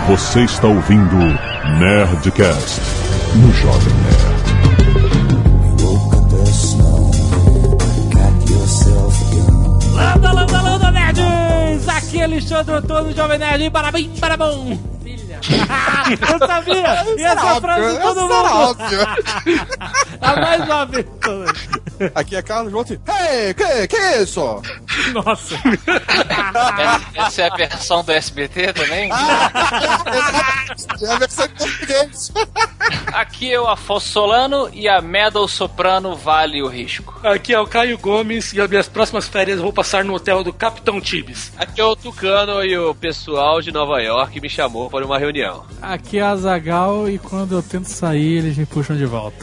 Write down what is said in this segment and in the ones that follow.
Você está ouvindo Nerdcast no Jovem Nerd. Landa, landa, landa, nerds! Aqui é Alexandre Antônio, Jovem Nerd, parabéns, parabéns! Eu sabia! E essa frase todo mundo! A mais óbvia de todas. Aqui é Carlos Volti. Hey, que é isso? Nossa! Essa é a versão do SBT também? É a versão em português. Aqui é o Afonso Solano e a Medal Soprano vale o risco. Aqui é o Caio Gomes e as minhas próximas férias eu vou passar no hotel do Capitão Tibes. Aqui é o Tucano e o pessoal de Nova York me chamou para uma reunião. Aqui é a Azaghal e quando eu tento sair eles me puxam de volta.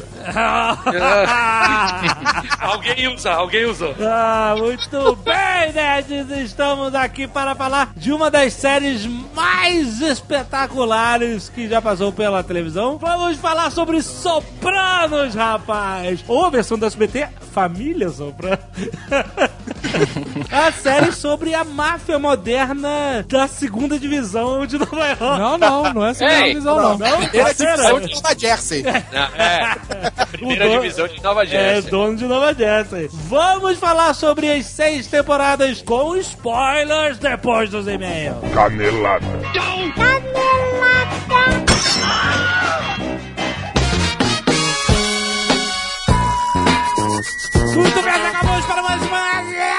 Alguém usou. Muito bem, nerds! Estamos aqui para falar de uma das séries mais espetaculares que já passou pela televisão. Vamos falar sobre Sopranos, rapaz! Ou a versão do SBT, Família Soprano. A série sobre a máfia moderna da segunda divisão de Nova York. Não é segunda divisão, não. Primeira divisão de Nova Jersey. Primeira divisão de Nova Jersey. É, dono de Nova Jersey. Vamos falar sobre as 6 temporadas com spoilers depois dos e-mails. Canelada. Muito bem, acabamos para mais uma...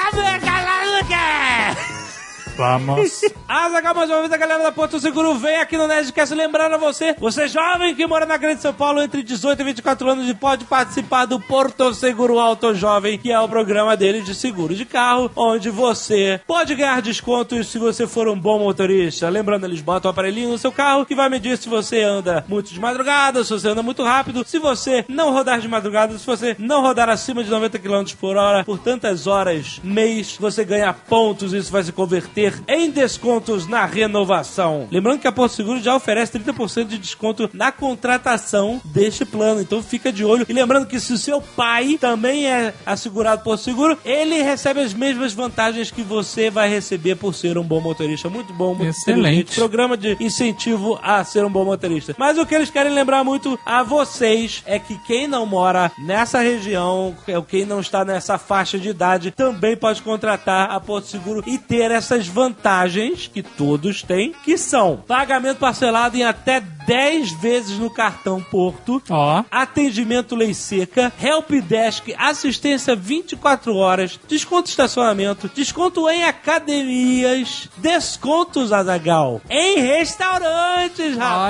Vamos. Azaghal, mais uma vez, a galera da Porto Seguro vem aqui no Nerdcast lembrando a você jovem que mora na Grande São Paulo entre 18 e 24 anos e pode participar do Porto Seguro Auto Jovem, que é o programa deles de seguro de carro, onde você pode ganhar descontos se você for um bom motorista. Lembrando, eles botam um aparelhinho no seu carro que vai medir se você anda muito de madrugada, se você anda muito rápido, se você não rodar de madrugada, se você não rodar acima de 90 km por hora por tantas horas mês, você ganha pontos e isso vai se converter em descontos na renovação. Lembrando que a Porto Seguro já oferece 30% de desconto na contratação deste plano, então fica de olho. E lembrando que se o seu pai também é assegurado Porto Seguro, ele recebe as mesmas vantagens que você vai receber por ser um bom motorista. Muito bom, muito excelente. Programa de incentivo a ser um bom motorista. Mas o que eles querem lembrar muito a vocês é que quem não mora nessa região, quem não está nessa faixa de idade, também pode contratar a Porto Seguro e ter essas vantagens que todos têm, que são pagamento parcelado em até 10 vezes no cartão Porto, atendimento lei seca, helpdesk, assistência 24 horas, desconto de estacionamento, desconto em academias, descontos, Azaghal, em restaurantes, rapaz.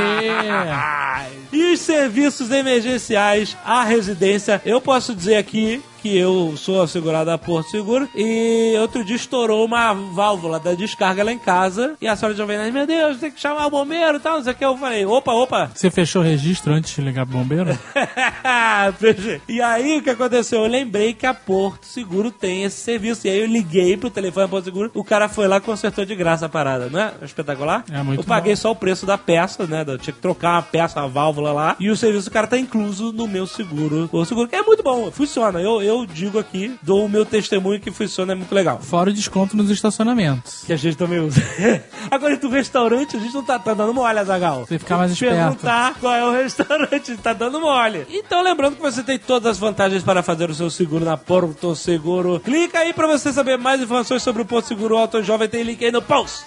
Olha aí. E os serviços emergenciais à residência. Eu posso dizer aqui que eu sou assegurado a Porto Seguro e outro dia estourou uma válvula da descarga lá em casa e a senhora Jovem Nerd, meu Deus, tem que chamar o bombeiro e tal, não sei o que. Eu falei, opa. Você fechou o registro antes de ligar pro bombeiro? Fechei. E aí o que aconteceu? Eu lembrei que a Porto Seguro tem esse serviço e aí eu liguei pro telefone da Porto Seguro, o cara foi lá e consertou de graça a parada, não é? Espetacular? É muito Eu paguei bom. só o preço da peça, né? Eu tinha que trocar uma peça, uma válvula lá e o serviço do cara tá incluso no meu seguro. O seguro que é muito bom, funciona. Eu digo aqui, dou o meu testemunho que funciona, é muito legal. Fora o desconto nos estacionamentos. Que a gente também usa. Agora, do restaurante, a gente não tá dando mole, Azaghal. Você ficar mais esperto. Perguntar qual é o restaurante, tá dando mole. Então, lembrando que você tem todas as vantagens para fazer o seu seguro na Porto Seguro. Clica aí pra você saber mais informações sobre o Porto Seguro Auto Jovem, tem link aí no post.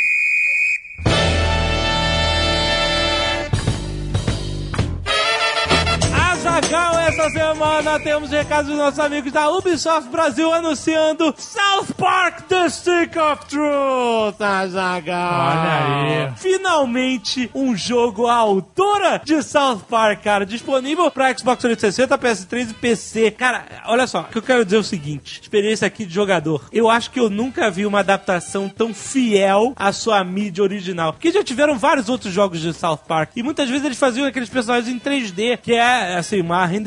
Azaghal, essa semana temos recados dos nossos amigos da Ubisoft Brasil anunciando South Park The Stick of Truth, Azaghal. Olha aí. Finalmente um jogo à altura de South Park, cara, disponível pra Xbox 360, PS3 e PC. Cara, olha só, o que eu quero dizer é o seguinte, experiência aqui de jogador. Eu acho que eu nunca vi uma adaptação tão fiel à sua mídia original. Porque já tiveram vários outros jogos de South Park e muitas vezes eles faziam aqueles personagens em 3D, que é, assim, uma renderização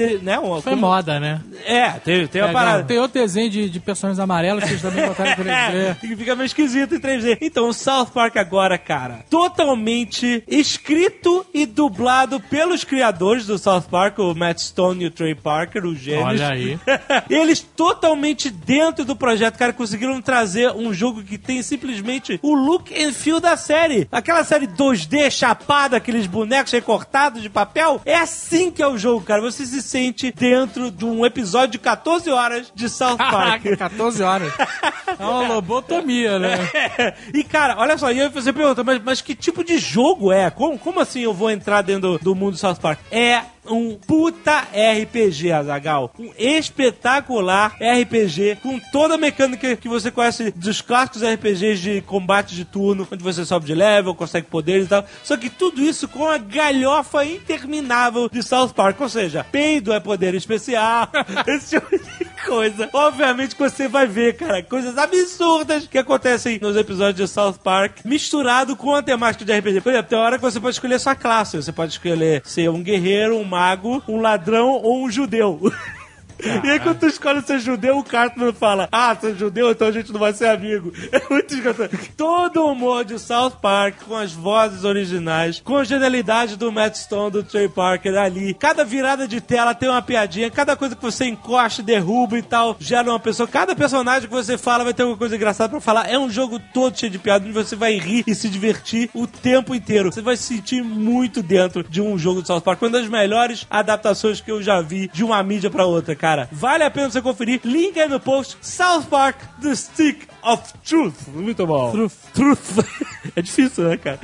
ele, né? Foi moda, né? Tem uma parada. Tem outro desenho de personagens amarelos que eles também botaram em 3D. Que fica meio esquisito em 3D. Então, o South Park agora, cara, totalmente escrito e dublado pelos criadores do South Park, o Matt Stone e o Trey Parker, os gêmeos. Olha aí. Eles totalmente dentro do projeto, cara, conseguiram trazer um jogo que tem simplesmente o look and feel da série. Aquela série 2D chapada, aqueles bonecos recortados de papel. É assim que é o jogo, cara. Você se sente dentro de um episódio de 14 horas de South Park. 14 horas. É uma lobotomia, né? E, cara, olha só, e aí você pergunta, mas que tipo de jogo é? Como assim eu vou entrar dentro do mundo do South Park? É um puta RPG, Azaghal. Um espetacular RPG com toda a mecânica que você conhece dos clássicos RPGs de combate de turno, onde você sobe de level, consegue poderes e tal. Só que tudo isso com a galhofa interminável de South Park. Ou seja, peido é poder especial, esse tipo de coisa. Obviamente que você vai ver, cara, coisas absurdas que acontecem nos episódios de South Park, misturado com a temática de RPG. Por exemplo, tem hora que você pode escolher sua classe. Você pode escolher ser um guerreiro, um mago, um ladrão ou um judeu. E aí quando tu escolhe ser judeu, o Cartman fala: você é judeu, então a gente não vai ser amigo. É muito escroto. Todo o humor de South Park, com as vozes originais, com a genialidade do Matt Stone, do Trey Parker ali. Cada virada de tela tem uma piadinha, cada coisa que você encosta, derruba e tal, gera uma pessoa. Cada personagem que você fala vai ter alguma coisa engraçada pra falar. É um jogo todo cheio de piada, onde você vai rir e se divertir o tempo inteiro. Você vai se sentir muito dentro de um jogo de South Park. Uma das melhores adaptações que eu já vi de uma mídia pra outra, cara. Vale a pena você conferir. Link aí no post. South Park, The Stick of Truth. Muito bom. Truth. É difícil, né, cara?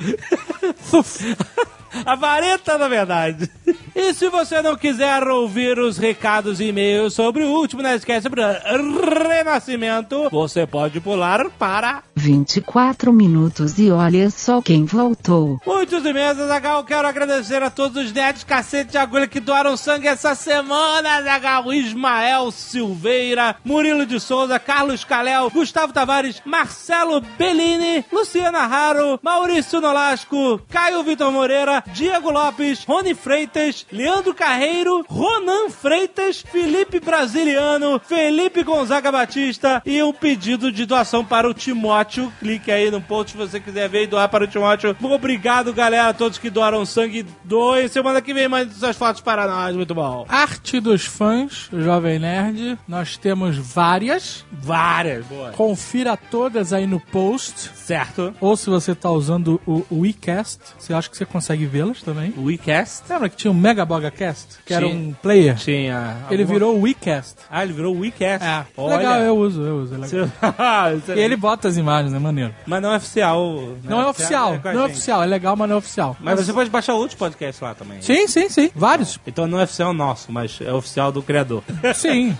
A vareta da verdade. E se você não quiser ouvir os recados e e-mails sobre o último Nerdcast, sobre o Renascimento, você pode pular para 24 minutos e olha só quem voltou. Muitos e-mails, Azaghal. Quero agradecer a todos os nerds cacete de agulha que doaram sangue essa semana, Azaghal. Ismael Silveira, Murilo de Souza, Carlos Calel, Gustavo Tavares, Marcelo Bellini, Luciana Raro, Maurício Nolasco, Caio Vitor Moreira, Diego Lopes, Rony Freitas, Leandro Carreiro, Ronan Freitas, Felipe Brasiliano, Felipe Gonzaga Batista e um pedido de doação para o Timóteo. Clique aí no post se você quiser ver e doar para o Timóteo. Obrigado, galera, a todos que doaram sangue. Doem. Semana que vem mais suas fotos para nós. Muito bom. Arte dos fãs, Jovem Nerd. Nós temos várias. Boa. Confira todas aí no post. Certo. Ou se você tá usando o WeCast, você acha que você consegue vê-las também. O WeCast? Lembra que tinha um Megabogacast? Que era Tinha. um player? Tinha. Ele virou o WeCast. Ele virou o WeCast. É. Olha. Legal, eu uso, é legal. E ele bota as imagens, é maneiro. Mas não é oficial. Né? Não é oficial, com a não é gente. oficial, é legal, mas não é oficial. Mas você pode baixar outros podcasts lá também. Sim, vários. Então não é oficial nosso, mas é oficial do criador. Sim,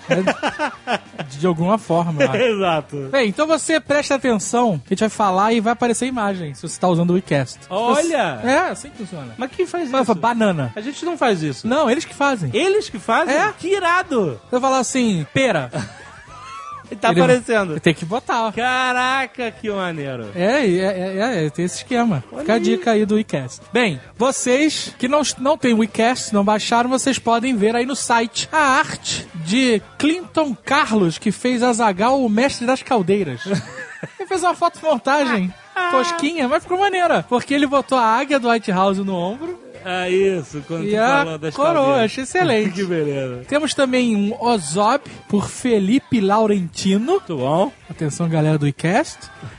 de alguma forma. Eu acho. Exato. Bem, então você presta atenção, que a gente vai falar e vai aparecer imagem, se você tá usando o WeCast. Olha! É, assim que funciona. Mas quem faz Vai isso? falar, banana. A gente não faz isso. Não, eles que fazem. Eles que fazem? É. Que irado! Eu falar assim, pera. Tá aparecendo. Tem que botar. Caraca, que maneiro. Tem esse esquema. Fica a dica aí do WeCast. Bem, vocês que não tem WeCast, não baixaram, vocês podem ver aí no site a arte de Clinton Carlos, que fez Azaghal, o mestre das caldeiras. Ele fez uma fotomontagem tosquinha, mas ficou maneira. Porque ele botou a águia do White House no ombro. Isso, quando E tu a falou das coroa, caldeiras. achei excelente. Que beleza. Temos também um Ozob, por Felipe Laurentino. Muito bom. Atenção, galera do WeCast.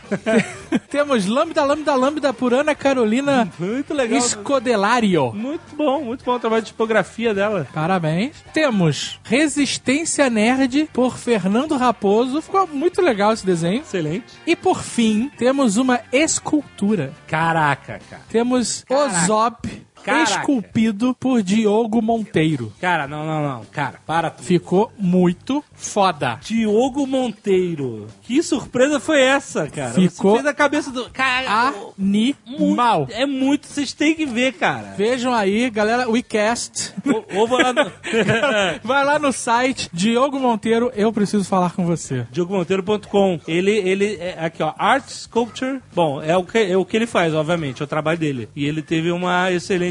Temos Lambda, por Ana Carolina Muito legal. Escodelario. Muito bom o trabalho de tipografia dela. Parabéns. Temos Resistência Nerd, por Fernando Raposo. Ficou muito legal esse desenho. Excelente. E por fim, temos uma escultura. Caraca, cara. Temos Ozob, Caraca. esculpido por Diogo Monteiro. Cara, não. Cara, para tudo. Ficou muito foda. Diogo Monteiro. Que surpresa foi essa, cara? Ficou Você fez a cabeça do... Cara, Animal. é muito... Vocês têm que ver, cara. Vejam aí, galera, WeCast. Ou vou lá no... Vai lá no site, Diogo Monteiro, eu preciso falar com você. DiogoMonteiro.com. Ele é aqui, ó, Art Sculpture. Bom, é o que ele faz, obviamente, é o trabalho dele. E ele teve uma excelente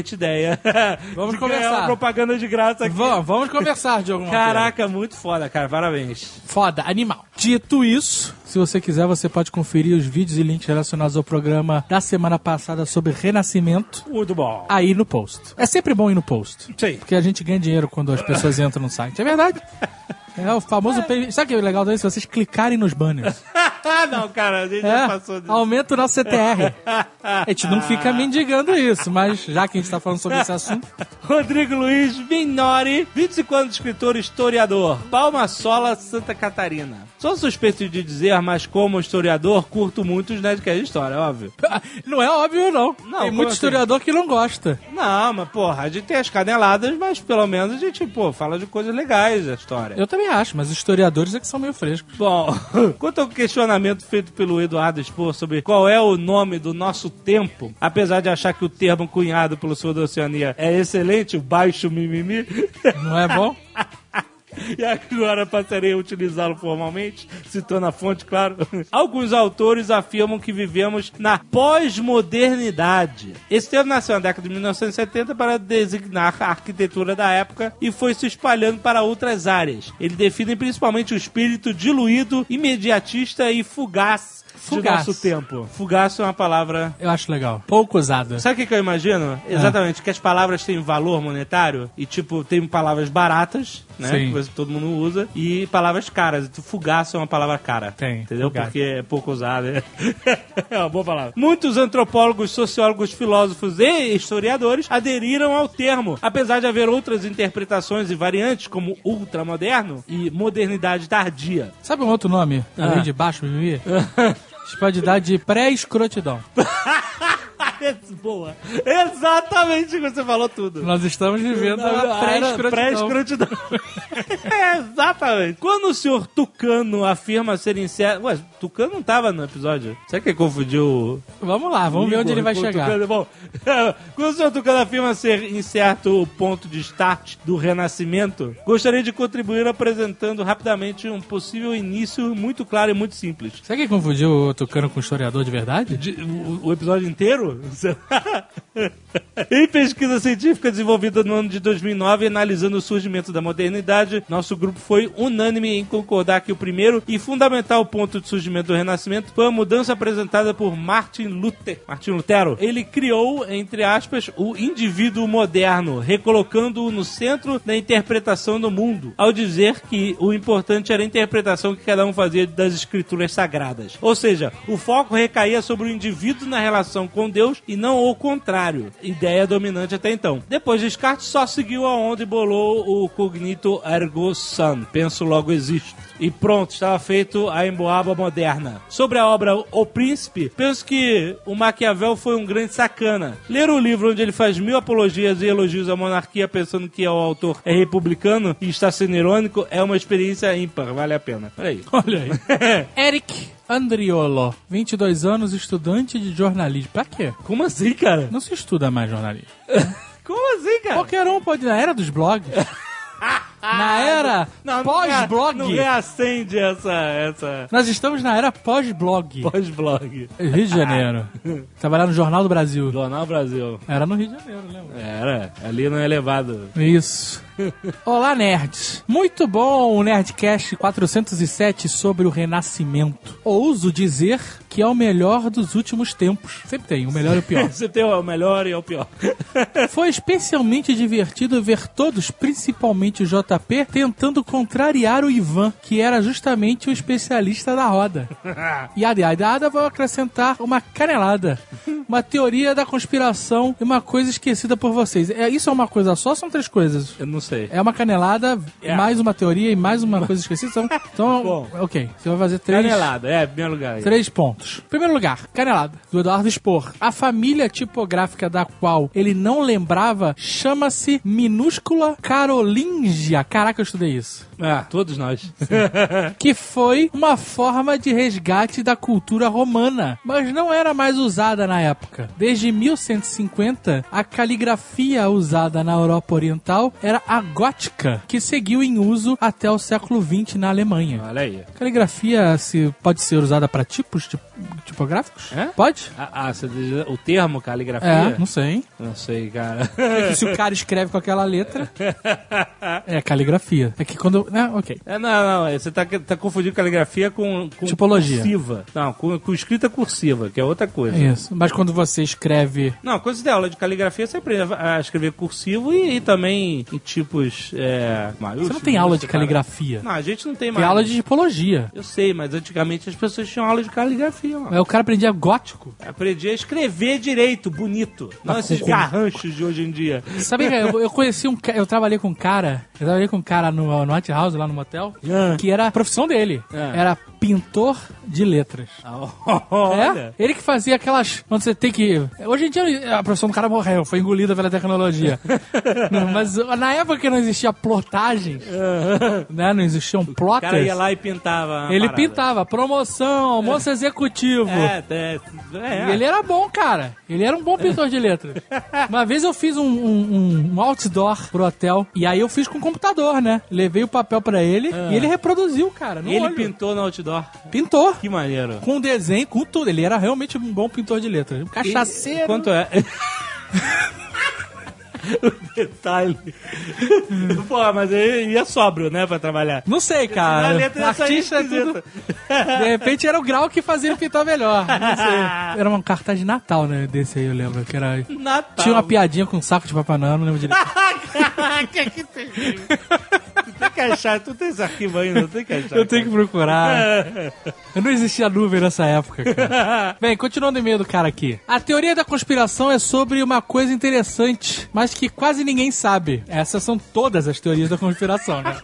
excelente ideia. Vamos De ganhar conversar. uma propaganda de graça aqui. Vamos conversar de alguma maneira. Caraca, muito foda, cara. Parabéns. Foda, animal. Dito isso, se você quiser, você pode conferir os vídeos e links relacionados ao programa da semana passada sobre renascimento Muito bom. aí no post. É sempre bom ir no post. Sim. Porque a gente ganha dinheiro quando as pessoas entram no site. É verdade. É o famoso pay... Sabe o que é legal daí? Se vocês clicarem nos banners. Não, cara, a gente já passou disso. Aumenta o nosso CTR. A gente não fica mendigando isso, mas já que a gente tá falando sobre esse assunto... Rodrigo Luiz Minori, 25 anos de escritor e historiador. Palma-Sola, Santa Catarina. Sou suspeito de dizer, mas como historiador, curto muito os Nerdcast de história, óbvio. Não é óbvio, não. Não, tem como muito assim? historiador que não gosta. Não, mas porra, a gente tem as caneladas, mas pelo menos a gente, fala de coisas legais da história. Eu também acho, mas os historiadores é que são meio frescos. Bom, quanto ao questionamento feito pelo Eduardo Spor sobre qual é o nome do nosso tempo, apesar de achar que o termo cunhado pelo Sul da Oceania é excelente, o baixo mimimi, Não é bom? e agora passarei a utilizá-lo formalmente, citando a fonte, claro. Alguns autores afirmam que vivemos na pós-modernidade. Esse termo nasceu na década de 1970 para designar a arquitetura da época e foi se espalhando para outras áreas. Ele define principalmente o espírito diluído, imediatista e fugaz de nosso tempo. Fugaz é uma palavra... Eu acho legal. Pouco usada. Sabe o que eu imagino? Exatamente, que as palavras têm valor monetário e, tem palavras baratas, né? Sim. Que todo mundo usa, e palavras caras. Fugaço é uma palavra cara. Tem. Entendeu? Fugaz. Porque é pouco usada. É uma boa palavra. Muitos antropólogos, sociólogos, filósofos e historiadores aderiram ao termo, apesar de haver outras interpretações e variantes, como ultramoderno e modernidade tardia. Sabe um outro nome? Além de baixo mimimi? A gente pode dar de pré-escrotidão. Boa. Exatamente o que você falou tudo. Nós estamos vivendo a pré-escrotidão. Pré-escrotidão. Exatamente. Quando o senhor Tucano afirma ser incerto... Ué, Tucano não tava no episódio. Será que ele confundiu... Vamos lá, vamos ver onde ele vai chegar. Tucano, bom, quando o senhor Tucano afirma ser incerto o ponto de start do renascimento, gostaria de contribuir apresentando rapidamente um possível início muito claro e muito simples. Será que confundiu o Tucano com o historiador de verdade? O episódio inteiro? Em pesquisa científica desenvolvida no ano de 2009, analisando o surgimento da modernidade, nosso grupo foi unânime em concordar que o primeiro e fundamental ponto de surgimento do Renascimento foi a mudança apresentada por Martin Lutero. Ele criou, entre aspas, o indivíduo moderno, recolocando-o no centro da interpretação do mundo, ao dizer que o importante era a interpretação que cada um fazia das escrituras sagradas. Ou seja, o foco recaía sobre o indivíduo na relação com Deus e não o contrário, ideia dominante até então. Depois Descartes só seguiu aonde bolou o cognito ergo sum, penso logo existo. E pronto, estava feito a emboaba moderna. Sobre a obra O Príncipe, penso que o Maquiavel foi um grande sacana. Ler o livro onde ele faz 1000 apologias e elogios à monarquia pensando que o autor é republicano e está sendo irônico é uma experiência ímpar, vale a pena. Olha aí. Olha aí. Eric Andriolo, 22 anos, estudante de jornalismo. Pra quê? Como assim, cara? Não se estuda mais jornalismo. Como assim, cara? Qualquer um pode, na era dos blogs. Na era pós-blog. Não reacende essa... Nós estamos na era pós-blog. Pós-blog. Rio de Janeiro. Trabalhar no Jornal do Brasil. Jornal Brasil. Era no Rio de Janeiro, lembra? Era, ali no elevado. Isso. Olá, nerds. Muito bom o Nerdcast 407 sobre o Renascimento. Ouso dizer que é o melhor dos últimos tempos. Sempre tem, o melhor e o pior. Você tem o melhor e o pior. Foi especialmente divertido ver todos, principalmente o JP, tentando contrariar o Ivan, que era justamente o especialista da roda. E a vou acrescentar uma canelada. Uma teoria da conspiração e uma coisa esquecida por vocês. Isso é uma coisa só ou são três coisas? Eu não sei. É uma canelada, mais uma teoria e mais uma coisa esquecida. Então bom, ok. Você vai fazer três... Canelada, primeiro lugar. 3 pontos. Primeiro lugar, canelada, do Eduardo Spor. A família tipográfica da qual ele não lembrava chama-se minúscula carolíngia. Caraca, eu estudei isso. Todos nós. Que foi uma forma de resgate da cultura romana, mas não era mais usada na época. Desde 1150, a caligrafia usada na Europa Oriental era a gótica, que seguiu em uso até o século XX na Alemanha. Olha aí. Caligrafia pode ser usada para tipos tipográficos? É? Pode? Você diz o termo caligrafia? Não sei. Não sei, cara. É que se o cara escreve com aquela letra, é caligrafia. É que quando... ok. Não. Você tá confundindo caligrafia com tipologia. Cursiva. Não, com escrita cursiva, que é outra coisa. Isso. Mas quando você escreve... Não, quando você tem aula de caligrafia, você aprende a escrever cursivo e também em tipos maiúsculos. Você não tem aula de caligrafia. Não, a gente não tem mais. Tem aula de tipologia. Eu sei, mas antigamente as pessoas tinham aula de caligrafia, mano. Aí o cara aprendia gótico. Aprendi a escrever direito, bonito. Não esses garranchos de hoje em dia. Sabe que eu conheci eu trabalhei com um cara no White House, lá no motel, que era a profissão dele. Era pintor de letras. Olha. Ele que fazia aquelas... Onde você tem que... Hoje em dia a profissão do cara morreu, foi engolida pela tecnologia. Não, mas na época que não existia plotagem, né, não existiam plotters... O cara ia lá e pintava. Ele pintava. Promoção, almoço executivo. E ele era bom, cara. Ele era um bom pintor de letras. Uma vez eu fiz um outdoor pro hotel, e aí eu fiz com computador, né? Levei o papel pra ele e ele reproduziu, cara. Ele pintou no outdoor? Pintou. Que maneiro. Com desenho, com tudo. Ele era realmente um bom pintor de letras. Um cachaceiro. Quanto é? O detalhe. Pô, mas ele ia sóbrio, né, pra trabalhar. Não sei, cara. A letra ia artista é tudo... De repente era o grau que fazia ele pintar melhor. Não sei. Era um cartaz de Natal, né, desse aí, eu lembro. Que era... Natal. Tinha uma piadinha com um saco de Papai Noel, não lembro direito. Caraca, que terrível. Tu tem que achar, tu tem esse arquivo ainda, não tem que achar. Eu tenho que procurar. Eu não existia nuvem nessa época, cara. Bem, continuando o e-mail do cara aqui. A teoria da conspiração é sobre uma coisa interessante, mas que quase ninguém sabe. Essas são todas as teorias da conspiração, né?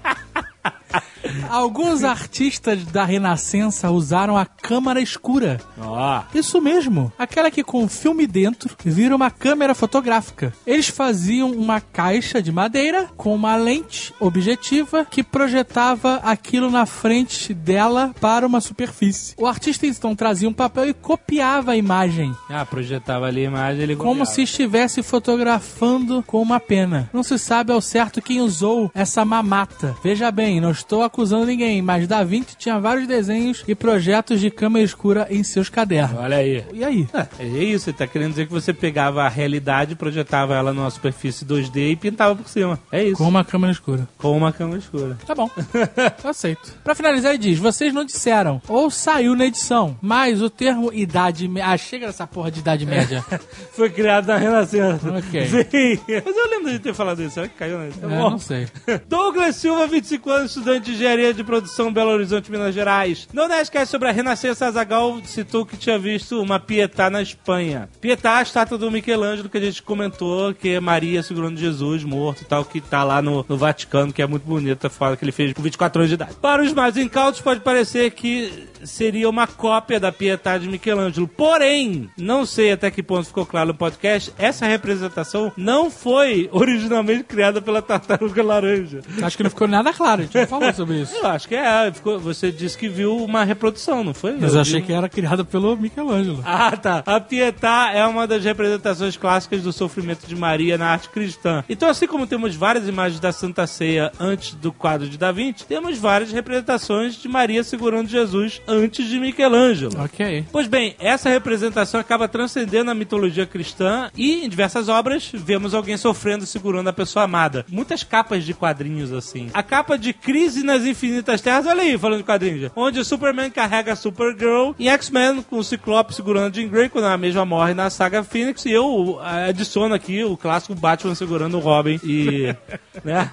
Alguns artistas da Renascença usaram a câmara escura. Isso mesmo. Aquela que com o filme dentro vira uma câmera fotográfica. Eles faziam uma caixa de madeira com uma lente objetiva que projetava aquilo na frente dela para uma superfície. O artista então trazia um papel e copiava a imagem. Projetava ali a imagem, ele copiava. Como se estivesse fotografando com uma pena. Não se sabe ao certo quem usou essa mamata. Veja bem, não estou acusando ninguém, mas Da Vinci tinha vários desenhos e projetos de câmera escura em seus cadernos. Olha aí. E aí? É isso, ele tá querendo dizer que você pegava a realidade, projetava ela numa superfície 2D e pintava por cima. É isso. Com uma câmera escura. Com uma câmera escura. Tá bom. Eu aceito. Pra finalizar, ele diz, vocês não disseram, ou saiu na edição, mas o termo idade... chega dessa porra de idade média. Foi criado na Renascença. Ok. Sim. Mas eu lembro de ter falado isso. Será que caiu na edição? Não sei. Douglas Silva, 25 anos, estudante de engenharia de produção, Belo Horizonte, Minas Gerais. No Nerdcast sobre a Renascença, Azaghal citou que tinha visto uma Pietà na Espanha. Pietà, a estátua do Michelangelo, que a gente comentou, que é Maria segurando Jesus morto e tal, que tá lá no Vaticano, que é muito bonita, fala que ele fez com 24 anos de idade. Para os mais incautos, pode parecer que seria uma cópia da Pietà de Michelangelo. Porém, não sei até que ponto ficou claro no podcast, essa representação não foi originalmente criada pela Tartaruga Laranja. Acho que não ficou nada claro, a gente não falou sobre isso. Eu acho que você disse que viu uma reprodução, não foi? Mas eu achei que era criada pelo Michelangelo. Tá. A Pietà é uma das representações clássicas do sofrimento de Maria na arte cristã. Então, assim como temos várias imagens da Santa Ceia antes do quadro de Da Vinci, temos várias representações de Maria segurando Jesus antes de Michelangelo. Ok. Pois bem, essa representação acaba transcendendo a mitologia cristã e em diversas obras vemos alguém sofrendo segurando a pessoa amada. Muitas capas de quadrinhos assim. A capa de Crise nas Infinitas Terras, olha aí, falando de quadrinhos, onde o Superman carrega a Supergirl e X-Men com o Ciclope segurando a Jean Grey quando ela mesma morre na saga Phoenix, e eu adiciono aqui o clássico Batman segurando o Robin e... né?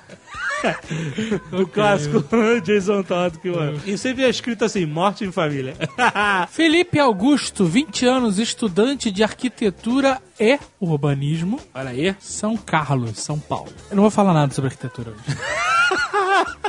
O clássico Jason Todd que e sempre é escrito assim, morte em família. Felipe Augusto, 20 anos, estudante de arquitetura e urbanismo. Olha aí. São Carlos, São Paulo. Eu não vou falar nada sobre arquitetura hoje.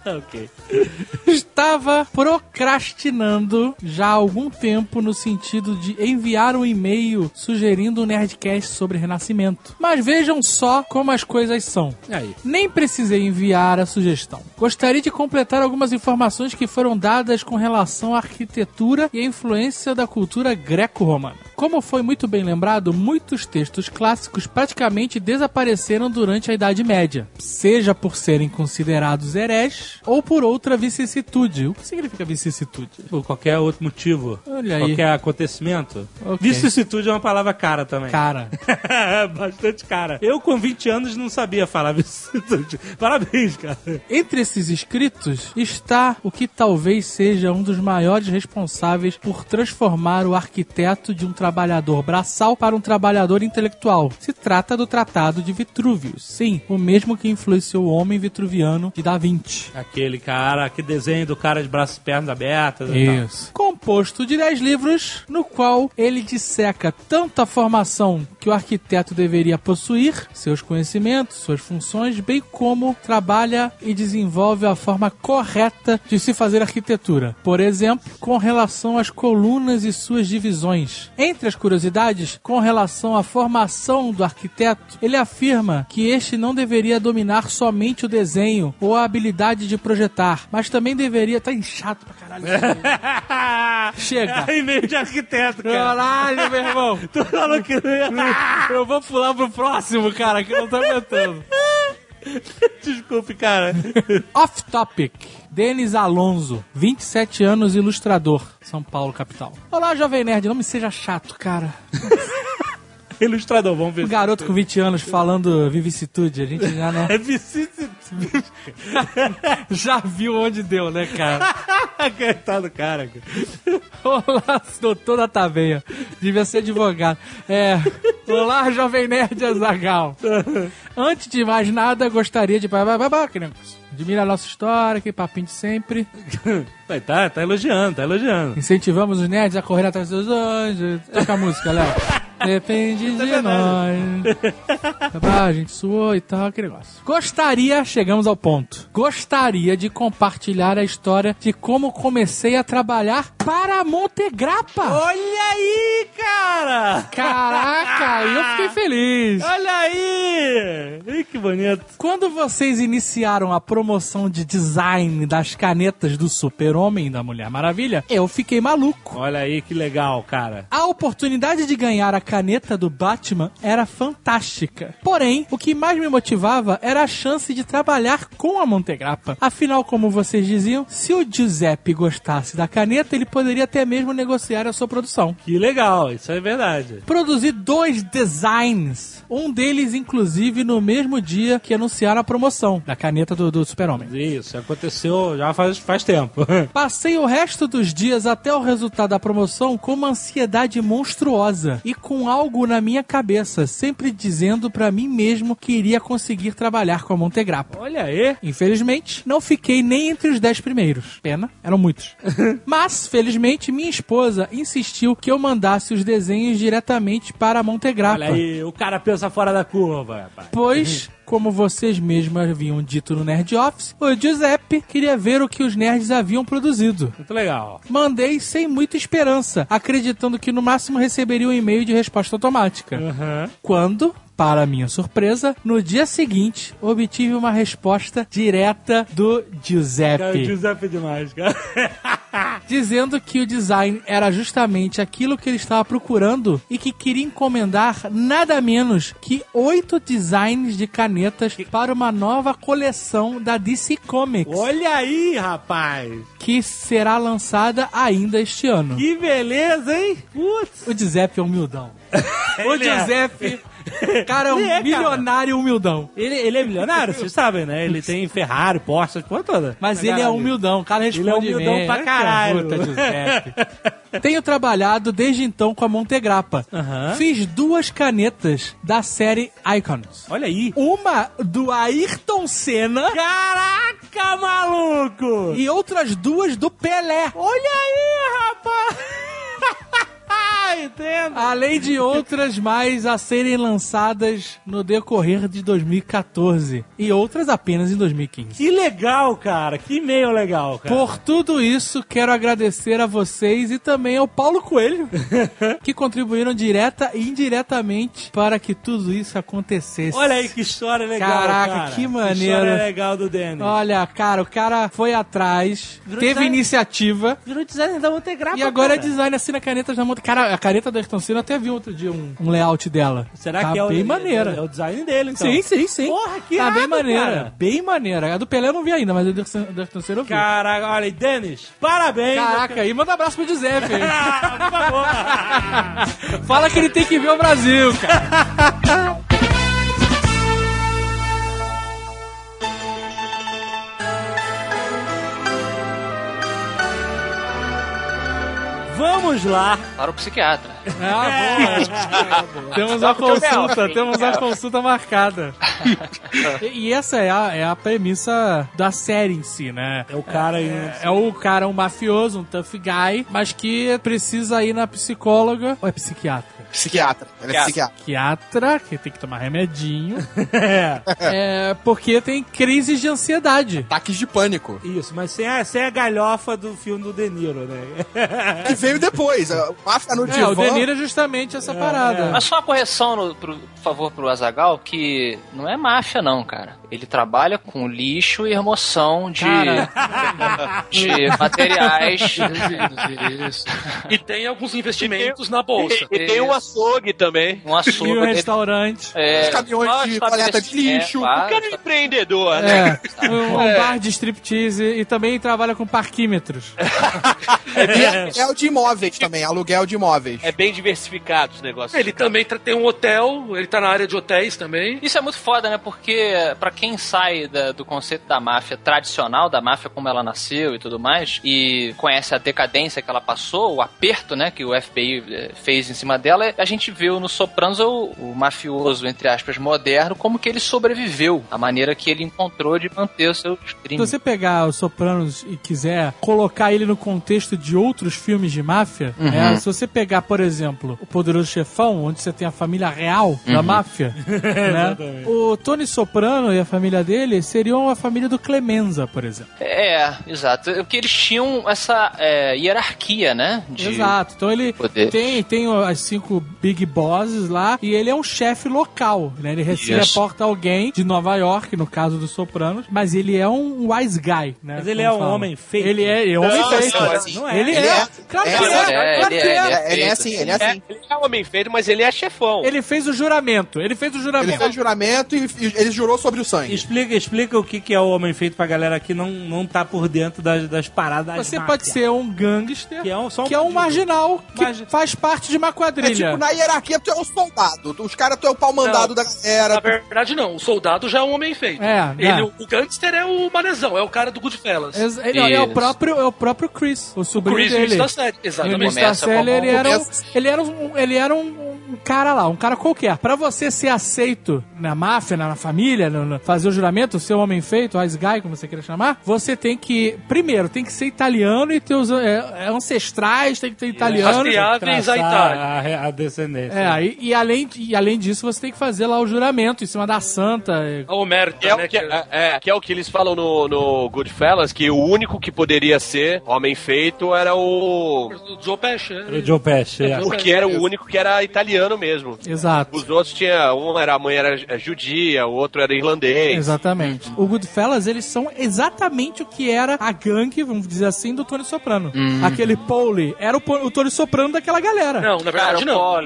Ok. Estava procrastinando já há algum tempo no sentido de enviar um e-mail sugerindo um Nerdcast sobre Renascimento. Mas vejam só como as coisas são. E aí? Nem precisei enviar a sugestão. Gostaria de completar algumas informações que foram dadas com relação à arquitetura e a influência da cultura greco-romana. Como foi muito bem lembrado, muitos textos clássicos praticamente desapareceram durante a Idade Média, seja por serem considerados hereges ou por outra vicissitude. O que significa vicissitude? Por qualquer outro motivo. Olha aí. Qualquer acontecimento. Ok. Vicissitude é uma palavra cara também. Cara, Bastante cara. Eu, com 20 anos, não sabia falar vicissitude. Parabéns, cara. entre esses escritos está o que talvez seja um dos maiores responsáveis por transformar o arquiteto de um trabalhador braçal para um trabalhador intelectual. Se trata do Tratado de Vitruvius. Sim, o mesmo que influenciou o homem vitruviano de Da Vinci. Aquele cara, que desenho do cara de braços e pernas abertas. E tal. Isso. Composto de 10 livros, no qual ele disseca tanto a formação que o arquiteto deveria possuir, seus conhecimentos, suas funções, bem como trabalha e desenvolve a forma correta de se fazer arquitetura. Por exemplo, com relação às colunas e suas divisões. Entre as curiosidades, com relação à formação do arquiteto, ele afirma que este não deveria dominar somente o desenho ou a habilidade de projetar, mas também deveria... Tá chato pra caralho. Chega. É e-mail de arquiteto, cara. Caralho, meu irmão. Tu falou que não ia... Eu vou pular pro próximo, cara, que eu não tô aguentando. Desculpe, cara. Off Topic. Denis Alonso, 27 anos, ilustrador, São Paulo, capital. Olá, Jovem Nerd, não me seja chato, cara. Ilustrador, vamos ver. Um garoto com 20 anos falando vicissitude, a gente já, né? É vicissitude. Já viu onde deu, né, cara? Coitado do cara. Olá, doutor da Taveia. Devia ser advogado. Olá, Jovem Nerd Azaghal. Antes de mais nada, gostaria de... Que negócio. Admira a nossa história, que papinho de sempre. Tá elogiando, tá elogiando. Incentivamos os nerds a correr atrás dos anjos. Toca a música, Léo. Depende de nós. A gente suou e tal, aquele negócio. Chegamos ao ponto. Gostaria de compartilhar a história de como comecei a trabalhar para a Montegrappa. Olha aí, cara! Caraca, eu fiquei feliz. Olha aí! Ih, que bonito. Quando vocês iniciaram a promoção de design das canetas do Super-Homem e da Mulher Maravilha, eu fiquei maluco. Olha aí, que legal, cara. A oportunidade de ganhar a caneta do Batman era fantástica. Porém, o que mais me motivava era a chance de trabalhar com a Montegrappa. Afinal, como vocês diziam, se o Giuseppe gostasse da caneta, ele poderia até mesmo negociar a sua produção. Que legal, isso é verdade. Produzi 2 designs. Um deles, inclusive, no mesmo dia que anunciaram a promoção da caneta do Super-Homem. Isso, aconteceu já faz tempo. Passei o resto dos dias até o resultado da promoção com uma ansiedade monstruosa e com algo na minha cabeça, sempre dizendo pra mim mesmo que iria conseguir trabalhar com a Montegrappa. Olha aí. Infelizmente, não fiquei nem entre os 10 primeiros. Pena, eram muitos. Mas, felizmente, minha esposa insistiu que eu mandasse os desenhos diretamente para a Montegrappa. Olha aí, o cara pensa fora da curva, rapaz. Pois, como vocês mesmos haviam dito no Nerd Office, o Giuseppe queria ver o que os nerds haviam produzido. Muito legal. Mandei sem muita esperança, acreditando que no máximo receberia um e-mail de resposta automática. Quando... Para minha surpresa, no dia seguinte, obtive uma resposta direta do Giuseppe. Cara, Giuseppe é demais, cara. Dizendo que o design era justamente aquilo que ele estava procurando e que queria encomendar nada menos que 8 designs de canetas para uma nova coleção da DC Comics. Olha aí, rapaz. Que será lançada ainda este ano. Que beleza, hein? Putz. O Giuseppe é humildão. O Giuseppe... Cara, é um milionário humildão. Ele é milionário, vocês sabem, né? Ele tem Ferrari, Porsche, a porra toda. Mas ele é humildão, o cara responde bem. Ele é humildão pra caralho. Puta, Giuseppe. Tenho trabalhado desde então com a Montegrappa. Fiz 2 canetas da série Icons. Olha aí. Uma do Ayrton Senna. Caraca, maluco! E outras 2 do Pelé. Olha aí, rapaz! entendo. Além de outras mais a serem lançadas no decorrer de 2014 e outras apenas em 2015. Que legal, cara. Que e-mail legal, cara. Por tudo isso, quero agradecer a vocês e também ao Paulo Coelho, que contribuíram direta e indiretamente para que tudo isso acontecesse. Olha aí que história legal, Caraca, cara. que maneiro. História legal do Dennis. Olha, cara, o cara foi atrás, Virou teve design- iniciativa Virou designer da Montegrappa, e agora cara. é design, assina canetas na mão. Cara, a caneta da Ayrton Senna, eu até vi outro dia um layout dela. Será Tá que é bem o maneira. É o design dele, então? Sim. Porra, que Tá bem irado, maneira. cara. Bem maneira. A do Pelé eu não vi ainda, mas a do Ayrton Senna eu vi. Caraca, olha aí, Dennis, parabéns. Caraca, e manda um abraço pro Giuseppe aí. Por favor. Fala que ele tem que ver o Brasil, cara. Vamos lá. Para o psiquiatra. Boa. Temos a consulta marcada. E essa é a premissa da série em si, né? É o cara aí. É o cara, um mafioso, um tough guy, mas que precisa ir na psicóloga. Ou é psiquiatra? Psiquiatra. Ele é psiquiatra. Psiquiatra, que tem que tomar remedinho. Porque tem crises de ansiedade. Ataques de pânico. Isso, mas sem a galhofa do filme do De Niro, né? Que veio depois. A máfia no divã. O De Niro é justamente essa parada. Mas só uma correção, por favor, pro Azaghal, que não é máfia, não, cara. Ele trabalha com lixo e remoção de materiais. E tem alguns investimentos na bolsa. E tem um açougue também. Um açougue. E um restaurante. Os caminhões de coleta de lixo. O cara é empreendedor, né? Um bar de striptease e também trabalha com parquímetros. E aluguel de imóveis também. Aluguel de imóveis. É bem diversificado os negócios. Ele também tem um hotel, ele tá na área de hotéis também. Isso é muito foda, né? Porque pra quem sai do conceito da máfia tradicional, da máfia como ela nasceu e tudo mais, e conhece a decadência que ela passou, o aperto, né, que o FBI fez em cima dela, a gente viu no Sopranos o mafioso, entre aspas, moderno, como que ele sobreviveu, a maneira que ele encontrou de manter o seu Se crimes. você pegar os Sopranos e quiser colocar ele no contexto de outros filmes de máfia, se você pegar, por exemplo, O Poderoso Chefão, onde você tem a família real da máfia, né? O Tony Soprano e a família dele seriam a família do Clemenza, por exemplo. Exato. Porque eles tinham essa hierarquia, né? Exato. Então ele poder. tem as 5 Big Bosses lá e ele é um chefe local, né? Ele reporta alguém de Nova York, no caso dos Sopranos, mas ele é um wise guy, né? Mas ele é um homem feito. Ele é um homem feito. Não é. Ele é. Claro que é. Claro que é. Ele é assim, ele é assim. Ele é homem feito, mas ele é chefão. Ele fez o juramento. Ele fez o juramento e ele jurou sobre o sangue. Explica o que é o homem feito pra galera que não tá por dentro das paradas. Você pode ser um gangster, que é um marginal, que faz parte de uma quadrilha. É tipo, na hierarquia, tu é um soldado. Os caras, tu é o pau mandado da galera. Na verdade, não. O soldado já é um homem feito. O gangster é o manezão, é o cara do Goodfellas. Ele é o próprio Chris, o sobrinho Chris, dele. da série. Exatamente. No início da série, ele era um cara lá, um cara qualquer. Pra você ser aceito na máfia, na família, fazer o juramento, ser um homem feito, wise guy, como você queira chamar, você tem que, primeiro, tem que ser italiano e ter os ancestrais, tem que ter italiano. Rastreáveis à Itália. A descendência. E além disso, você tem que fazer lá o juramento em cima da santa. A omerta, que é o que eles falam no Goodfellas, que o único que poderia ser homem feito era o Joe Pesci. O Joe Pesci, Porque era o único que era italiano mesmo. Exato. Os outros a mãe era judia, o outro era irlandês. Exatamente. O Goodfellas, eles são exatamente o que era a gangue, vamos dizer assim, do Tony Soprano. Aquele Paulie era o Tony Soprano daquela galera. Não, na verdade não.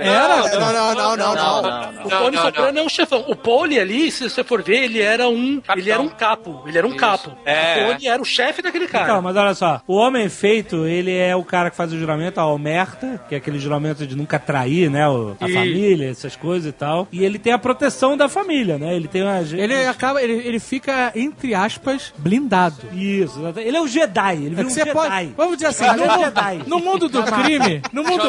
Não. O Tony Soprano é um chefão. O Paulie ali, se você for ver, ele era um capo. Ele era um capo. O Tony era o chefe daquele cara. Então, mas olha só, o homem feito, ele é o cara que faz o juramento, a omerta, que é aquele juramento de nunca trair, né, a família, essas coisas e tal. E ele tem a proteção da família, né? Ele tem uma... Ele fica, entre aspas, blindado. Isso, ele é um Jedi, ele vira um Jedi. Vamos dizer assim, no mundo do crime,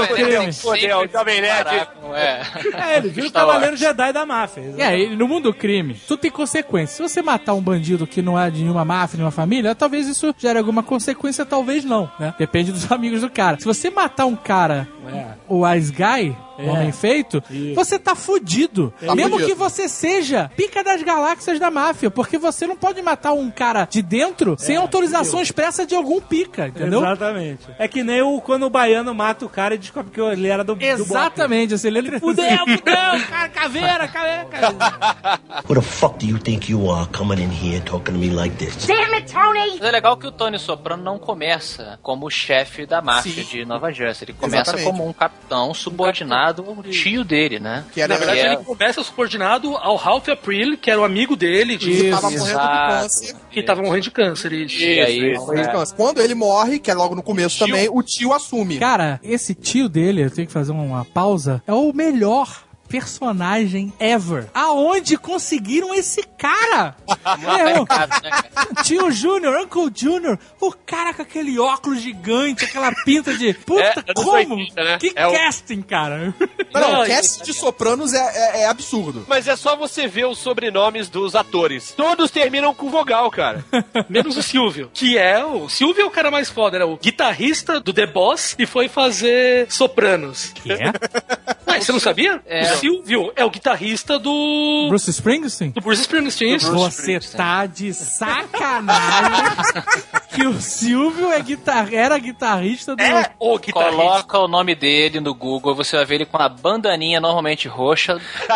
ele vira o Cavaleiro Jedi da máfia. No mundo do crime, tudo tem consequência. Se você matar um bandido que não é de nenhuma máfia, nenhuma família, talvez isso gere alguma consequência, talvez não, né? Depende dos amigos do cara. Se você matar um cara, o Wise Guy, homem feito, você tá fudido. Mesmo que você seja pica das galáxias da máfia, porque você não pode matar um cara de dentro sem autorização expressa de algum pica, entendeu? Exatamente. É que nem quando o baiano mata o cara e descobre que ele era do Exatamente. Assim, ele fudeu, cara, caveira. Who the fuck do you think you are coming in here talking to me like this? Damn it, Tony! Mas é legal que o Tony Soprano não começa como o chefe da máfia de Nova Jersey. Ele começa como um capitão subordinado ao tio dele, né? Na verdade, ele começa subordinado ao Ralph April, que era o amigo dele, que tava morrendo de câncer. Que tava morrendo de câncer. Quando ele morre, que é logo no começo também, o tio assume. Cara, esse tio dele, eu tenho que fazer uma pausa, é o melhor personagem ever. Aonde conseguiram esse cara? Tio Júnior, Uncle Júnior, o cara com aquele óculos gigante, aquela pinta de... Puta, como? 80, né? Que casting, cara. Não, o casting de Sopranos é absurdo. Mas é só você ver os sobrenomes dos atores. Todos terminam com vogal, cara. Menos o Silvio, que é o... Silvio é o cara mais foda, era o guitarrista do The Boss e foi fazer Sopranos. Que é? Ué, você não sabia? O Silvio é o guitarrista do... Bruce Springsteen? Do Bruce Springsteen. Você tá de sacanagem que o Silvio era guitarrista do... O guitarrista. Coloca o nome dele no Google, você vai ver ele com a bandaninha normalmente roxa,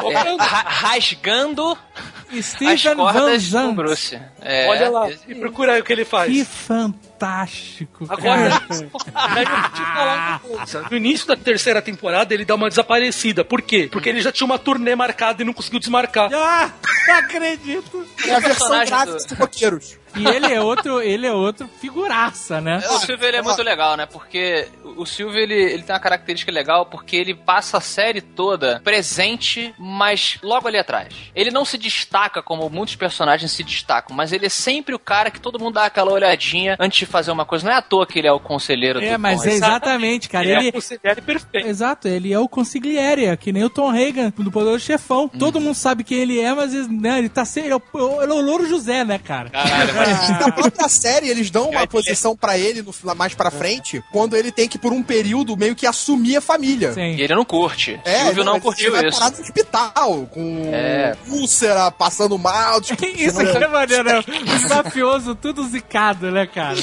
rasgando as cordas do Bruce. Olha lá, e procura aí o que ele faz. Que fantástico. Agora, eu vou te falar uma coisa. No início da terceira temporada, ele dá uma desaparecida. Por quê? Porque ele já tinha uma turnê marcada e não conseguiu desmarcar. Não acredito. É a versão gráfica dos roqueiros. E ele é outro figuraça, né? O Silvio, ele é muito legal, né? Porque o Silvio, ele tem uma característica legal, porque ele passa a série toda presente, mas logo ali atrás. Ele não se destaca como muitos personagens se destacam, mas ele é sempre o cara que todo mundo dá aquela olhadinha antes de fazer uma coisa. Não é à toa que ele é o conselheiro do mas é exatamente, cara. Ele é o consigliere perfeito. Exato, ele é o consigliere, que nem o Tom Hagen do Poderoso Chefão. Todo mundo sabe quem ele é, mas né, ele tá sempre... Ele é o Louro José, né, cara? Caralho, Na própria série, eles dão uma posição pra ele mais pra frente, quando ele tem que, por um período, meio que assumir a família. Sim. E ele não curte. Silvio não curtiu isso. Ele vai parar no hospital, com úlcera, passando mal. Isso aqui é maneiro, né? Os mafiosos tudo zicado, né, cara?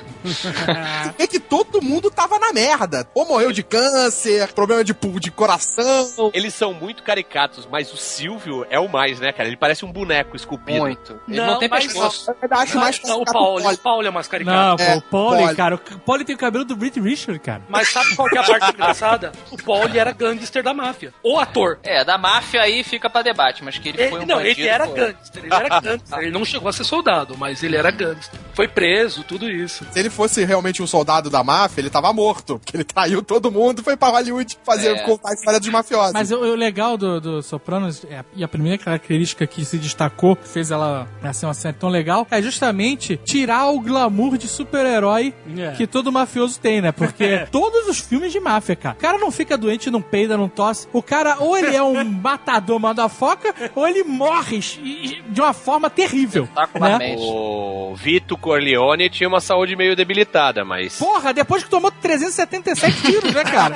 É que todo mundo tava na merda. Ou morreu de câncer, problema de coração. Eles são muito caricatos, mas o Silvio é o mais, né, cara? Ele parece um boneco esculpido. Muito. Ele não tem pescoço. O Paulo é mais caricato. Não, o Paulie, cara. O Paulie tem o cabelo do Brit Richard, cara. Mas sabe qual que é a parte engraçada? O Paulie era gangster da máfia. O ator. Da máfia aí fica pra debate, mas que ele foi um bandido. Ele era gangster. Ele não chegou a ser soldado, mas ele era gangster. Foi preso, tudo isso. Se ele fosse realmente um soldado da máfia, ele tava morto. Porque ele traiu todo mundo e foi pra Hollywood contar a história dos mafiosos. Mas o legal do Sopranos, e a primeira característica que se destacou, que fez ela ser uma série tão legal, é justamente tirar o glamour de super-herói que todo mafioso tem, né? Porque todos os filmes de máfia, cara, o cara não fica doente, não peida, não tosse. O cara, ou ele é um matador motherfucker, ou ele morre de uma forma terrível. Né? O Vito Corleone tinha uma saúde meio debilitada, mas... Porra, depois que tomou 377 tiros, né, cara?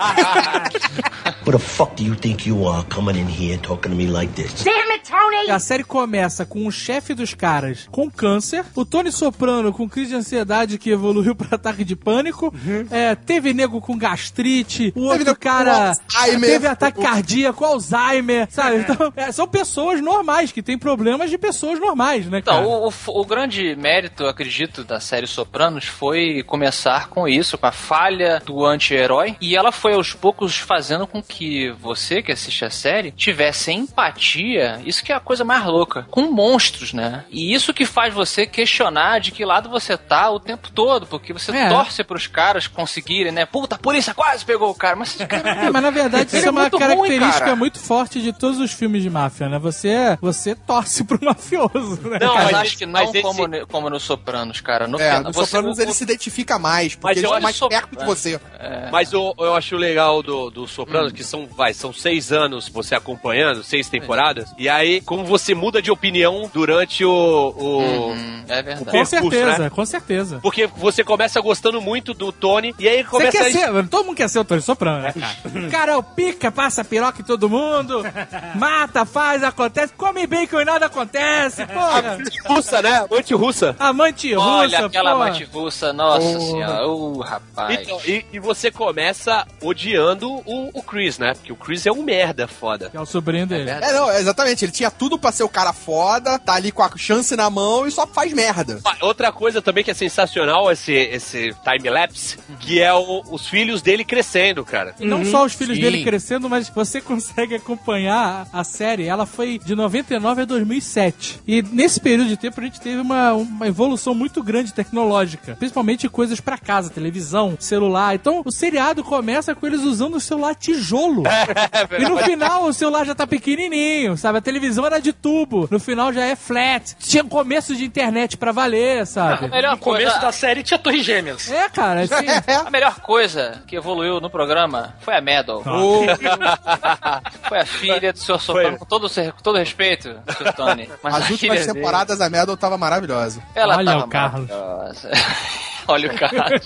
Who the fuck do you think you are coming in here talking to me like this? Damn it, Tony! A série começa com o chefe dos caras com câncer, o Tony Soprano com crise de ansiedade que evoluiu pra ataque de pânico, teve nego com gastrite, o outro cara teve ataque cardíaco, Alzheimer, sabe? Então, são pessoas normais, que têm problemas de pessoas normais, né, cara? Então, o grande mérito, eu acredito, da série Sopranos foi começar com isso, com a falha do anti-herói, e ela foi aos poucos fazendo com que que você, que assiste a série, tivesse empatia, isso que é a coisa mais louca, com monstros, né? E isso que faz você questionar de que lado você tá o tempo todo, porque você torce pros caras conseguirem, né? Puta, a polícia quase pegou o cara, mas... mas na verdade isso é uma característica muito forte de todos os filmes de máfia, né? Você torce pro mafioso, né? Não, mas acho que não como no Sopranos, cara. No Sopranos ele se identifica mais, porque ele é mais perto de você. Mas eu acho legal do Sopranos, que são 6 anos você acompanhando, 6 temporadas, e aí como você muda de opinião durante é verdade. Com certeza, né? Com certeza. Porque você começa gostando muito do Tony, e aí começa todo mundo quer ser o Tony Soprano, né, cara? Cara, é o pica, passa piroca em todo mundo, mata, faz, acontece, come bacon e nada acontece, porra. Amante russa, né? Amante russa. Amante russa, olha, aquela amante russa, nossa senhora, rapaz. Então, e você começa odiando o Chris, né? Porque o Chris é um merda foda. Que é o sobrinho dele. Não, exatamente. Ele tinha tudo pra ser o cara foda, tá ali com a chance na mão e só faz merda. Outra coisa também que é sensacional, esse time-lapse, que é os filhos dele crescendo, cara. E não só os filhos dele crescendo, mas você consegue acompanhar a série. Ela foi de 99 a 2007. E nesse período de tempo a gente teve uma evolução muito grande tecnológica. Principalmente coisas pra casa, televisão, celular. Então o seriado começa com eles usando o celular tijolo. E no final o celular já tá pequenininho, sabe? A televisão era de tubo. No final já é flat. Tinha começo de internet pra valer, sabe? No começo da série tinha Torres Gêmeas. Cara, assim... A melhor coisa que evoluiu no programa foi a Meadow. Foi a filha do Sr. Soprano, com todo respeito, Sr. Tony. Mas as últimas temporadas a Meadow tava maravilhosa. Ela Olha tava o Carlos. maravilhosa. Olha o Carlos.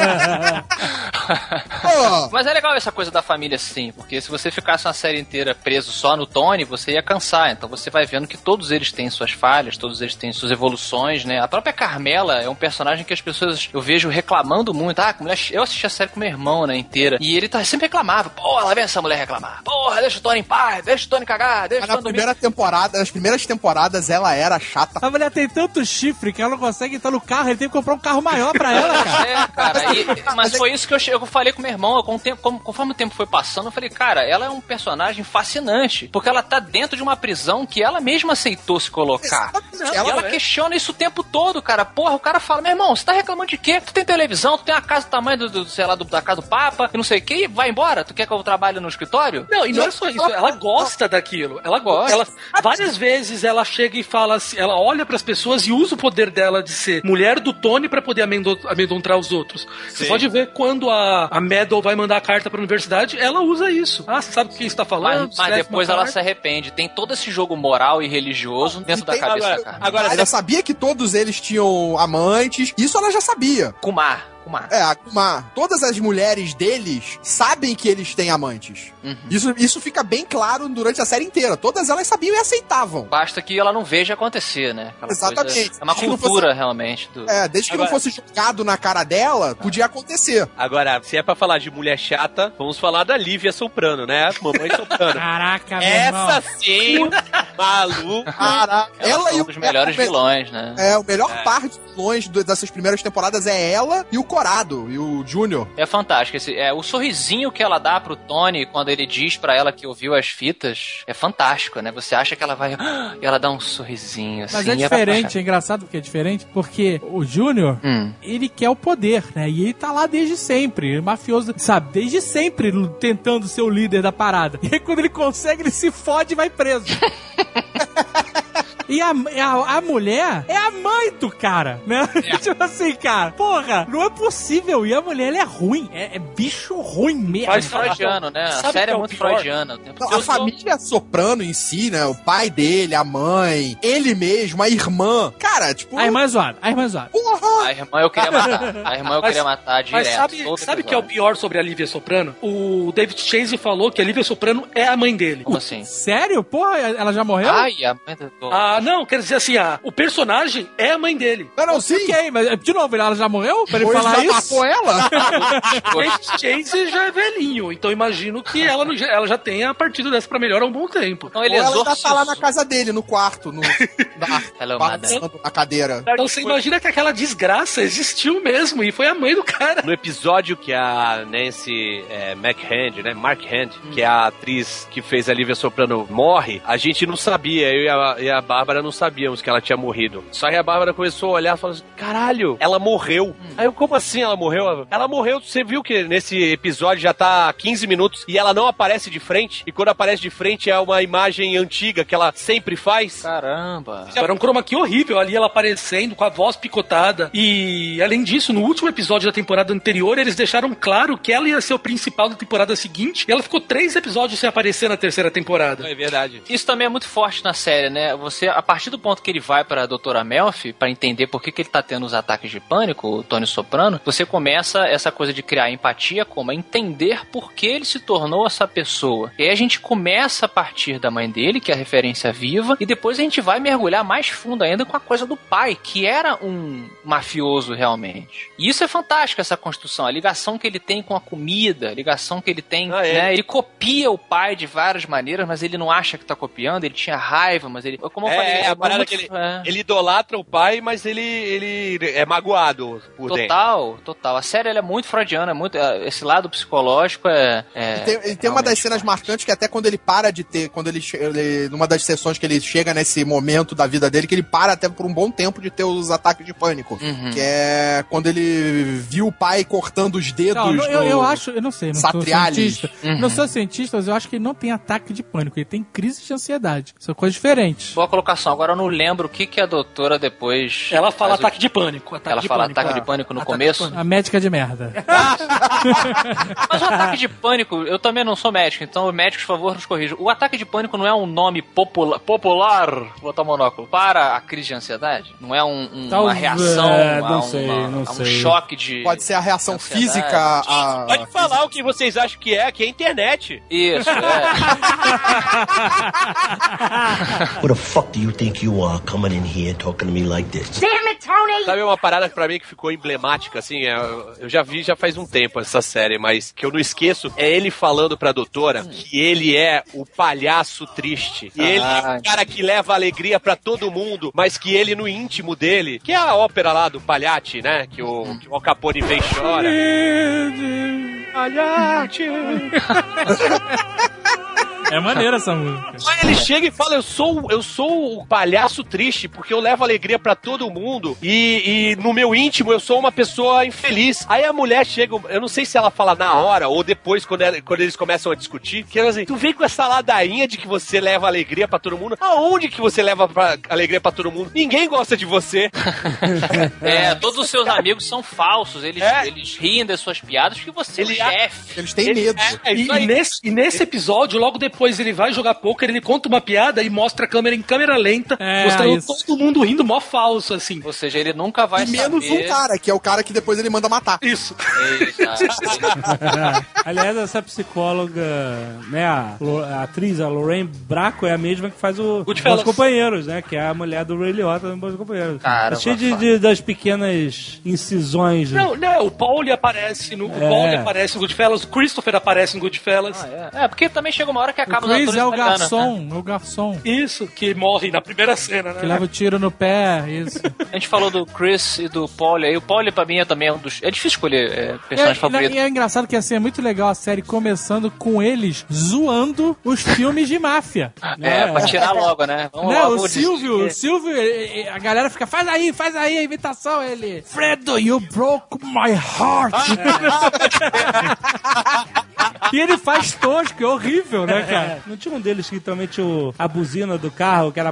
Mas é legal essa coisa da família, sim, porque se você ficasse uma série inteira preso só no Tony, você ia cansar. Então você vai vendo que todos eles têm suas falhas, todos eles têm suas evoluções, né? A própria Carmela é um personagem que as pessoas, eu vejo reclamando muito. Eu assisti a série com meu irmão, né, inteira, e ele sempre reclamava. Porra, lá vem essa mulher reclamar. Porra, deixa o Tony em paz, deixa o Tony cagar, deixa o Tony dormir. Nas primeiras temporadas ela era chata. A mulher tem tanto chifre que ela não consegue entrar no carro, ele tem que comprar um carro maior pra ela, cara. Cara, mas foi isso que eu falei com meu irmão, conforme o tempo foi passando, eu falei, cara, ela é um personagem fascinante, porque ela tá dentro de uma prisão que ela mesma aceitou se colocar. E ela questiona isso o tempo todo, cara. Porra, o cara fala, meu irmão, você tá reclamando de quê? Tu tem televisão, tu tem uma casa do tamanho da casa do Papa, e não sei o quê, e vai embora? Tu quer que eu trabalhe no escritório? Não, e não é só isso, ela gosta daquilo. Ela gosta. Várias vezes ela chega e fala assim, ela olha pras pessoas e usa o poder dela de ser mulher do Tony pra poder amedrontar os outros. Sim. Você pode ver quando a Meadow vai mandar a carta pra universidade, ela usa isso. Ah, você sabe o que você tá falando? Mas depois ela se arrepende. Tem todo esse jogo moral e religioso dentro da cabeça da cara. Agora, ela sabia que todos eles tinham amantes. Isso ela já sabia. Kumar. Todas as mulheres deles sabem que eles têm amantes. Isso fica bem claro durante a série inteira. Todas elas sabiam e aceitavam. Basta que ela não veja acontecer, né? Exatamente. É uma cultura, realmente. Desde que não fosse jogado na cara dela, podia acontecer. Agora, se é pra falar de mulher chata, vamos falar da Lívia Soprano, né? Mamãe Soprano. Caraca, meu Essa sim, maluca. Caraca. Ela é um dos melhores vilões, né? O melhor par de vilões dessas primeiras temporadas é ela e o Corado, e o Júnior. É fantástico. O sorrisinho que ela dá pro Tony quando ele diz pra ela que ouviu as fitas é fantástico, né? Você acha que ela vai... E ela dá um sorrisinho, assim. Mas é diferente, é engraçado porque é diferente, porque o Júnior, ele quer o poder, né? E ele tá lá desde sempre, mafioso, sabe? Desde sempre tentando ser o líder da parada. E aí quando ele consegue, ele se fode e vai preso. E a mulher é a mãe do cara, né? Tipo assim, cara, porra, não é possível. E a mulher, ela é ruim. É bicho ruim mesmo. Faz freudiano, né? A série é muito freudiana. A família Soprano em si, né? O pai dele, a mãe, ele mesmo, a irmã. Cara, tipo... A irmã é zoada. Porra! A irmã eu queria matar direto. Mas sabe o que é o pior sobre a Lívia Soprano? O David Chase falou que a Lívia Soprano é a mãe dele. Como assim? Sério? Porra, ela já morreu? Ai, a mãe do... Não, quer dizer assim, o personagem é a mãe dele. Não, sim. Ok, mas de novo, ela já morreu? Pra ele falar isso? Matou ela? O Chase já é velhinho, então imagino que ela já tenha partido dessa pra melhor há um bom tempo. Então ele ela ainda tá lá na casa dele, no quarto, balançando na cadeira. Então você imagina que aquela desgraça existiu mesmo e foi a mãe do cara. No episódio que a Nancy McHand, né, Mark Hand, que é a atriz que fez a Lívia Soprano, morre, a gente não sabia, eu e a Bárbara não sabíamos que ela tinha morrido. Só que a Bárbara começou a olhar e falou assim, caralho, ela morreu. Aí eu, como assim ela morreu? Ela morreu, você viu que nesse episódio já tá 15 minutos e ela não aparece de frente, e quando aparece de frente é uma imagem antiga que ela sempre faz. Caramba. Era um chroma key horrível ali, ela aparecendo com a voz picotada. E além disso, no último episódio da temporada anterior, eles deixaram claro que ela ia ser o principal da temporada seguinte, e ela ficou 3 episódios sem aparecer na terceira temporada. É verdade. Isso também é muito forte na série, né? Você, a partir do ponto que ele vai pra doutora Melfi, pra entender por que ele tá tendo os ataques de pânico, o Tony Soprano, você começa essa coisa de criar empatia, como entender por que ele se tornou essa pessoa. E aí a gente começa a partir da mãe dele, que é a referência viva, e depois a gente vai mergulhar mais fundo ainda com a coisa do pai, que era um mafioso realmente. E isso é fantástico, essa construção, a ligação que ele tem com a comida, a ligação que ele tem, né? Ele copia o pai de várias maneiras, mas ele não acha que tá copiando, ele tinha raiva, mas ele... Como eu falei, a parada que ele idolatra o pai, mas ele é magoado por dentro. Total. A série ela é muito freudiana, esse lado psicológico Ele tem uma das cenas marcantes que até quando ele para de ter, numa das sessões que ele chega nesse momento da vida dele, que ele para até por um bom tempo de ter os ataques de pânico. Que é quando ele viu o pai cortando os dedos. Eu acho, eu não sei, não sou cientista. Uhum. Não sou cientista, mas eu acho que ele não tem ataque de pânico, ele tem crise de ansiedade. São coisas diferentes. Boa colocação. Agora eu não lembro o que a doutora depois... Ela fala ataque de pânico. Ela fala ataque de pânico no começo? A médica de merda. Mas o ataque de pânico, eu também não sou médico, então médicos, por favor, nos corrijam. O ataque de pânico não é um nome popular, vou botar o monóculo, para a crise de ansiedade? Não é uma reação a um choque de... Pode ser a reação física. Pode falar o que vocês acham que é a internet. Isso, Who the fuck do you think you are coming in here talking to me like this? Damn it, Tony! Sabe uma parada que pra mim que ficou emblemática, assim, eu já vi já faz um tempo essa série, mas que eu não esqueço, é ele falando pra doutora que ele é o palhaço triste. E ele é o cara que leva alegria pra todo mundo, mas que ele no íntimo dele, que é a ópera lá do Pagliatti, né, que o Al Capone vem e chora. Pagliatti! É maneira essa música. Aí ele chega e fala, eu sou o palhaço triste, porque eu levo alegria pra todo mundo e no meu íntimo eu sou uma pessoa infeliz. Aí a mulher chega, eu não sei se ela fala na hora ou depois, quando eles começam a discutir, que ela assim, tu vem com essa ladainha de que você leva alegria pra todo mundo. Aonde que você leva alegria pra todo mundo? Ninguém gosta de você. Todos os seus amigos são falsos, eles riem das suas piadas porque você é o chefe. Eles têm medo. E nesse episódio, logo depois ele vai jogar poker, ele conta uma piada e mostra a câmera em câmera lenta, mostrando todo mundo rindo mó falso, assim. Ou seja, ele nunca vai saber... menos um cara, que é o cara que depois ele manda matar. Isso. Aliás, essa psicóloga, né, a atriz, a Lorraine Bracco, é a mesma que faz o Bons Companheiros, né, que é a mulher do Ray Liotta no Bons Companheiros. Cara, cheio das pequenas incisões. Não, o Paul aparece no Goodfellas, o Christopher aparece no Goodfellas. Porque também chega uma hora que acaba o Chris é o garçom, né? O garçom. Isso, que morre na primeira cena, né? Que leva o tiro no pé, isso. A gente falou do Chris e do Paul aí. O Paul pra mim também é um dos... É difícil escolher personagem favorito. E é engraçado que assim, é muito legal a série começando com eles zoando os filmes de máfia. Pra tirar logo, né? Vamos lá, o Silvio, a galera fica, faz aí a imitação, ele. Fredo, you broke my heart. E ele faz tosco, é horrível, né, cara? Não tinha um deles que também tinha a buzina do carro, que era...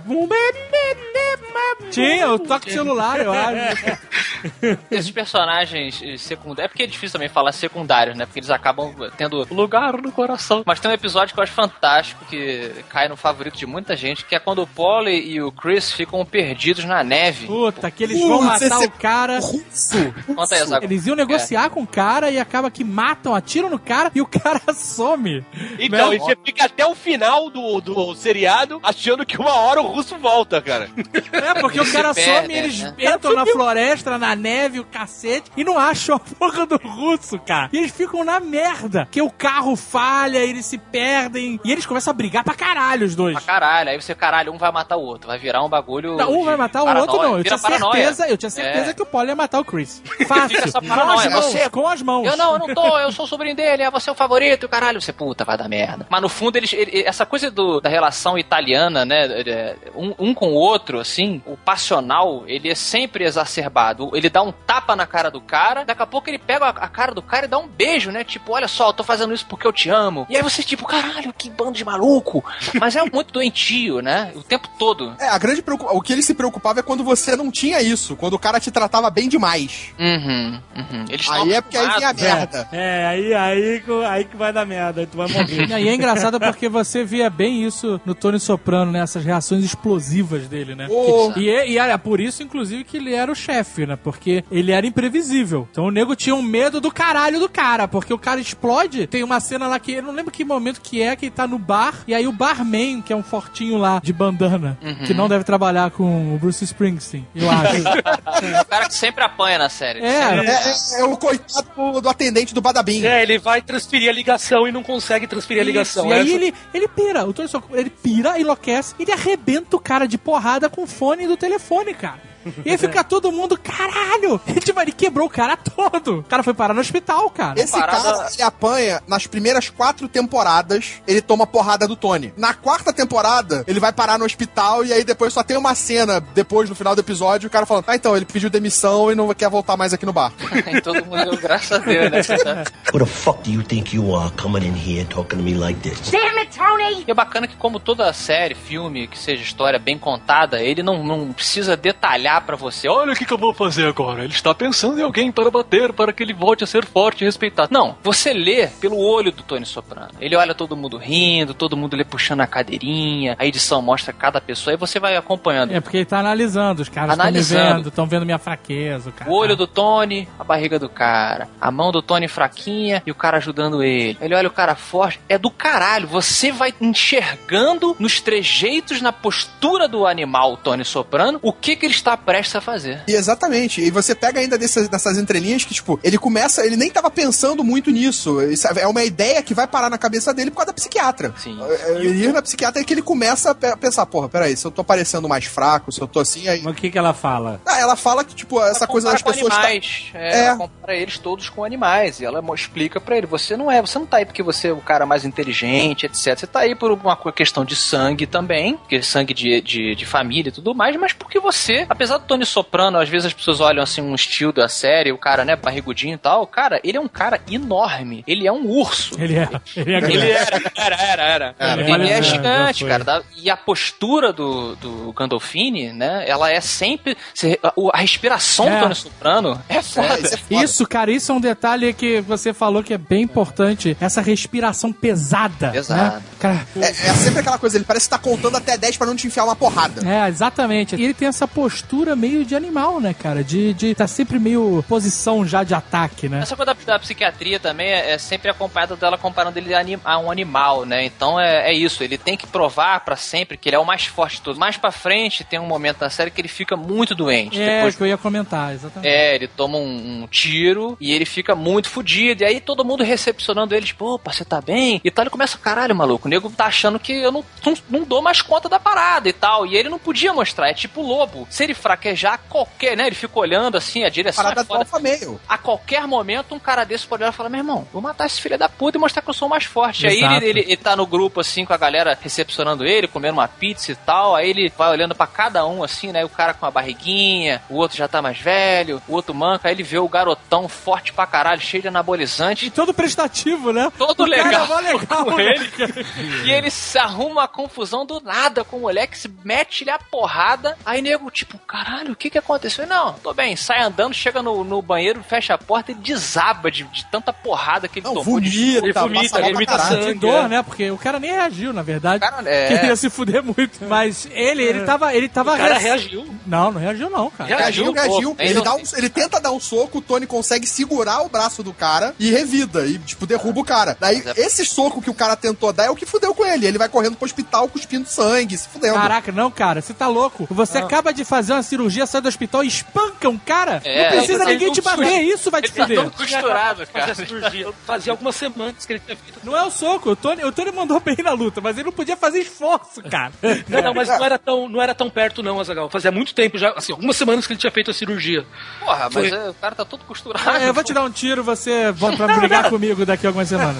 Tinha, o toque celular, eu acho. Esses personagens secundários... É porque é difícil também falar secundários, né? Porque eles acabam tendo lugar no coração. Mas tem um episódio que eu acho fantástico, que cai no favorito de muita gente, que é quando o Paul e o Chris ficam perdidos na neve. Puta, que eles vão matar o cara... Conta aí, Zago. Eles iam negociar com o cara e acaba que matam, atiram no cara e o cara some. Então, e você fica até o final do seriado achando que uma hora o russo volta, cara. Porque o cara some e eles entram na floresta, na neve, o cacete, e não acham a porra do russo, cara. E eles ficam na merda, que o carro falha, eles se perdem, e eles começam a brigar pra caralho, os dois. Pra caralho, aí você, caralho, um vai matar o outro, vai virar um bagulho... Não, um vai matar o outro, não. Eu tinha certeza que o Paulo ia matar o Chris. Fácil. Essa paranoia, com as mãos. Eu não tô, eu sou o sobrinho dele, é você o favorito, caralho, você, puta, vai dar merda. Mas no fundo, essa coisa da relação italiana, né, um com o outro, assim, o passional, ele é sempre exacerbado. Ele dá um tapa na cara do cara, daqui a pouco ele pega a cara do cara e dá um beijo, né, tipo, olha só, eu tô fazendo isso porque eu te amo. E aí você, tipo, caralho, que bando de maluco. Mas é muito doentio, né, o tempo todo. O que ele se preocupava é quando você não tinha isso, quando o cara te tratava bem demais. Eles aí é porque aí vinha a merda. Aí que vai dar merda, aí tu vai morrer. E é engraçado porque você via bem isso no Tony Soprano, né? Essas reações explosivas dele, né? E era por isso, inclusive, que ele era o chefe, né? Porque ele era imprevisível. Então o nego tinha um medo do caralho do cara, porque o cara explode. Tem uma cena lá que eu não lembro que momento que ele tá no bar, e aí o barman, que é um fortinho lá de bandana, que não deve trabalhar com o Bruce Springsteen, eu acho. O cara que sempre apanha na série. É o coitado do atendente do Badabim. Ele vai transferir a ligação e não consegue transferir a ligação. E aí ele pira, o Tony Soprano, ele pira, enlouquece, ele arrebenta o cara de porrada com o fone do telefone, cara. E aí fica todo mundo, caralho! Ele quebrou o cara todo. O cara foi parar no hospital, cara. Esse cara, ele apanha nas primeiras 4 temporadas, ele toma porrada do Tony. Na 4ª temporada, ele vai parar no hospital e aí depois só tem uma cena, depois, no final do episódio, o cara falando, então, ele pediu demissão e não quer voltar mais aqui no bar. Todo mundo, graças a Deus, né? Who the fuck do you think you are coming in here talking to me like this? Damn it, Tony! E é bacana que, como toda série, filme, que seja história bem contada, ele não precisa detalhar pra você, olha o que eu vou fazer agora. Ele está pensando em alguém para bater, para que ele volte a ser forte e respeitado. Não, você lê pelo olho do Tony Soprano. Ele olha todo mundo rindo, todo mundo lê puxando a cadeirinha, a edição mostra cada pessoa, aí você vai acompanhando. É porque ele tá analisando, os caras estão me vendo, estão vendo minha fraqueza. O olho do Tony, a barriga do cara, a mão do Tony fraquinha e o cara ajudando ele. Ele olha o cara forte, é do caralho. Você vai enxergando nos trejeitos, na postura do animal, o Tony Soprano, o que ele está prestes a fazer. E exatamente. E você pega ainda dessas entrelinhas que, tipo, ele nem tava pensando muito nisso. Isso é uma ideia que vai parar na cabeça dele por causa da psiquiatra. Sim. Ele ir na psiquiatra é que ele começa a pensar, porra, peraí, se eu tô parecendo mais fraco, se eu tô assim, aí... Mas o que ela fala? Ela fala que, tipo, essa coisa das pessoas... Animais. Ela compara eles todos com animais. E ela explica pra ele, você não tá aí porque você é o cara mais inteligente, etc. Você tá aí por uma questão de sangue também, porque sangue de família e tudo mais, mas porque você, apesar do Tony Soprano, às vezes as pessoas olham assim um estilo da série, o cara, né, barrigudinho e tal, cara, ele é um cara enorme, ele é um urso. Ele era. Ele é gigante, cara. E a postura do Gandolfini, né, ela é sempre, a respiração do Tony Soprano é foda. Isso, cara, isso é um detalhe que você falou que é bem importante, essa respiração pesada. Exato. Né? Cara, é sempre aquela coisa, ele parece que tá contando até 10 pra não te enfiar uma porrada. Exatamente. E ele tem essa postura meio de animal, né, cara? De tá sempre meio posição já de ataque, né? Essa coisa da psiquiatria também é sempre acompanhada dela comparando ele a um animal, né? Então é isso, ele tem que provar pra sempre que ele é o mais forte de todos. Mais pra frente tem um momento da série que ele fica muito doente. Depois que eu ia comentar, exatamente. Ele toma um tiro e ele fica muito fudido. E aí todo mundo recepcionando ele, tipo, opa, você tá bem? E tal, ele começa, caralho, maluco, o nego tá achando que eu não dou mais conta da parada e tal. E ele não podia mostrar, é tipo lobo. Se ele fraquejar, né? Ele fica olhando assim, a direção parada do alfa meio. A qualquer momento, um cara desse pode olhar e falar, meu irmão, vou matar esse filho da puta e mostrar que eu sou mais forte. Exato. Aí ele tá no grupo, assim, com a galera recepcionando ele, comendo uma pizza e tal, aí ele vai olhando pra cada um, assim, né, o cara com a barriguinha, o outro já tá mais velho, o outro manca, aí ele vê o garotão forte pra caralho, cheio de anabolizante. E todo prestativo, né? Todo legal, com né? ele. E ele se arruma uma confusão do nada com o moleque, se mete-lhe a porrada, aí nego, tipo, caralho, o que aconteceu? Não, tô bem, sai andando, chega no banheiro, fecha a porta e desaba de tanta porrada que ele tomou. Vomita, ele vomita sangue. De dor, né? Porque o cara nem reagiu, na verdade. O cara, queria se fuder muito. Mas ele tava... O cara reagiu. Não reagiu não, cara. Reagiu. Ele tenta dar um soco, o Tony consegue segurar o braço do cara e revida. E, tipo, derruba o cara. Daí, esse soco que o cara tentou dar é o que fudeu com ele. Ele vai correndo pro hospital cuspindo sangue, se fudendo. Caraca, não, cara, você tá louco. Você acaba de fazer uma cirurgia, sai do hospital e espanca um cara. Não precisa ninguém te bater, isso vai te fuder. Tá costurado, cara. Fazia algumas semanas que ele tinha feito. Não é o soco, o Tony mandou bem na luta, mas ele não podia fazer esforço, cara. Não, mas não era tão perto não, Azaghal. Fazia muito tempo já, assim, algumas semanas que ele tinha feito a cirurgia. Porra, mas o cara tá todo costurado. Eu vou te dar um tiro, você volta pra brigar comigo daqui a algumas semanas.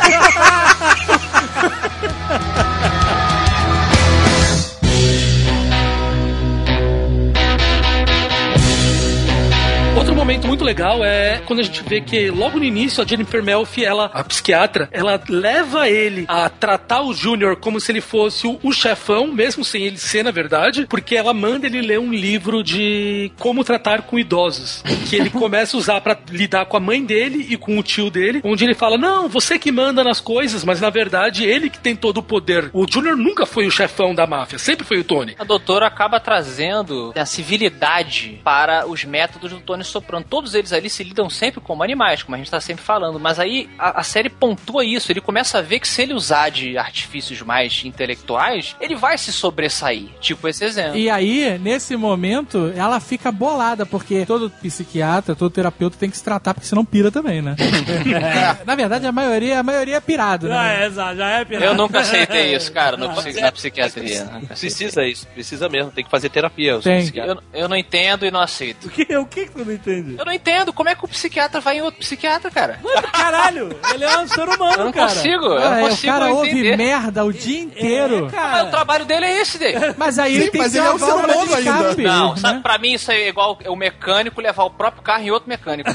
Outro momento muito legal é quando a gente vê que logo no início a Jennifer Melfi, a psiquiatra, ela leva ele a tratar o Júnior como se ele fosse o chefão, mesmo sem ele ser, na verdade, porque ela manda ele ler um livro de como tratar com idosos, que ele começa a usar pra lidar com a mãe dele e com o tio dele, onde ele fala, não, você que manda nas coisas, mas na verdade ele que tem todo o poder. O Júnior nunca foi o chefão da máfia, sempre foi o Tony. A doutora acaba trazendo a civilidade para os métodos do Tony Soprano. Todos eles ali se lidam sempre como animais, como a gente tá sempre falando, mas aí a série pontua isso, ele começa a ver que se ele usar de artifícios mais intelectuais, ele vai se sobressair, tipo esse exemplo. E aí, nesse momento, ela fica bolada, porque todo psiquiatra, todo terapeuta tem que se tratar, porque senão pira também, né? Na verdade, a maioria é pirado, né? Exato, já é pirado. Eu nunca aceitei isso, cara, na psiquiatria. Precisa mesmo, tem que fazer terapia. Eu não entendo e não aceito. O que tu não entende? Eu não entendo, como é que o psiquiatra vai em outro psiquiatra, cara? Caralho, ele é um ser humano, eu não cara. Eu não consigo o cara ouve entender. merda o dia inteiro. Mas o trabalho dele é esse, Dave. Mas aí ele tem que ter ele é uma um ser válvula de humano ainda. escape. Não, né? sabe, pra mim isso é igual o mecânico levar o próprio carro em outro mecânico.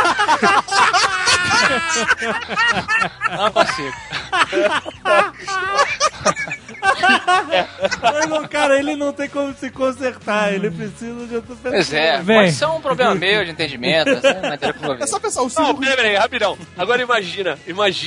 Não consigo. Cara, ele não tem como se consertar, ele precisa de outra pessoa. Pois é, pode ser um problema meu de entendimento. É só pensar o Não, peraí, rapidão. Agora imagina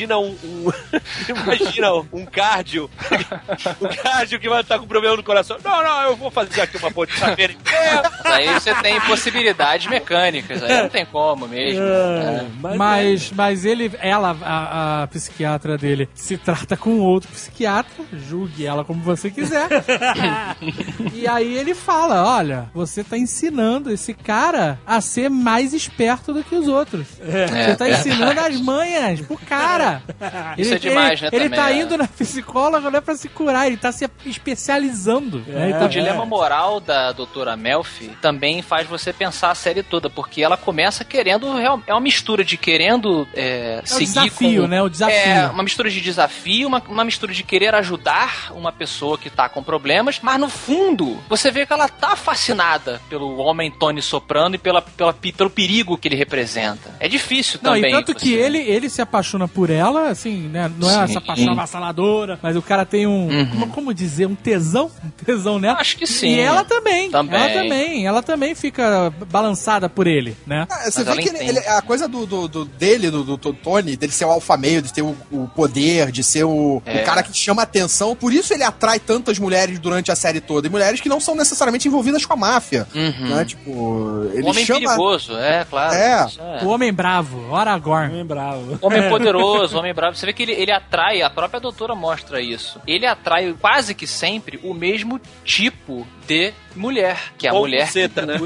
um cardio. Um cardio que vai estar com problema no coração. Não, eu vou fazer aqui uma ponte inteira. Aí você tem possibilidades mecânicas, aí não tem como mesmo. Mas a psiquiatra dele se trata com outro psiquiatra, julgue ela como você quiser. E aí ele fala, olha, você tá ensinando esse cara a ser mais esperto do que os outros. Você tá ensinando as manhas pro cara. Isso é demais, né? Ele também, tá indo na psicóloga não é pra se curar, ele tá se especializando. O dilema moral da doutora Melfi também faz você pensar a série toda, porque ela começa querendo, é uma mistura de querendo seguir desafio, com... né? O desafio. É uma mistura de desafio, uma mistura de querer ajudar uma pessoa que tá com problemas, mas no fundo, você vê que ela tá fascinada pelo homem Tony Soprano e pelo perigo que ele representa. É difícil também. E tanto que ele se apaixona por ela, assim, né? Não é essa paixão avassaladora, mas o cara tem como dizer, um tesão nela. Acho que sim. E ela também. Ela também fica balançada por ele, né? Você vê que a coisa do Tony, dele ser o alfa male, de ter o poder, de ser o cara que chama a atenção, por isso ele atrai tantas mulheres durante a série toda, e mulheres que não são necessariamente envolvidas com a máfia. Né? Tipo, ele homem perigoso, claro. O homem bravo, Aragorn. Homem bravo. Homem poderoso, homem bravo. Você vê que ele atrai, a própria doutora mostra isso. Ele atrai quase que sempre o mesmo tipo de mulher, que é a mulher buceta, né?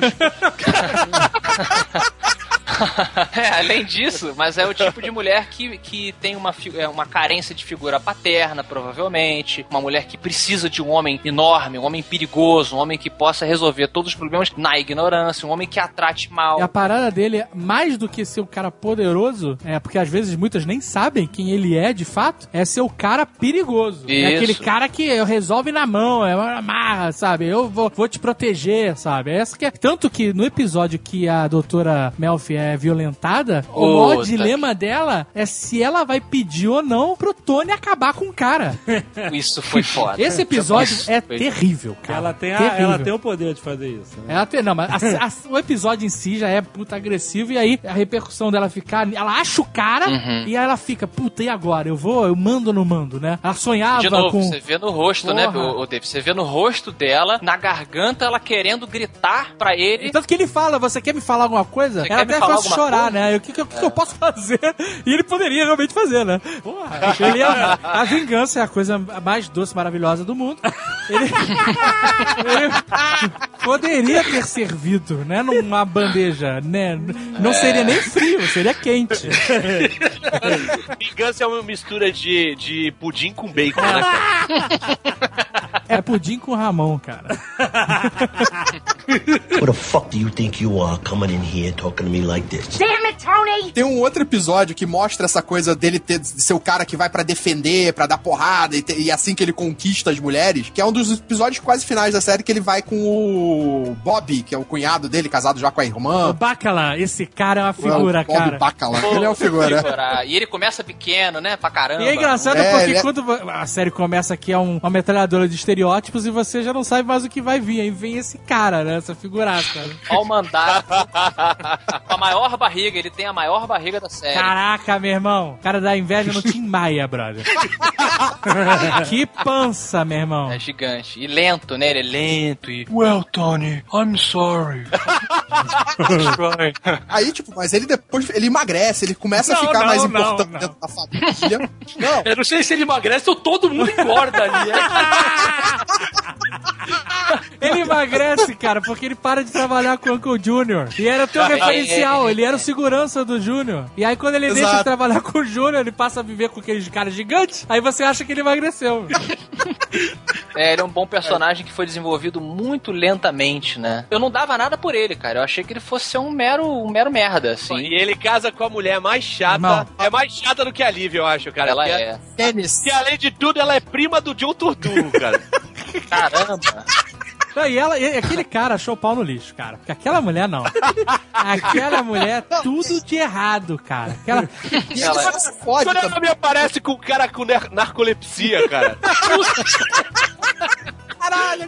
Além disso, mas é o tipo de mulher que tem uma carência de figura paterna, provavelmente. Uma mulher que precisa de um homem enorme, um homem perigoso, um homem que possa resolver todos os problemas na ignorância, um homem que a trate mal. E a parada dele, mais do que ser o cara poderoso, porque às vezes muitas nem sabem quem ele é de fato, é ser o cara perigoso. Isso. É aquele cara que resolve na mão, é uma amarra, sabe? Eu vou te proteger, sabe? Essa que é. Tanto que no episódio que a doutora Melfi é violentada, o maior dilema dela é se ela vai pedir ou não pro Tony acabar com o cara. Isso foi foda. Esse episódio terrível, cara. Ela tem o poder de fazer isso. Né? Mas o episódio em si já é puta agressivo, e aí a repercussão dela ficar, ela acha o cara e aí ela fica, puta, e agora? Eu mando ou não mando, né? Ela sonhava de novo, com... você vê no rosto, né, Dave? Você vê no rosto dela, na garganta, ela querendo gritar pra ele. Tanto que ele fala, você quer me falar alguma coisa? Ela até fala posso chorar, coisa? Né? O que eu posso fazer? E ele poderia realmente fazer, né? Porra, a vingança é a coisa mais doce, maravilhosa do mundo. Ele poderia ter servido, né? Numa bandeja, né? Não seria nem frio, seria quente. Vingança é uma mistura de pudim com bacon, né, cara? É pudim com Ramon, cara. Who the fuck do you think you are coming in here talking to me like this? Damn it, Tony! Tem um outro episódio que mostra essa coisa dele de ser o cara que vai pra defender, pra dar porrada, e assim que ele conquista as mulheres, que é um dos episódios quase finais da série, que ele vai com o Bobby, que é o cunhado dele, casado já com a irmã. O Bacala, esse cara é uma figura, Bobby cara. Bacala, ele é uma figura. E ele começa pequeno, né, pra caramba. E é engraçado porque quando a série começa aqui, é uma metralhadora de estereótipos e você já não sabe mais o que vai vir. Aí vem esse cara, né, essa figuraça. Olha o mandato. Com a maior barriga, ele tem a maior barriga da série. Caraca, meu irmão. O cara dá inveja no Tim Maia, brother. Que pança, meu irmão. É gigante. E lento, né? Ele é lento e... Well, Tony, I'm sorry. Aí, tipo, mas ele depois, ele emagrece, ele começa a ficar mais importante dentro da família. Não. Eu não sei se ele emagrece ou todo mundo engorda ali. Ele emagrece, cara, porque ele para de trabalhar com o Uncle Junior. E era teu referencial, ele era o segurança do Junior. E aí quando ele deixa de trabalhar com o Junior, ele passa a viver com aqueles caras gigantes, aí você acha que ele emagreceu. Ele é um bom personagem que foi desenvolvido muito lentamente, né? Eu não dava nada por ele, cara. Eu achei que ele fosse ser um mero merda, assim. E ele casa com a mulher mais chata. Não. É mais chata do que a Lívia, eu acho, cara. Ela é. Tênis. E além de tudo, ela é prima do John Turturro, cara. Caramba. E aquele cara achou o pau no lixo, cara. Porque aquela mulher não. Aquela mulher, tudo de errado, cara. Ela fode. Quando ela me aparece com o cara com narcolepsia, cara. Caralho.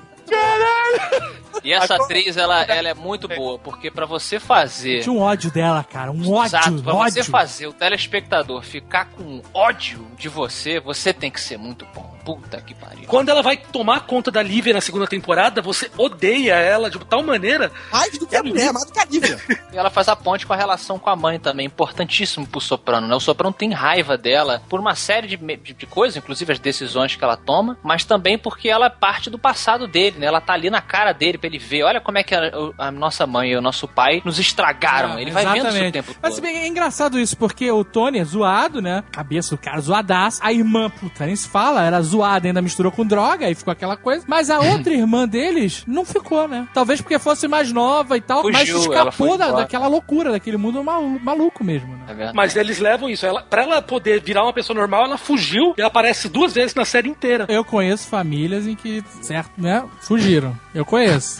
E essa atriz, ela é muito boa, porque pra você fazer... Tinha um ódio dela, cara, um ódio. Exato, pra você fazer o telespectador ficar com ódio de você, você tem que ser muito bom. Puta que pariu. Quando ela vai tomar conta da Lívia na segunda temporada, você odeia ela de tal maneira... Mais do que a mulher, mais do que a Lívia. E ela faz a ponte com a relação com a mãe também, importantíssimo pro Soprano, né? O Soprano tem raiva dela por uma série de coisas, inclusive as decisões que ela toma, mas também porque ela é parte do passado dele, né? Ela tá ali na cara dele pra ele ver, olha como é que a nossa mãe e o nosso pai nos estragaram. Ele vai vendo isso o tempo todo. Mas bem, é engraçado isso, porque o Tony é zoado, né? Cabeça do cara zoadaço. A irmã, puta, nem se fala, era zoada, ainda misturou com droga, aí ficou aquela coisa. Mas a outra irmã deles não ficou, né? Talvez porque fosse mais nova e tal, fugiu, mas escapou daquela loucura, daquele mundo maluco mesmo, né? Mas eles levam isso. Pra ela poder virar uma pessoa normal, ela fugiu e ela aparece 2 vezes na série inteira. Eu conheço famílias em que, certo, né? Fugiram. Eu conheço.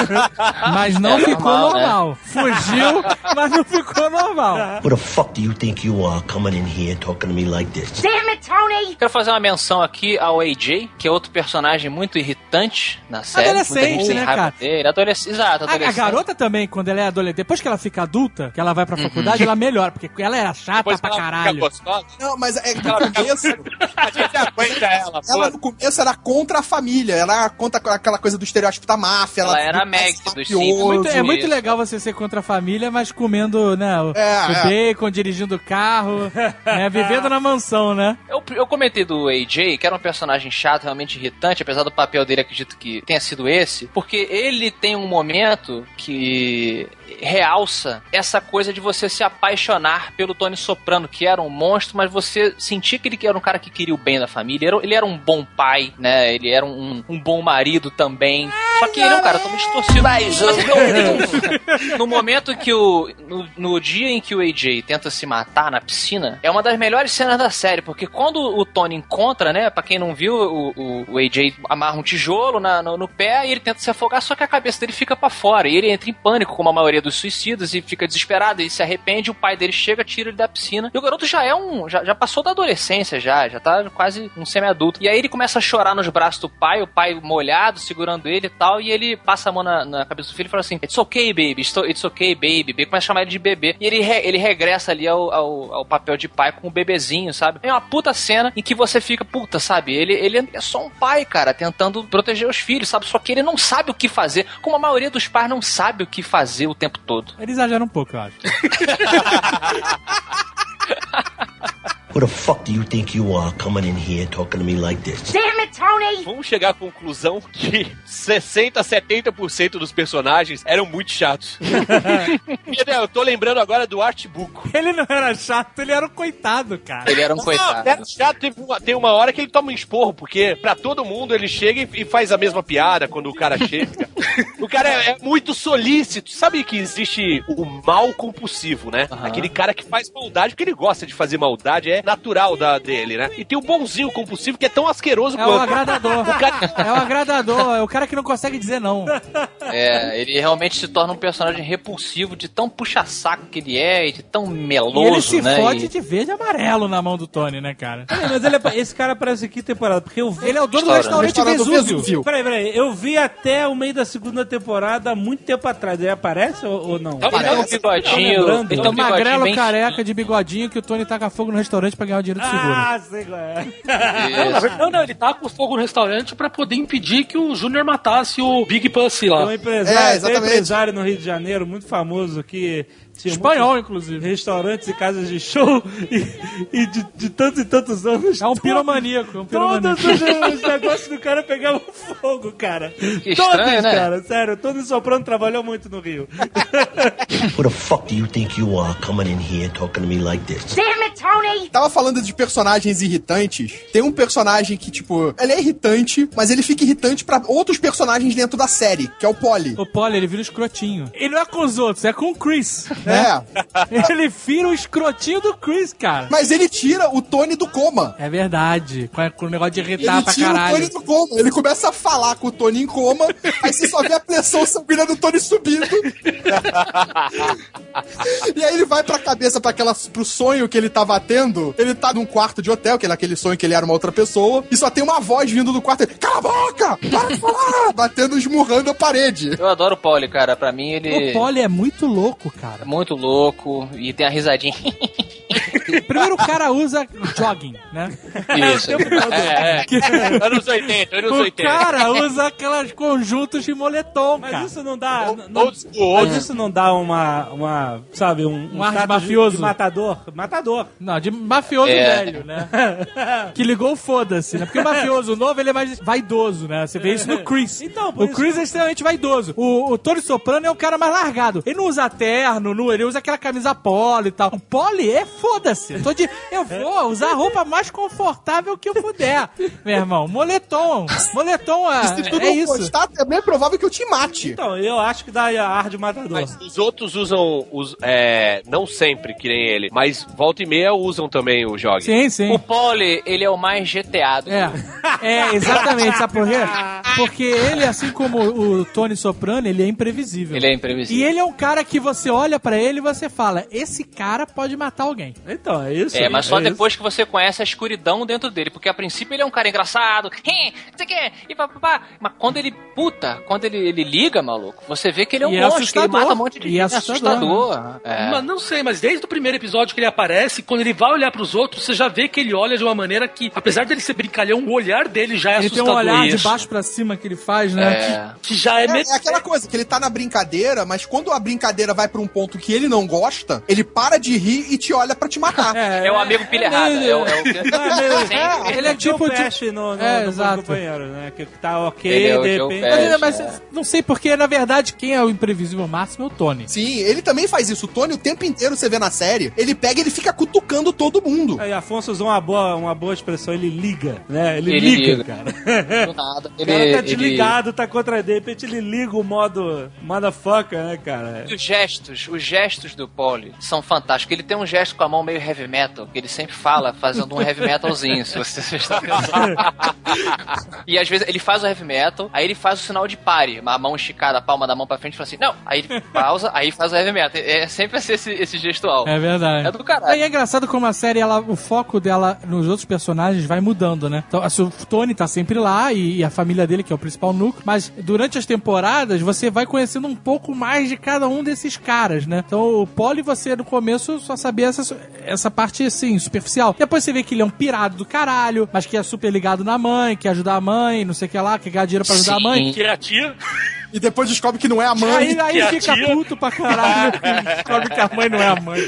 Mas não ficou normal. Né? Fugiu, mas não ficou normal. Who the fuck do you think you are coming in here talking to me like this? Damn it, Tony! Quero fazer uma menção aqui ao AJ, que é outro personagem muito irritante na série. Adolescente, né, cara? Exato, adolescente. A garota também, quando ela é adolescente, depois que ela fica adulta, que ela vai pra faculdade, ela melhora, porque ela era chata depois pra caralho. Não, mas é que no começo... A gente aguenta ela. Ela no começo era contra a família, ela era contra aquela coisa do estereótipo da máfia. Ela era a Meg dos Simpsons. É muito legal você ser contra a família, mas comendo, né, o bacon, dirigindo o carro, né, vivendo na mansão, né? Eu comentei do AJ, que era um personagem chato, realmente irritante, apesar do papel dele, acredito que tenha sido esse, porque ele tem um momento que realça essa coisa de você se apaixonar pelo Tony Soprano, que era um monstro, mas você sentia que ele era um cara que queria o bem da família. Ele era um bom pai, né? Ele era um bom marido também. Só que ele é um cara totalmente torcido. Mas no momento que no dia em que o AJ tenta se matar na piscina, é uma das melhores cenas da série, porque quando o Tony encontra, né? Pra quem não viu, o AJ amarra um tijolo no pé e ele tenta se afogar, só que a cabeça dele fica pra fora. E ele entra em pânico, como a maioria dos suicidas, e fica desesperado e se arrepende. O pai dele chega, tira ele da piscina. E o garoto já passou da adolescência, já tá quase um semi-adulto. E aí ele começa a chorar nos braços do pai, o pai molhado, segurando ele e tal. tal, e ele passa a mão na cabeça do filho e fala assim, it's okay, baby, it's okay, baby. Começa a chamar ele de bebê. E ele regressa ali ao papel de pai com o bebezinho, sabe? É uma puta cena em que você fica, puta, sabe? Ele é só um pai, cara, tentando proteger os filhos, sabe? Só que ele não sabe o que fazer, como a maioria dos pais não sabe o que fazer o tempo todo. Ele exagera um pouco, eu acho. Who the fuck do you think you are coming in here talking to me like this? Damn it, Tony! Vamos chegar à conclusão que 60% a 70% dos personagens eram muito chatos. Eu tô lembrando agora do Art Bucco. Ele não era chato, ele era um coitado, cara. Ele era um coitado. Ele era chato, tem uma hora que ele toma um esporro, porque pra todo mundo ele chega e faz a mesma piada quando o cara chega. O cara é muito solícito. Sabe que existe o mal compulsivo, né? Uhum. Aquele cara que faz maldade, porque ele gosta de fazer maldade, é natural dele, né? E tem o bonzinho compulsivo que é tão asqueroso quanto... É o agradador. É o agradador, é o cara que não consegue dizer não. Ele realmente se torna um personagem repulsivo de tão puxa-saco que ele é e de tão meloso, e ele se né? fode de verde e amarelo na mão do Tony, né, cara? Mas esse cara aparece aqui temporada, porque eu vi... Ele é o dono do restaurante Vesúvio. Peraí, eu vi até o meio da segunda temporada há muito tempo atrás. Ele aparece ou não? Ele tem um bigodinho. Ele tem um magrelo careca de bigodinho que o Tony taca fogo no restaurante pra ganhar o dinheiro do seguro. Ah, sei qual é. Não, ele tá com fogo no restaurante pra poder impedir que o Júnior matasse o Big Pussy lá. Tem um empresário no Rio de Janeiro muito famoso que... espanhol, inclusive. Restaurantes e casas de show e de tantos e tantos anos. É um piromaníaco. Todos os negócios do cara pegavam fogo, cara. Que todos, estranho, né? cara. Sério, todo Soprano trabalhou muito no Rio. Who the fuck do you think you are coming in here talking to me like this? Damn it, Tony! Tava falando de personagens irritantes. Tem um personagem que, tipo, ele é irritante, mas ele fica irritante pra outros personagens dentro da série, que é o Polly. O Polly, ele vira o escrotinho. E não é com os outros, é com o Chris. Ele vira o escrotinho do Chris, cara. Mas ele tira o Tony do coma. É verdade. Com o negócio de irritar pra caralho. Ele tira o Tony do coma. Ele começa a falar com o Tony em coma, aí você só vê a pressão sanguínea do Tony subindo. E aí ele vai pra cabeça, pro sonho que ele tava tendo. Ele tá num quarto de hotel, que é naquele sonho que ele era uma outra pessoa, e só tem uma voz vindo do quarto. Ele, cala a boca! Para de falar! Batendo, esmurrando a parede. Eu adoro o Polly, cara. Pra mim, ele... O Polly é muito louco, cara. Muito louco. E tem a risadinha. Primeiro o cara usa jogging, né? Isso. Anos 80, anos 80. O cara usa aquelas conjuntos de moletom, mas cara. Isso não dá... Mas isso não dá sabe, um ar de mafioso. De matador. Não, de mafioso velho, né? Que ligou o foda-se, né? Porque o mafioso novo, ele é mais vaidoso, né? Você vê isso no Chris. Então, o Chris é extremamente vaidoso. O Tony Soprano é um cara mais largado. Ele não usa terno, ele usa aquela camisa polo e tal. O Polly é foda-se. Eu vou usar a roupa mais confortável que eu puder, meu irmão. Moletom se tu não isso. Gostar, é bem provável que eu te mate. Então, eu acho que dá ar de matador. Mas os outros usam, não sempre que nem ele, mas volta e meia usam também o jogging. Sim. O Polly, ele é o mais GTAdo. Exatamente, sabe por quê? Porque ele, assim como o Tony Soprano, ele é imprevisível. Ele é imprevisível. E ele é um cara que você olha pra ele e você fala, esse cara pode matar alguém. Então, é isso. Mas só depois que você conhece a escuridão dentro dele, porque a princípio ele é um cara engraçado, não sei o que, e papapá. Mas quando ele liga, maluco, você vê que ele é um monstro, que ele mata um monte de gente. É assustador. Mas não sei, mas desde o primeiro episódio que ele aparece, quando ele vai olhar pros outros, você já vê que ele olha de uma maneira que, apesar dele ser brincalhão, o olhar dele já é ele assustador. Ele tem um olhar de baixo pra cima que ele faz, né? Que já é... É aquela coisa, que ele tá na brincadeira, mas quando a brincadeira vai pra um ponto que ele não gosta, ele para de rir e te olha pra te matar. É o amigo pilha errada. Ele é tipo... no companheiro, né? Que tá ok, de repente... Mas não sei porque, na verdade, quem é o imprevisível máximo é o Tony. Sim, ele também faz isso. O Tony, o tempo inteiro, você vê na série, ele pega e ele fica cutucando todo mundo. Aí Afonso usou uma boa expressão, ele liga, né? Ele liga, cara. Do nada. O cara tá desligado, tá contra ele, de repente ele liga o modo motherfucker, né, cara? Os gestos do Polly são fantásticos. Ele tem um gesto com a mão meio heavy metal, que ele sempre fala fazendo um heavy metalzinho, se você está pensando. E às vezes ele faz o heavy metal, aí ele faz o sinal de pare, a mão esticada, a palma da mão pra frente, e fala assim, não, aí ele pausa, aí faz o heavy metal. É sempre assim esse gestual. É verdade. É do caralho. E é engraçado como a série, o foco dela nos outros personagens vai mudando, né? Então, o Tony tá sempre lá e a família dele que é o principal núcleo, mas durante as temporadas você vai conhecendo um pouco mais de cada um desses caras, né? Então o Paulie, você no começo só sabia essa parte, assim, superficial. Depois você vê que ele é um pirado do caralho, mas que é super ligado na mãe, quer ajudar a mãe, não sei o que lá, quer ganhar dinheiro pra ajudar a mãe. Que é a tia. E depois descobre que não é a mãe. Aí fica puto pra caralho. Descobre que a mãe não é a mãe.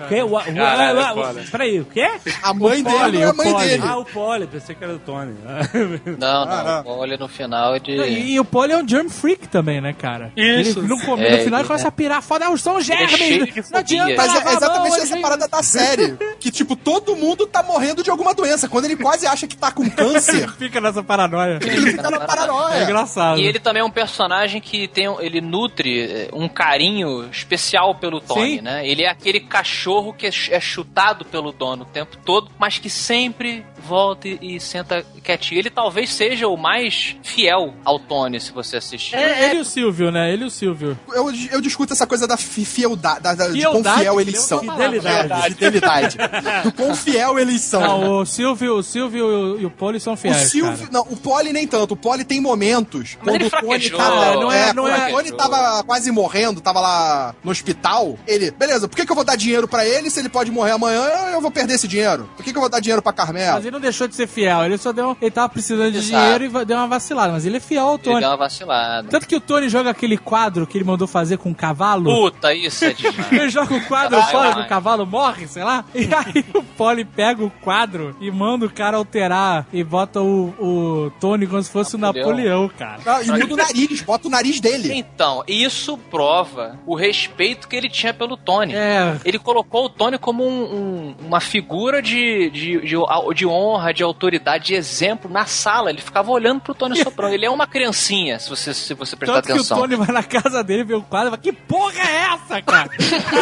Peraí, o quê? A mãe dele não é a mãe dele. O Paulie, pensei que era o Tony. Não, o Paulie no final é de... E o Paulie é um germ freak também, né, cara? Isso. Ele no final ele começa a pirar foda, são germes. Não adianta. Mas é exatamente essa parada da série. Que, tipo, todo mundo tá morrendo de alguma doença. Quando ele quase acha que tá com câncer, fica nessa paranoia. Ele fica na paranoia. É engraçado. E ele também é um personagem que ele nutre um carinho especial pelo Tony, Sim. né? Ele é aquele cachorro que é chutado pelo dono o tempo todo, mas que sempre volta e senta quietinho. Ele talvez seja o mais fiel ao Tony, se você assistir. Ele e o Silvio, né? Ele e o Silvio. Eu discuto essa coisa da fieldade, de quão fiel eles são. Fidelidade. Do quão fiel eles são. Não, o Silvio e o Paulie são fiéis, Não, o Paulie nem tanto. O Paulie tem momentos Mas quando ele o Tony fraquejou. o Tony tava quase morrendo, tava lá no hospital. Ele, beleza, por que eu vou dar dinheiro pra ele se ele pode morrer amanhã? Eu vou perder esse dinheiro. Por que eu vou dar dinheiro pra Carmela? Mas ele não deixou de ser fiel. Ele só ele tava precisando de dinheiro e deu uma vacilada. Mas ele é fiel ao Tony. Ele deu uma vacilada. Tanto que o Tony joga aquele quadro que ele mandou fazer com um cavalo. Puta, isso é demais. Ele joga o quadro fora que o cavalo morre, sei lá. E aí o Paulie pega o quadro e manda o cara alterar e bota o Tony como se fosse o Napoleão, cara. E muda o nariz, bota o nariz dele. Então, isso prova o respeito que ele tinha pelo Tony. É. Ele colocou o Tony como uma figura de honra, de autoridade, de exemplo na sala. Ele ficava olhando pro Tony Soprano. Ele é uma criancinha, se você prestar Tanto atenção. que o Tony vai na casa dele, vê o quadro e fala, que porra é essa, cara?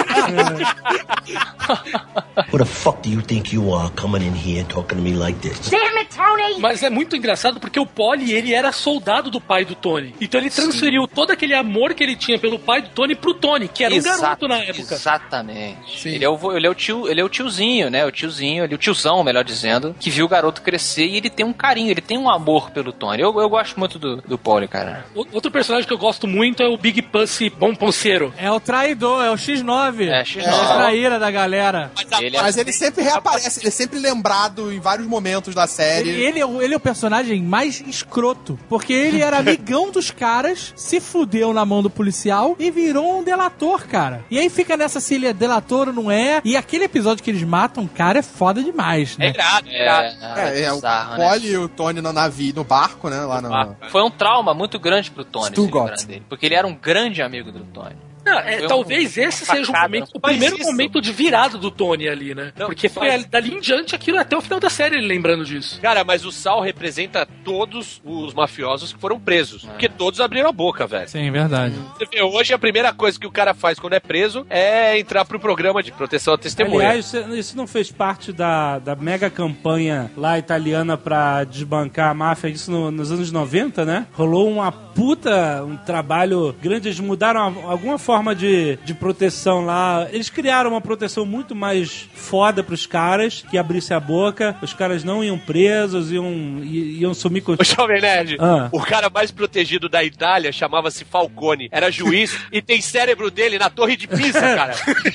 Who the fuck do you think you are coming in here talking to me like this? Damn it, Tony! Mas é muito engraçado porque o Paulie, ele era soldado do pai do Tony. Então ele transferiu todo aquele amor que ele tinha pelo pai do Tony pro Tony, que era um garoto na época. Exatamente. Ele é o tiozinho, né? O tiozão, melhor dizendo, que viu o garoto crescer e ele tem um carinho, ele tem um amor pelo Tony. Eu gosto muito do Paulie, cara. Outro personagem que eu gosto muito é o Big Pussy Bom Ponceiro. É o traidor, é o X9. É, X9. É a traíra da galera. Mas ele sempre reaparece, ele é sempre lembrado em vários momentos da série. Ele é o personagem mais escroto, porque ele era amigão dos caras, se fudeu na mão do policial e virou um delator, cara. E aí fica nessa se ele é delator ou não é. E aquele episódio que eles matam o cara é foda demais, né? É irado. O Paulie e o Tony no navio, no barco, né? Lá no... Foi um trauma muito grande pro Tony, Stuttgart. dele, porque ele era um grande amigo do Tony. Talvez esse seja o primeiro momento de virada do Tony ali, né? Não, porque foi dali em diante aquilo até o final da série, ele lembrando disso. Cara, mas o Sal representa todos os mafiosos que foram presos. Porque todos abriram a boca, velho. Sim, verdade. Você vê, hoje a primeira coisa que o cara faz quando é preso é entrar pro programa de proteção à testemunha. Aliás, isso não fez parte da mega campanha lá italiana pra desbancar a máfia, isso nos anos 90, né? Rolou um trabalho grande, eles mudaram alguma forma de proteção lá. Eles criaram uma proteção muito mais foda pros caras, que abrisse a boca, os caras não iam presos, iam sumir com... Ô, Jovem Nerd, Ah. o cara mais protegido da Itália chamava-se Falcone, era juiz e tem cérebro dele na Torre de Pisa, cara.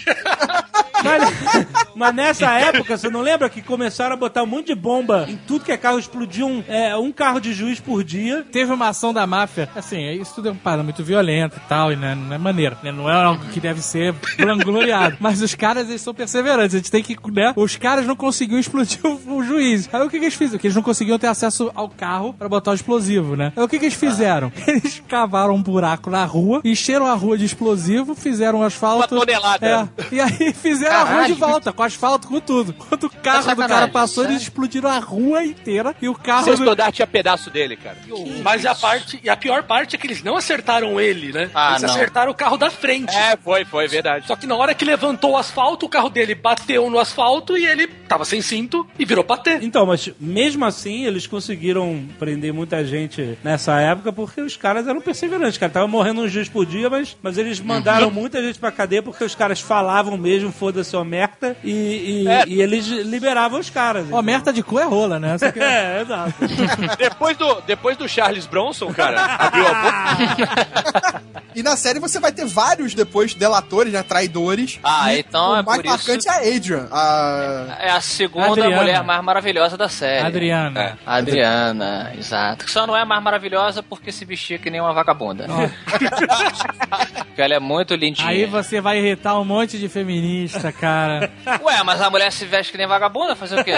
Mas nessa época, você não lembra que começaram a botar um monte de bomba em tudo que é carro, explodiu um carro de juiz por dia. Teve uma ação da máfia, assim, isso tudo é um parada muito violento e tal, e não é maneiro, né? Não é algo que deve ser vangloriado. Mas os caras, eles são perseverantes, a gente tem que, né? Os caras não conseguiam explodir o juiz. Aí o que eles fizeram? Que eles não conseguiam ter acesso ao carro pra botar o explosivo, né? Aí o que eles fizeram? Eles cavaram um buraco na rua, encheram a rua de explosivo, fizeram um asfalto. Uma tonelada. E aí fizeram a rua de volta, com asfalto, com tudo. Quando o carro do cara passou, eles explodiram a rua inteira e o carro... Seu Stodart tinha pedaço dele, cara. Mas a pior parte é que eles não acertaram ele, né? Eles não. acertaram o carro da frente. Foi verdade. Só que na hora que levantou o asfalto, o carro dele bateu no asfalto e ele tava sem cinto e virou patê. Então, mas mesmo assim, eles conseguiram prender muita gente nessa época porque os caras eram perseverantes, cara. Tava morrendo uns dias por dia, mas eles mandaram muita gente pra cadeia porque os caras falavam mesmo, foda-se, omerta, e eles liberavam os caras. Omerta de cu é rola, né? Exato. Depois do Charles Bronson, cara, abriu a boca. E na série você vai ter vários depois delatores, né, traidores. Então o mais marcante é a Adrian. É a segunda mulher mais maravilhosa da série. Adriana. Adriana, exato. Só não é mais maravilhosa porque se vestia que nem uma vagabunda. Porque ela é muito lindinha. Aí você vai irritar um monte de feminista, cara. Ué, mas a mulher se veste que nem vagabunda, fazer o quê?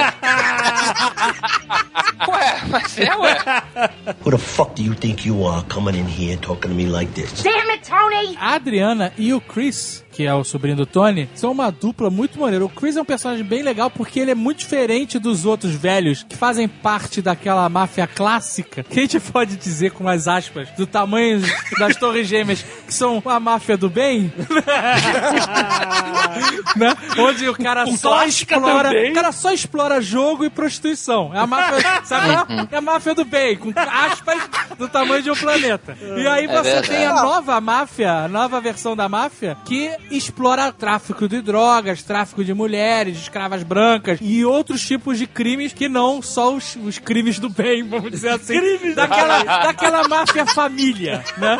Ué, mas ué. Who the fuck do you think you are coming in here talking to me like this? Damn it, Tony! A Adriana e o Chris, que é o sobrinho do Tony, são uma dupla muito maneira. O Chris é um personagem bem legal porque ele é muito diferente dos outros velhos que fazem parte daquela máfia clássica, que a gente pode dizer com as aspas, do tamanho das Torres Gêmeas, que são a máfia do bem. Né? Onde o cara só explora jogo e prostituição. É a máfia, sabe? É a máfia do bem, com aspas do tamanho de um planeta. E aí você tem a nova máfia, a nova versão da máfia, que explora tráfico de drogas, tráfico de mulheres, escravas brancas e outros tipos de crimes que não só os crimes do bem, vamos dizer assim. daquela máfia família, né?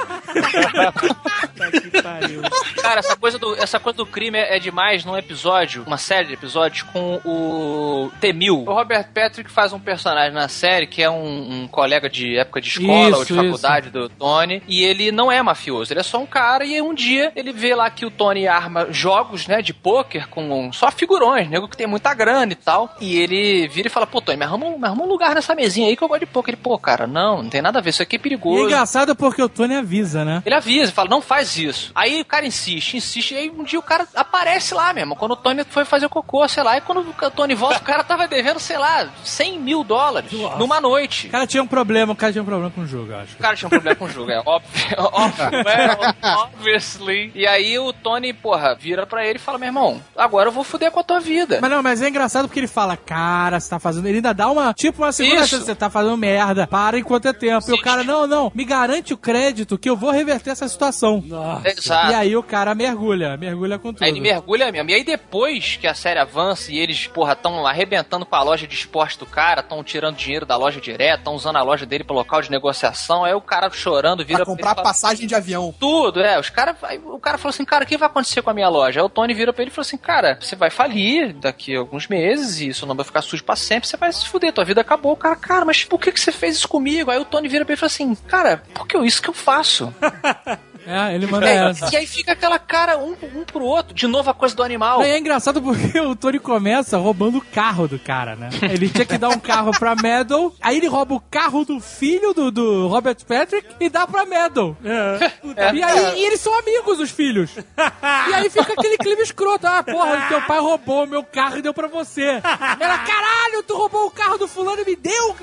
Cara, essa coisa do crime é demais num episódio, uma série de episódios com o T-1000. O Robert Patrick faz um personagem na série que é um colega de época de escola ou de faculdade do Tony, e ele não é mafioso, ele é só um cara, e um dia ele vê lá que o Tony arma jogos, né, de pôquer com só figurões, nego que tem muita grana e tal, e ele vira e fala, pô, Tony, me arruma um lugar nessa mesinha aí que eu gosto de pôquer. Ele, pô, cara, não tem nada a ver, isso aqui é perigoso. E é engraçado porque o Tony avisa, né? Ele avisa, fala, não faz isso. Aí o cara insiste, e aí um dia o cara aparece lá mesmo, quando o Tony foi fazer o cocô, sei lá, e quando o Tony volta, o cara tava devendo, sei lá, $100 mil numa noite. O cara tinha um problema com o jogo, eu acho. O cara tinha um problema com o jogo, é óbvio. Obviously. E aí o Tony, porra, vira pra ele e fala, meu irmão, agora eu vou foder com a tua vida. Mas é engraçado porque ele fala, cara, você tá fazendo... Ele ainda dá uma segunda chance, você tá fazendo merda, para enquanto é tempo. Sim. E o cara, não, me garante o crédito que eu vou reverter essa situação. Nossa. Exato. E aí o cara mergulha com tudo. Aí ele mergulha mesmo. E aí depois que a série avança e eles, porra, tão arrebentando com a loja de esporte do cara, tão tirando dinheiro da loja direto, tão usando a loja dele pro local de negociação, aí o cara chorando, vira pra comprar passagem de avião. Tudo, o cara falou assim, cara, o que vai acontecer com a minha loja? Aí o Tony vira pra ele e falou assim, cara, você vai falir daqui a alguns meses e isso não vai ficar sujo pra sempre, você vai se fuder, tua vida acabou. O cara, mas por que você fez isso comigo? Aí o Tony vira pra ele e fala assim, cara, porque é isso que eu faço. Ele manda essa. E aí fica aquela cara um pro outro. De novo a coisa do animal. É engraçado porque o Tony começa roubando o carro do cara, né? Ele tinha que dar um carro pra Meadow, aí ele rouba o carro do filho do Robert Patrick e dá pra Meadow. E aí eles são amigos, os filhos. E aí fica aquele clima escroto. Ah, porra, teu pai roubou o meu carro e deu pra você. Ela, caralho, tu roubou o carro do fulano e me deu.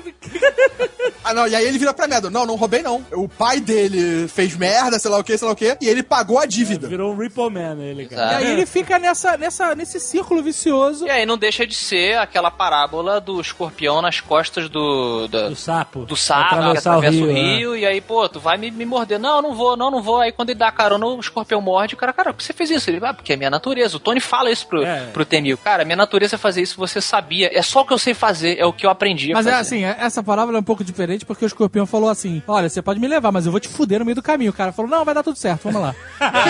E aí ele vira pra Meadow. Não roubei não. O pai dele fez merda, sei lá o que, e ele pagou a dívida. Virou um Ripple Man ele, cara. E aí ele fica nesse círculo vicioso. E aí não deixa de ser aquela parábola do escorpião nas costas do sapo. Do sapo que atravessa o rio. E aí, pô, tu vai me morder. Não vou. Aí quando ele dá a carona, o escorpião morde. O cara, por que você fez isso? Ele, porque é minha natureza. O Tony fala isso pro T-1000. Cara, minha natureza é fazer isso, você sabia. É só o que eu sei fazer, é o que eu aprendi a fazer. Mas assim, essa parábola é um pouco diferente porque o escorpião falou assim, olha, você pode me levar, mas eu vou te fuder no meio do caminho. O cara falou, não, vai dar tudo certo, vamos lá.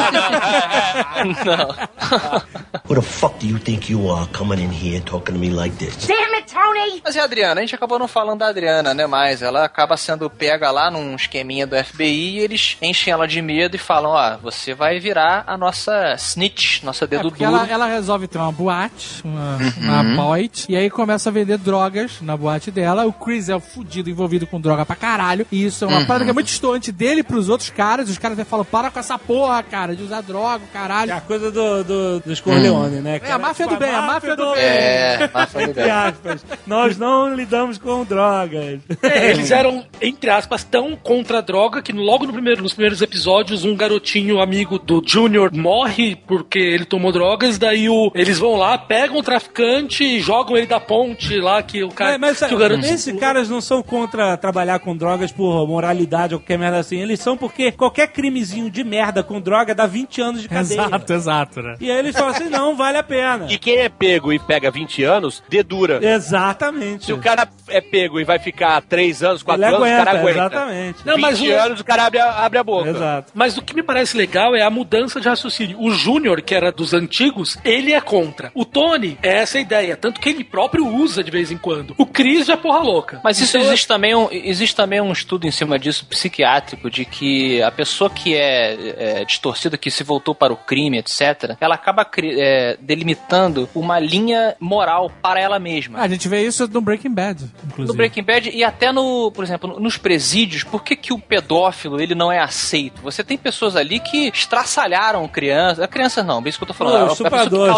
Who the fuck do you think you are coming in here talking to me like this? Damn it, Tony! Mas e a Adriana? A gente acabou não falando da Adriana, né? Mas ela acaba sendo pega lá num esqueminha do FBI e eles enchem ela de medo e falam, você vai virar a nossa snitch, nossa dedo duro. Ela resolve ter uma boate, uma boate, e aí começa a vender drogas na boate dela. O Chris é o fudido envolvido com droga pra caralho, e isso é uma parada que é muito distante dele pros outros caras. Os caras até falam, para com essa porra, cara, de usar droga, caralho. É a coisa dos Corleone. Tony, né? É a máfia do bem, a máfia do bem. Máfia do Entre bem. aspas. Nós não lidamos com drogas. Eles eram, entre aspas, tão contra a droga que logo nos primeiros episódios um garotinho amigo do Junior morre porque ele tomou drogas, daí eles vão lá, pegam o traficante e jogam ele da ponte lá, que o cara... que o garoto... Esses caras não são contra trabalhar com drogas por moralidade ou qualquer merda assim. Eles são porque qualquer crimezinho de merda com droga dá 20 anos de cadeia. Exato, né? E aí eles falam assim, não, vale a pena. E quem é pego e pega 20 anos, dedura. Exatamente. Se o cara é pego e vai ficar 3 anos, 4 Ele anos, o cara aguenta. exatamente. Não, mas 20 anos, o cara abre a boca. Exato. Mas o que me parece legal é a mudança de raciocínio. O Júnior, que era dos antigos, ele é contra. O Tony é essa ideia, tanto que ele próprio usa de vez em quando. O Chris já é porra louca. Mas isso existe também um estudo em cima disso, psiquiátrico, de que a pessoa que é distorcida, que se voltou para o crime, etc., ela acaba delimitando uma linha moral para ela mesma. A gente vê isso no Breaking Bad, inclusive. No Breaking Bad e até por exemplo, nos presídios, por que o pedófilo ele não é aceito? Você tem pessoas ali que estraçalharam crianças. Crianças não, bem isso que eu tô falando. O estuprador,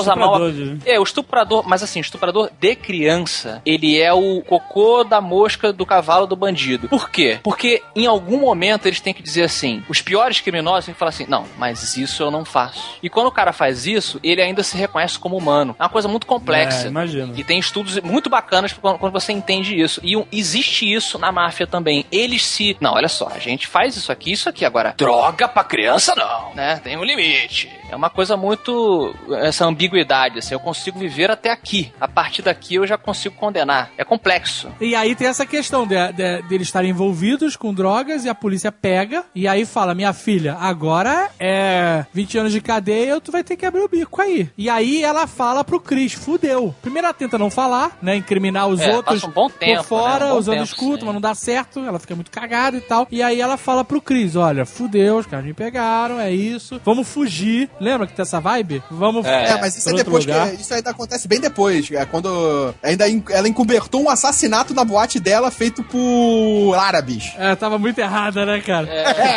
o estuprador, mas assim, estuprador de criança, ele é o cocô da mosca do cavalo do bandido. Por quê? Porque em algum momento eles têm que dizer assim, os piores criminosos têm que falar assim, não, mas isso eu não faço. E quando o cara faz isso, ele ainda se reconhece como humano. É uma coisa muito complexa. Imagino. E tem estudos muito bacanas quando você entende isso. E existe isso na máfia também. Não, olha só, a gente faz isso aqui. Agora, droga pra criança não, né? Tem um limite. É uma coisa muito... essa ambiguidade, assim, eu consigo viver até aqui. A partir daqui eu já consigo condenar. É complexo. E aí tem essa questão de eles estarem envolvidos com drogas e a polícia pega e aí fala, minha filha, agora é 20 anos de cadeia, tu vai ter que abrir o bico aí. E aí ela fala pro Chris, fudeu. Primeiro ela tenta não falar, né, incriminar os outros passa um bom tempo, por fora, né? Um bom usando tempo, escudo, sim. mas não dá certo, ela fica muito cagada e tal. E aí ela fala pro Chris, olha, fudeu, os caras me pegaram, é isso, vamos fugir. Lembra que tem essa vibe? Vamos mas isso é depois isso ainda acontece bem depois. É quando ela encobertou um assassinato na boate dela feito por árabes. Tava muito errada, né, cara?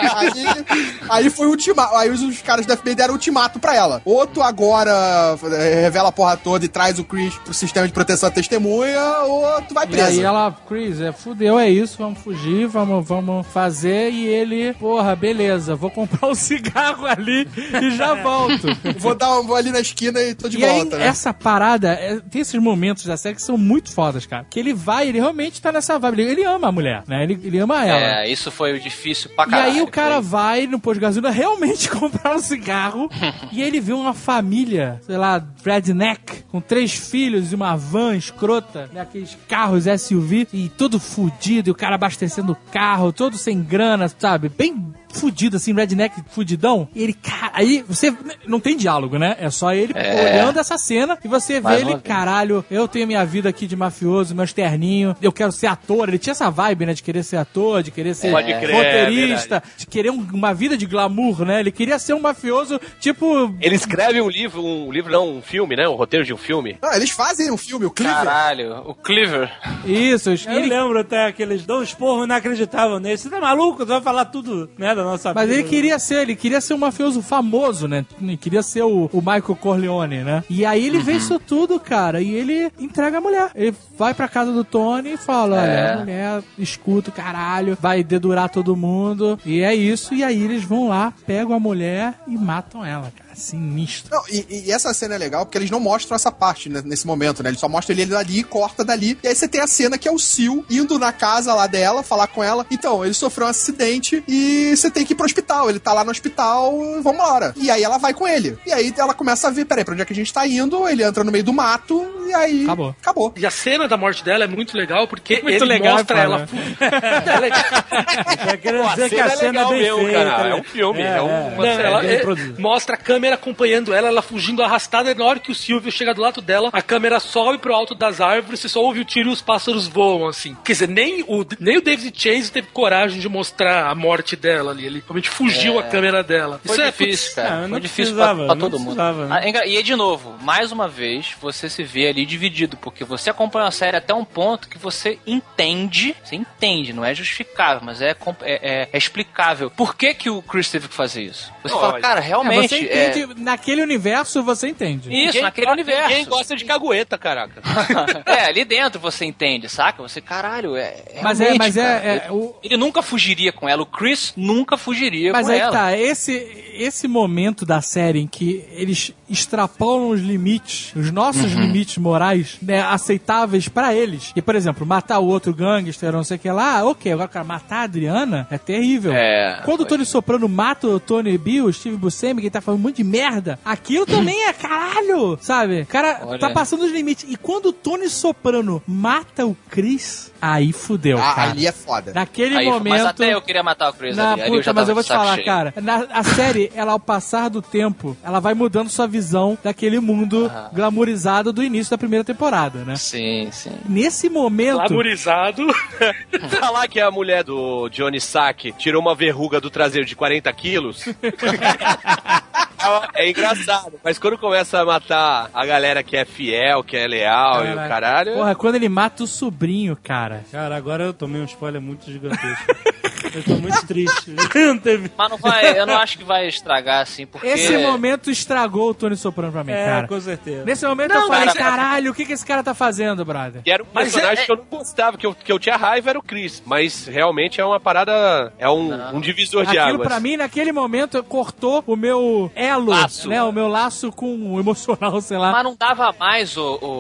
Aí foi o ultimato. Aí os caras da FBI deram ultimato pra ela. Ou tu agora revela a porra toda e traz o Chris pro sistema de proteção à testemunha, ou tu vai presa. E aí ela, Chris, fudeu, é isso, vamos fugir, vamos fazer. E ele, porra, beleza, vou comprar um cigarro ali e já volto. Vou ali na esquina e tô de volta. Aí, né? essa parada, tem esses momentos da série que são muito fodas, cara. Que ele realmente tá nessa vibe. Ele ama a mulher, né? Ele ama ela. Isso foi difícil pra caralho. E aí o cara vai no posto de gasolina realmente comprar um cigarro e ele vê uma família, sei lá, redneck, com 3 filhos e uma van escrota, né? Aqueles carros SUV e todo fudido, e o cara abastecendo o carro, todo sem grana, sabe? Bem fudido, assim, redneck fudidão. E ele, cara, aí você não tem diálogo, né? É só ele olhando essa cena e você vê ele, caralho, eu tenho minha vida aqui de mafioso, meus terninhos, eu quero ser ator. Ele tinha essa vibe, né? De querer ser ator, de querer ser roteirista, de querer uma vida de glamour, né? Ele queria ser um mafioso, tipo... Ele escreve um filme, né? Um roteiro de um filme. Não, eles fazem um filme, o Cleaver. Caralho, o Cleaver. Isso. Eu lembro até que eles dão um esporro inacreditável nele. Você tá maluco? Tu vai falar tudo, né, da nossa Mas vida. ele queria ser um mafioso famoso, né? Ele queria ser o Michael Corleone, né? E aí ele vê isso tudo, cara, e ele entrega a mulher. Ele vai pra casa do Tony e fala, olha, a mulher escuta o caralho, vai dedurar todo mundo, e é isso. E aí eles vão lá, pegam a mulher e matam ela, cara. Sinistro. Não, e essa cena é legal porque eles não mostram essa parte, né, nesse momento, né? Eles só mostram ele ali, corta dali. E aí você tem a cena que é o Sil indo na casa lá dela, falar com ela. Então, ele sofreu um acidente e você tem que ir pro hospital. Ele tá lá no hospital, vambora. E aí ela vai com ele. E aí ela começa a ver, peraí, pra onde é que a gente tá indo? Ele entra no meio do mato e aí... Acabou. E a cena da morte dela é muito legal porque muito ele legal, mostra ela... A cena é bem mesmo, feita, cara. né? É um filme. Mostra a câmera acompanhando ela fugindo arrastada, e na hora que o Silvio chega do lado dela, a câmera sobe pro alto das árvores, você só ouve o tiro e os pássaros voam, assim. Quer dizer, nem o David Chase teve coragem de mostrar a morte dela ali. Ele realmente fugiu a câmera dela. Foi difícil, cara. Foi difícil pra todo mundo. E aí, de novo, mais uma vez, você se vê ali ali dividido, porque você acompanha a série até um ponto que você entende, não é justificável, mas é explicável. Por que o Chris teve que fazer isso? Você fala, cara, realmente... Você entende, naquele universo você entende. Isso, naquele universo. Ninguém gosta de cagueta, caraca. Ali dentro você entende, saca? Você, caralho, ele nunca fugiria com ela, o Chris nunca fugiria com ela. Mas aí que tá, esse momento da série em que eles extrapolam os limites, os nossos limites morais, né, aceitáveis pra eles. E, por exemplo, matar o outro gangster, não sei o que lá, ok, agora, cara, matar a Adriana é terrível. Quando o Tony Soprano mata o Tony Bill, o Steve Buscemi, que tá falando um monte de merda, aquilo também é caralho, sabe? O cara tá passando os limites. E quando o Tony Soprano mata o Chris, aí fudeu, cara. Ali é foda. Naquele momento... Mas até eu queria matar o Chris ali. Puta, mas eu vou te falar, cara, a série, ela ao passar do tempo, ela vai mudando sua visão daquele mundo glamourizado do início da primeira temporada, né? Sim. Nesse momento... Glamourizado. Falar que a mulher do Johnny Sack tirou uma verruga do traseiro de 40 quilos... É engraçado, mas quando começa a matar a galera que é fiel, que é leal e o caralho... Porra, quando ele mata o sobrinho, cara... Cara, agora eu tomei um spoiler muito gigantesco. Eu tô muito triste. Mas não vai, eu não acho que vai estragar, assim, porque... Esse momento estragou o Tony Soprano pra mim, cara. Com certeza. Nesse momento eu falei, caralho, o que esse cara tá fazendo, brother? Que era um personagem que eu não gostava, que eu tinha raiva, era o Chris. Mas realmente é uma parada, um divisor de águas. Aquilo pra mim, naquele momento, cortou o meu elo, né? O meu laço com o emocional, sei lá. Mas não dava mais,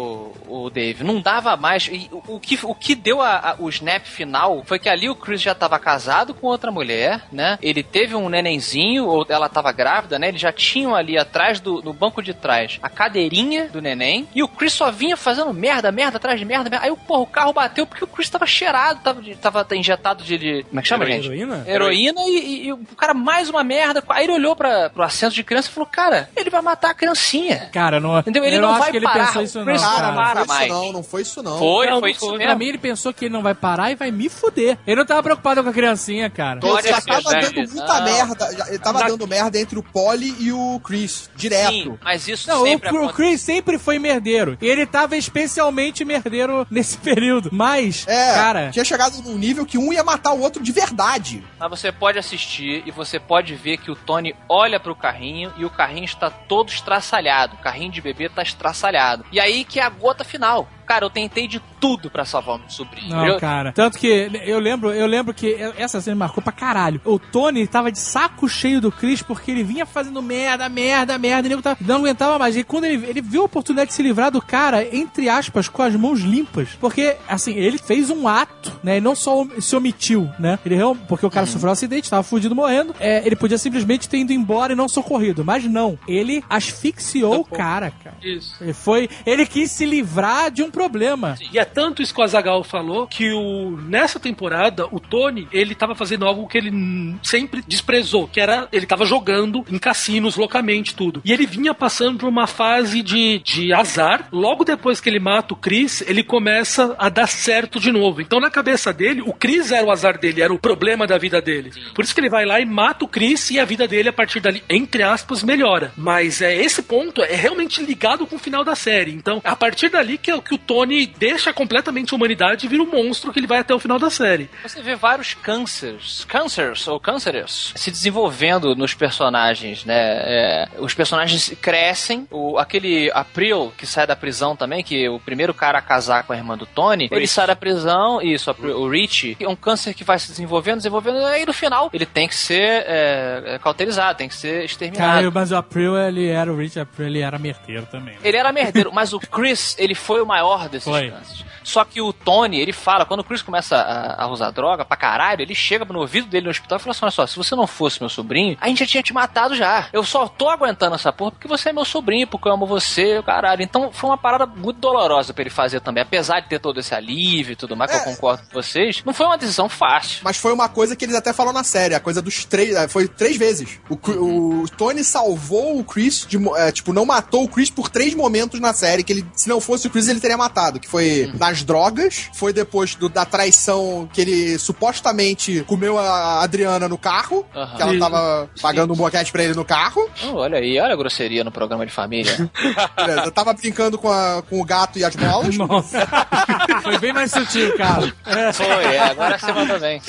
o Dave, não dava mais. E o que deu o snap final foi que ali o Chris já tava casado com outra mulher, né? Ele teve um nenenzinho, ou ela tava grávida, né? Eles já tinham ali atrás no banco de trás a cadeirinha do neném, e o Chris só vinha fazendo merda atrás de merda. Aí o carro bateu porque o Chris tava cheirado, tava injetado de como é que chama, gente? Heroína e o cara mais uma merda. Aí ele olhou pro assento de criança e falou, cara, ele vai matar a criancinha. Cara, não... Entendeu? Ele não vai parar. Pensou isso não, cara, não foi isso não. Foi isso mesmo. Pra mim ele pensou que ele não vai parar e vai me fuder. Ele não tava preocupado com a criancinha, cara. Ele já tava dando muita merda. Ele tava dando merda entre o Polly e o Chris, direto. Sim, mas isso o Chris sempre foi merdeiro. E ele tava especialmente merdeiro nesse período. Mas, cara... tinha chegado num nível que um ia matar o outro de verdade. Mas você pode assistir e você pode ver que o Tony olha pro carrinho e o carrinho está todo estraçalhado. O carrinho de bebê tá estraçalhado. E aí que é a gota final. Cara, eu tentei de tudo pra salvar o meu sobrinho. Não, cara. Tanto que eu lembro que essa cena me marcou pra caralho. O Tony tava de saco cheio do Chris porque ele vinha fazendo merda, e ele não aguentava mais. E quando ele viu a oportunidade de se livrar do cara, entre aspas, com as mãos limpas, porque, assim, ele fez um ato, né? E não só se omitiu, né? Porque o cara sofreu um acidente, tava fudido, morrendo. Ele podia simplesmente ter ido embora e não socorrido. Mas não. Ele asfixiou o cara. Isso. Ele quis se livrar de um problema. Sim. E é tanto isso que o Azaghal falou que nessa temporada o Tony, ele tava fazendo algo que ele sempre desprezou, que era, ele tava jogando em cassinos loucamente, tudo. E ele vinha passando por uma fase de azar. Logo depois que ele mata o Chris, ele começa a dar certo de novo. Então na cabeça dele, o Chris era o azar dele, era o problema da vida dele. Sim. Por isso que ele vai lá e mata o Chris e a vida dele, a partir dali, entre aspas, melhora. Mas esse ponto é realmente ligado com o final da série. Então, a partir dali que o Tony deixa completamente a humanidade e vira um monstro que ele vai até o final da série. Você vê vários cânceres se desenvolvendo nos personagens, né? Os personagens crescem. Aquele April, que sai da prisão também, que o primeiro cara a casar com a irmã do Tony, ele sai da prisão, o Rich, é um câncer que vai se desenvolvendo, e aí no final ele tem que ser cauterizado, tem que ser exterminado. Cara, mas o April, o Rich April, ele era merdeiro também. Né? Ele era merdeiro, mas o Chris, ele foi o maior desses cânceres. Só que o Tony, ele fala, quando o Chris começa a usar droga pra caralho, ele chega no ouvido dele no hospital e fala assim, olha só, se você não fosse meu sobrinho, a gente já tinha te matado já. Eu só tô aguentando essa porra porque você é meu sobrinho, porque eu amo você, caralho. Então foi uma parada muito dolorosa pra ele fazer também. Apesar de ter todo esse alívio e tudo mais, que eu concordo com vocês, não foi uma decisão fácil. Mas foi uma coisa que eles até falaram na série, a coisa dos 3, foi 3 vezes. O Tony salvou o Chris, não matou o Chris por 3 momentos na série, que ele, se não fosse o Chris, ele teria matado, que foi nas drogas, foi depois da traição que ele supostamente comeu a Adriana no carro, que ela tava pagando um boquete pra ele no carro. Olha aí, olha a grosseria no programa de família. Beleza, eu tava brincando com o gato e as bolas. Nossa. Foi bem mais sutil, cara. Foi, agora você mandou bem.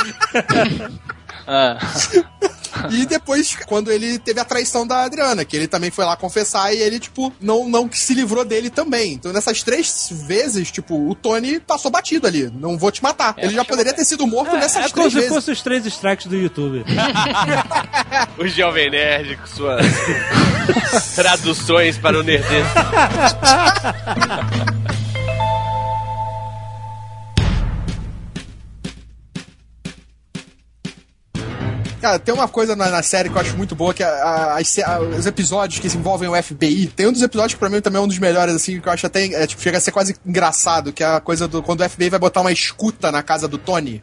E depois, quando ele teve a traição da Adriana, que ele também foi lá confessar e ele, tipo, não se livrou dele também. Então, nessas 3 vezes, tipo, o Tony passou batido ali. Não vou te matar. Ele já poderia ter sido morto nessas 3 vezes. É como se fossem os 3 strikes do YouTube. O Jovem Nerd com suas traduções para o nerdês. Cara, tem uma coisa na série que eu acho muito boa, que os episódios que se envolvem o FBI. Tem um dos episódios que pra mim também é um dos melhores, assim, que eu acho até, tipo, chega a ser quase engraçado, que é a coisa do quando o FBI vai botar uma escuta na casa do Tony.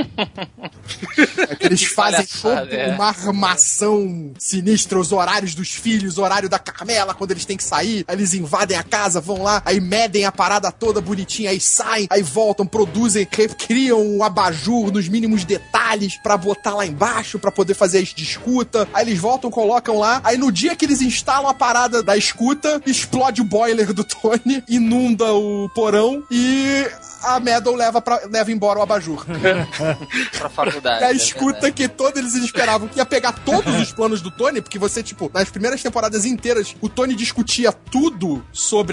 É que eles fazem toda uma armação sinistra, os horários dos filhos, o horário da Carmela, quando eles têm que sair, aí eles invadem a casa, vão lá, aí medem a parada toda bonitinha, aí saem, aí voltam, produzem, criam um abajur nos mínimos detalhes pra botar lá embaixo, pra poder fazer a escuta, aí eles voltam, colocam lá, aí no dia que eles instalam a parada da escuta, explode o boiler do Tony, inunda o porão e a Meadow leva embora o abajur. Pra faculdade. E a escuta que todos eles esperavam que ia pegar todos os planos do Tony, porque você, tipo, nas primeiras temporadas inteiras, o Tony discutia tudo sobre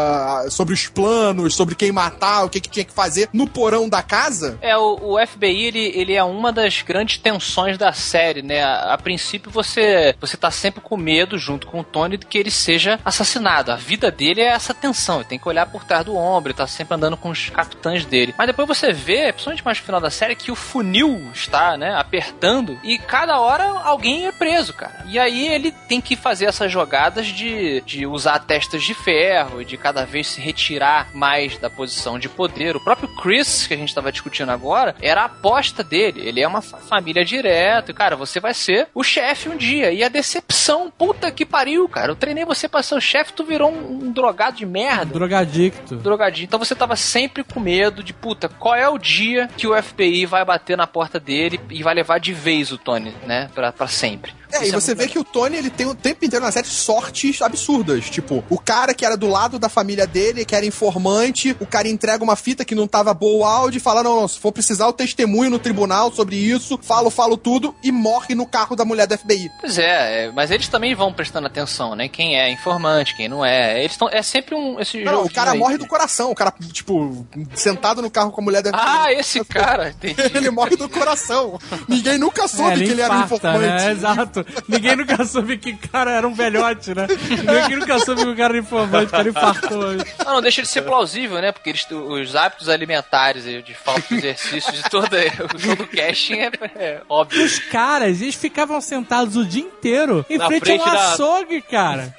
os planos, sobre quem matar, o que tinha que fazer no porão da casa. O FBI, ele é uma das grandes tensões da série, né? A princípio, você tá sempre com medo, junto com o Tony, de que ele seja assassinado. A vida dele é essa tensão, ele tem que olhar por trás do ombro, ele tá sempre andando com os capitães dele. Mas depois você vê, principalmente mais no final da série, que o funil está, né, apertando e cada hora alguém é preso, cara. E aí ele tem que fazer essas jogadas de usar testas de ferro e de cada vez se retirar mais da posição de poder. O próprio Chris, que a gente tava discutindo agora, era a aposta dele. Ele é uma família direta e, cara, você vai ser o chefe um dia. E a decepção, puta que pariu, cara. Eu treinei você pra ser o chefe, tu virou um drogado de merda. Drogadicto. Então você tava sempre com medo de, puta, qual é o dia que o FBI vai bater na porta dele e vai levar de vez o Tony, né, pra sempre. E você vê que o Tony, ele tem o tempo inteiro na série sortes absurdas. Tipo, o cara que era do lado da família dele, que era informante, o cara entrega uma fita que não tava boa o áudio e fala, não, se for precisar eu testemunho no tribunal sobre isso, falo tudo e morre no carro da mulher do FBI. Pois mas eles também vão prestando atenção, né? Quem é informante, quem não é. É sempre esse jogo. Não, o cara morre do coração. O cara, tipo, sentado no carro com a mulher do FBI. Ah, esse cara. Ele morre do coração. Ninguém nunca soube que ele era informante. Né? Exato. Ninguém nunca soube que o cara era um velhote, né? Ninguém nunca soube que o cara era informante, o cara infartou. Não deixa de ser plausível, né? Porque os hábitos alimentares de falta de exercício de todo o casting é óbvio. Os caras, eles ficavam sentados o dia inteiro em frente a um açougue, cara.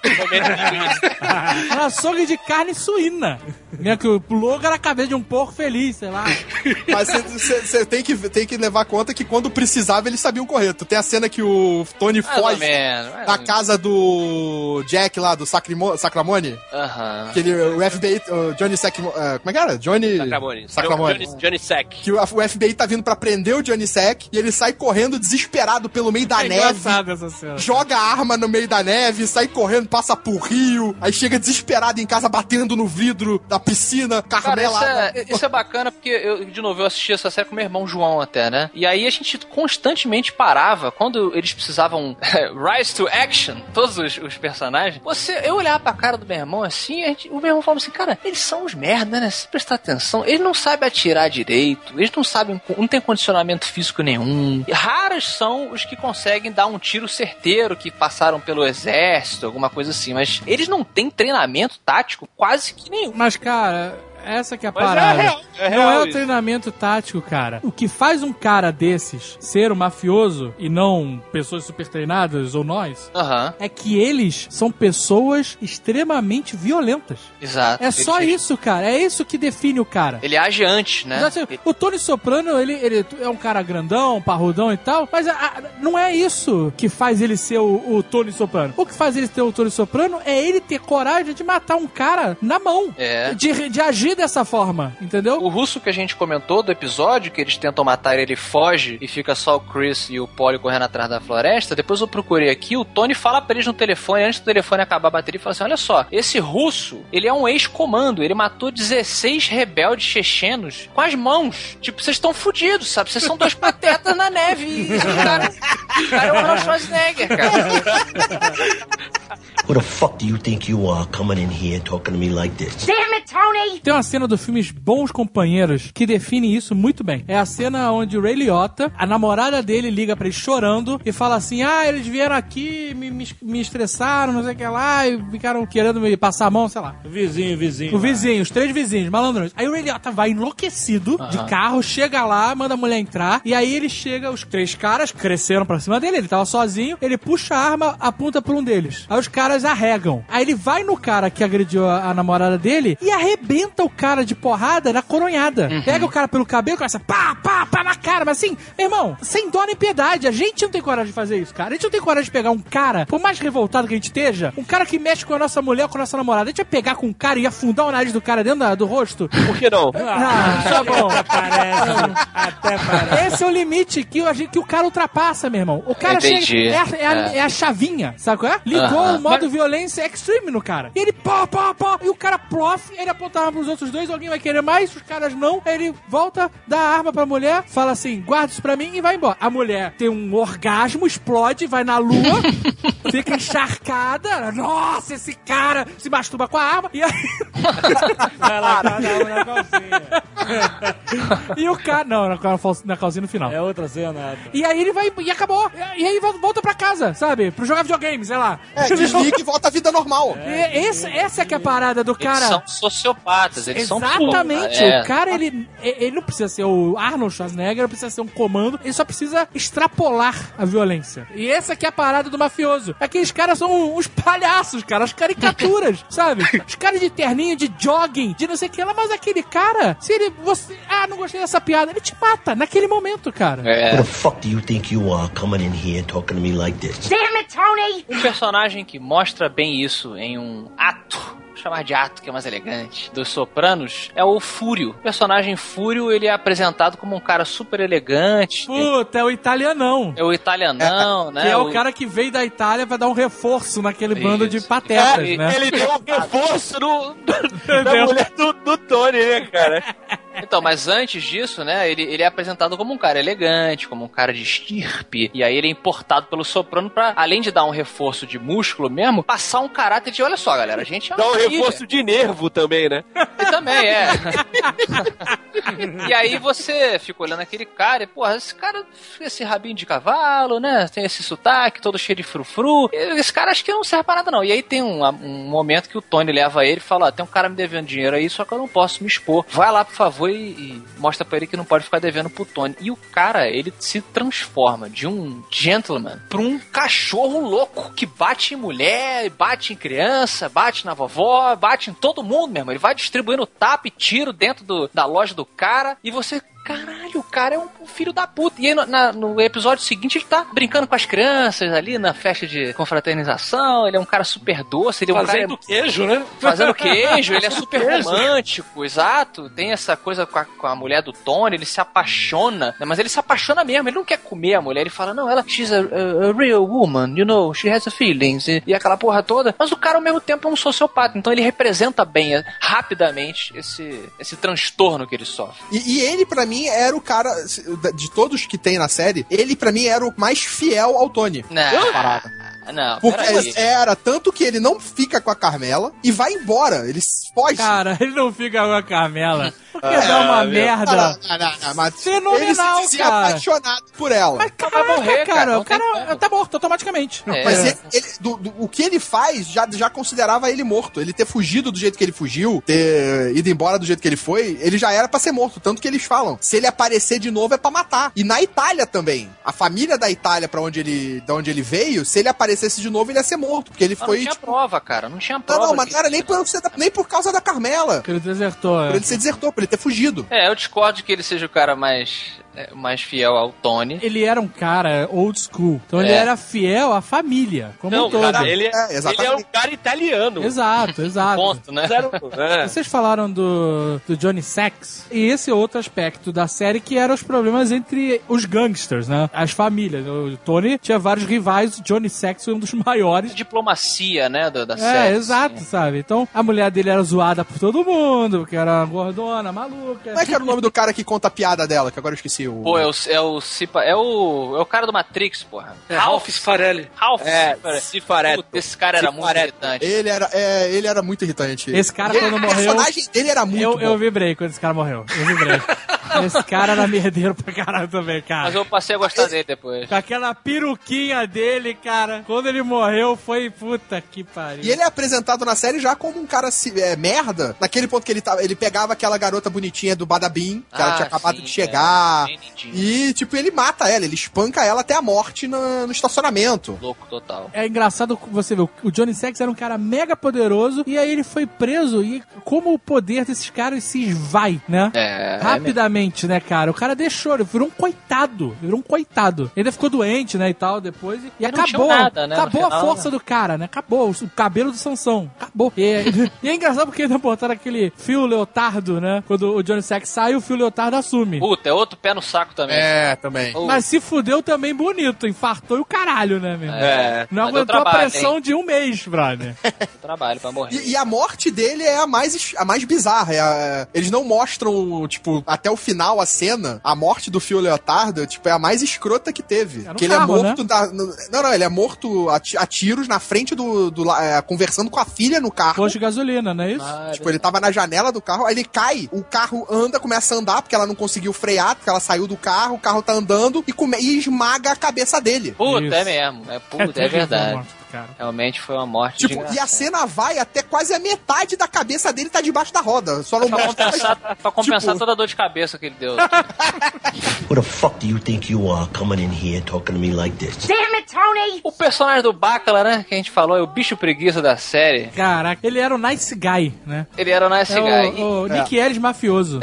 Um açougue de carne suína. Que o logo era a cabeça de um porco feliz, sei lá. Mas você tem que levar conta que quando precisava eles sabiam correr. Tem a cena que o Tony foge da casa do Jack lá, do Sacramone. Que o FBI, o Johnny Sack... como é que era? Johnny Sacramone. Johnny Sack. Que o FBI tá vindo pra prender o Johnny Sack e ele sai correndo desesperado pelo meio da neve. Essa cena. Joga a arma no meio da neve, sai correndo, passa por rio, aí chega desesperado em casa batendo no vidro da piscina, Carmela. Cara, isso é bacana porque eu assisti essa série com meu irmão João até, né? E aí a gente constantemente parava, quando eles precisavam rise to action, todos os personagens, eu olhava pra cara do meu irmão assim, o meu irmão falava assim, cara, eles são uns merda, né? Se prestar atenção, eles não sabem atirar direito, eles não tem condicionamento físico nenhum. E raros são os que conseguem dar um tiro certeiro, que passaram pelo exército, alguma coisa assim, mas eles não têm treinamento tático quase que nenhum. Mas, cara, essa que é a Mas parada. é não é o isso. treinamento tático, cara. O que faz um cara desses ser um mafioso e não pessoas super treinadas ou nós, Aham, é que eles são pessoas extremamente violentas. exato. É só Ele- isso, cara. É isso que define o cara. Ele age antes, né? Exato. O Tony Soprano, ele é um cara grandão, parrudão e tal, mas não é isso que faz ele ser o Tony Soprano. O que faz ele ser o Tony Soprano é ele ter coragem de matar um cara na mão. É. De agir dessa forma, entendeu? O russo que a gente comentou do episódio, que eles tentam matar ele foge e fica só o Chris e o Polly correndo atrás da floresta, depois eu procurei aqui, o Tony fala pra eles no telefone, antes do telefone acabar a bateria, e fala assim, olha só, esse russo, ele é um ex-comando, ele matou 16 rebeldes chechenos com as mãos. Tipo, vocês estão fudidos, sabe? Vocês são dois patetas na neve. E o cara é o Arnold Schwarzenegger, cara. Who the fuck do you think you are coming in here talking to me like this? Tem uma cena do filme Bons Companheiros que define isso muito bem. É a cena onde o Ray Liotta, a namorada dele, liga pra ele chorando e fala assim, eles vieram aqui, me estressaram, não sei o que lá, e ficaram querendo me passar a mão, sei lá. Vizinho. O vizinho, os 3 vizinhos, malandrões. Aí o Ray Liotta vai enlouquecido de carro, chega lá, manda a mulher entrar, e aí ele chega, os 3 caras cresceram pra cima dele, ele tava sozinho, ele puxa a arma, aponta pra um deles. Aí os caras arregam. Aí ele vai no cara que agrediu a namorada dele e arrebenta o cara de porrada na coronhada. Pega o cara pelo cabelo e começa pá na cara. Mas assim, meu irmão, sem dó nem piedade. A gente não tem coragem de fazer isso, cara. A gente não tem coragem de pegar um cara, por mais revoltado que a gente esteja, um cara que mexe com a nossa mulher, com a nossa namorada, a gente vai pegar com um cara e afundar o nariz do cara dentro do rosto? Por que não? Tá bom. Até parece. Esse é o limite que o cara ultrapassa, meu irmão. O cara Entendi. chega. É a chavinha, sabe qual é? Ligou o modo violência extreme no cara. E ele pó. E o cara plof, ele apontava pros outros dois, alguém vai querer mais, os caras não. Aí ele volta, dá a arma pra mulher, fala assim, guarda isso pra mim e vai embora. A mulher tem um orgasmo, explode, vai na lua, fica encharcada. Nossa, esse cara se masturba com a arma. E aí... Vai lá, cada um na calcinha. E o cara... Não, na calcinha no final. É outra cena. E aí ele vai... E acabou. E aí volta pra casa, sabe? Pra jogar videogame, sei lá. Desliga e volta à vida normal. Essa é que é a parada do cara. Eles são sociopatas, eles são Exatamente. puta. O cara, ele não precisa ser o Arnold Schwarzenegger, não precisa ser um comando, ele só precisa extrapolar a violência. E essa que é a parada do mafioso. Aqueles caras são uns palhaços, cara, as caricaturas, sabe? Os caras de terninho, de jogging, de não sei o que lá, mas aquele cara, se ele... não gostei dessa piada, ele te mata naquele momento, cara. Who the fuck do you think you are coming in here talking to me like this? Um personagem que mostra bem isso em um ato, vou chamar de ato, que é mais elegante, dos Sopranos, é o Fúrio. O personagem Fúrio, ele é apresentado como um cara super elegante. Puta, é o italianão. É o italianão, né? Que é o cara que veio da Itália pra dar um reforço naquele bando de patetas, né? Ele deu um reforço da mulher do Tony, né, cara? Então, mas antes disso, né, ele é apresentado como um cara elegante, como um cara de estirpe, e aí ele é importado pelo Soprano pra, além de dar um reforço de músculo mesmo, passar um caráter de, olha só, galera, a gente é Dá um reforço de nervo também, né? E também, E aí você fica olhando aquele cara e, porra, esse cara, esse rabinho de cavalo, né, tem esse sotaque todo cheio de frufru, esse cara acho que não serve pra nada não. E aí tem um momento que o Tony leva ele e fala, ó, tem um cara me devendo dinheiro aí, só que eu não posso me expor. Vai lá, por favor, e mostra pra ele que não pode ficar devendo pro Tony. E o cara, ele se transforma de um gentleman pra um cachorro louco que bate em mulher, bate em criança, bate na vovó, bate em todo mundo mesmo. Ele vai distribuindo tapa e tiro dentro da loja do cara e você... Caralho, o cara é um filho da puta. E aí no episódio seguinte ele tá brincando com as crianças ali na festa de confraternização. Ele é um cara super doce. Ele é um Fazendo queijo, né? Fazendo queijo, ele é super romântico, exato. Tem essa coisa com a mulher do Tony, ele se apaixona, né? Mas ele se apaixona mesmo, ele não quer comer a mulher. Ele fala, não, ela, she's a real woman, you know, she has feelings. E aquela porra toda. Mas o cara ao mesmo tempo é um sociopata. Então ele representa bem, rapidamente, esse transtorno que ele sofre. E ele, pra mim, era o cara, de todos que tem na série, ele pra mim era o mais fiel ao Tony. Não, porque era tanto que ele não fica com a Carmela e vai embora, ele foge. Cara, ele não fica com a Carmela. dá uma merda mas fenomenal, ele se dizia cara. apaixonado por ela. Mas caraca, vai morrer, cara. o cara tá morto automaticamente. Mas o que ele faz já considerava ele morto. Ele ter fugido do jeito que ele fugiu, ter ido embora do jeito que ele foi, ele já era pra ser morto. Tanto que eles falam, se ele aparecer de novo é pra matar. E na Itália também. A família da Itália da onde ele veio, se ele aparecesse de novo, ele ia ser morto. Porque ele foi... Não tinha prova, cara. Não tinha prova. Não, mas não era nem por causa da Carmela. Porque ele desertou. Por ele ser desertor, por ele ter fugido. Eu discordo de que ele seja o cara mais fiel ao Tony. Ele era um cara old school. Então ele era fiel à família, como um todo. Cara, ele é um cara italiano. Exato. Ponto, né? Vocês falaram do Johnny Sacks e esse outro aspecto da série que eram os problemas entre os gangsters, né? As famílias. O Tony tinha vários rivais, o Johnny Sacks foi um dos maiores. Diplomacia, né, da série. Exato, sabe? Então a mulher dele era zoada por todo mundo, porque era uma gordona, maluca. Como é que era o nome do cara que conta a piada dela, que agora eu esqueci? Pô, é o cara do Matrix, porra. Ralph Cifarelli. Cifaretto. Esse cara era muito irritante. Ele era muito irritante. Esse cara, quando morreu... O personagem dele era muito bom. Eu vibrei quando esse cara morreu. Eu vibrei. Esse cara era merdeiro pra caralho também, cara. Mas eu passei a gostar dele depois. Com aquela peruquinha dele, cara. Quando ele morreu, foi puta que pariu. E ele é apresentado na série já como um cara merda. Naquele ponto que ele pegava aquela garota bonitinha do Badabim, que ela tinha acabado de chegar. E, tipo, ele mata ela, ele espanca ela até a morte no estacionamento. Louco total. É engraçado você ver, o Johnny Sacks era um cara mega poderoso e aí ele foi preso e como o poder desses caras se esvai, né? Rapidamente, né, cara? O cara deixou, ele virou um coitado. Ele ainda ficou doente, né, e tal, depois. E acabou. Nada, né, acabou a força do cara, né? Acabou. O cabelo do Sansão. Acabou. E é engraçado porque ainda botaram aquele fio leotardo, né? Quando o Johnny Sacks sai, o fio leotardo assume. Puta, é outro pé no saco também. Também. Mas se fudeu também bonito. Infartou e o caralho, né, meu? Não aguentou trabalho, a pressão de um mês, brother. Trabalho pra morrer. E a morte dele é a mais bizarra. Eles não mostram, tipo, até o final a cena. A morte do Fio Leotardo, tipo, é a mais escrota que teve. Que ele carro, é morto... Não, ele é morto a tiros na frente conversando com a filha no carro. Posto de gasolina, não é isso? Tipo, ele tava na janela do carro, aí ele cai, o carro anda, começa a andar, porque ela não conseguiu frear, porque ela saiu do carro, o carro tá andando e esmaga a cabeça dele. Puta, isso. É mesmo. É verdade. Cara. Realmente foi uma morte tipo, e a cena vai até quase a metade da cabeça dele tá debaixo da roda. Só não mostra. Pra compensar toda a dor de cabeça que ele deu. Who the fuck do you think you are coming in here talking to me like this? Damn it, Tony! O personagem do Bacala, né, que a gente falou, é o bicho preguiça da série. Caraca, ele era o nice guy, né? Ele era o nice guy. O Nick Ellis mafioso.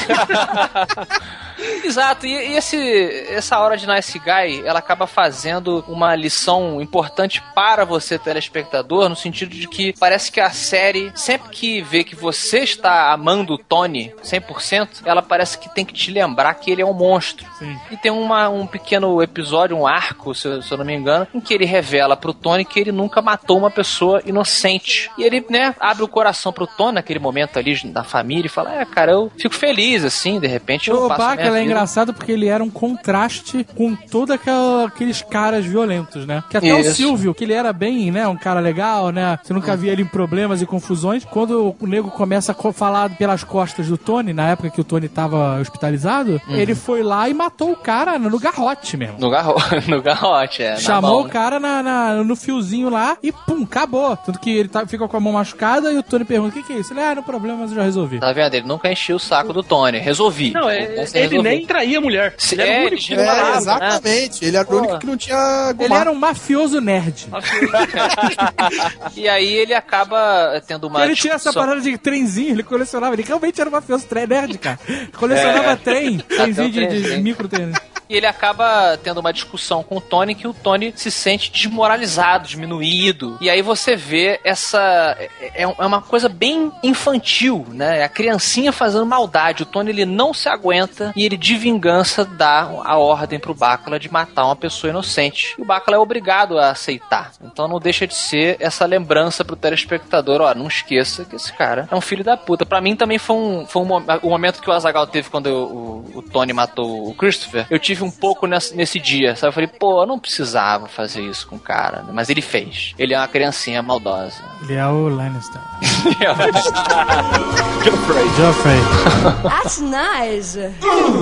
Exato, e essa hora de Nice Guy, ela acaba fazendo uma lição importante para você, telespectador, no sentido de que parece que a série, sempre que vê que você está amando o Tony 100%, ela parece que tem que te lembrar que ele é um monstro. Sim. E tem um pequeno episódio, um arco, se eu não me engano, em que ele revela pro Tony que ele nunca matou uma pessoa inocente. E ele, né, abre o coração pro Tony naquele momento ali da família e fala, cara, eu fico feliz, assim, de repente eu passo a minha vida. É engraçado porque ele era um contraste com todos aqueles caras violentos, né? Que até o Silvio, que ele era bem, né, um cara legal, né? Você nunca via ele em problemas e confusões. Quando o nego começa a falar pelas costas do Tony, na época que o Tony tava hospitalizado, ele foi lá e matou o cara no garrote mesmo. No garrote, Chamou o cara no fiozinho lá e pum, acabou. Tanto que ele fica com a mão machucada e o Tony pergunta, o que é isso? Ele, não é problema, mas eu já resolvi. Tá vendo? Ele nunca encheu o saco do Tony. Resolvi. Não, ele nem traía a mulher. Ele era o único que parava, exatamente. Né? Ele era o único que não tinha gomar. Ele era um mafioso nerd. E aí ele acaba tendo uma Ele tinha essa parada de trenzinho, ele colecionava. Ele realmente era um mafioso nerd, cara. Colecionava trenzinho de micro trem. E ele acaba tendo uma discussão com o Tony que o Tony se sente desmoralizado, diminuído. E aí você vê essa... É uma coisa bem infantil, né? É a criancinha fazendo maldade. O Tony, ele não se aguenta e ele, de vingança, dá a ordem pro Bacala de matar uma pessoa inocente. E o Bacala é obrigado a aceitar. Então não deixa de ser essa lembrança pro telespectador. Não esqueça que esse cara é um filho da puta. Pra mim também foi o momento que o Azaghal teve quando o Tony matou o Christopher. Eu tive tive um pouco nesse dia, sabe? Eu falei, pô, eu não precisava fazer isso com o cara, mas ele fez. Ele é uma criancinha maldosa. Ele é o Lannister. Joffrey. That's nice.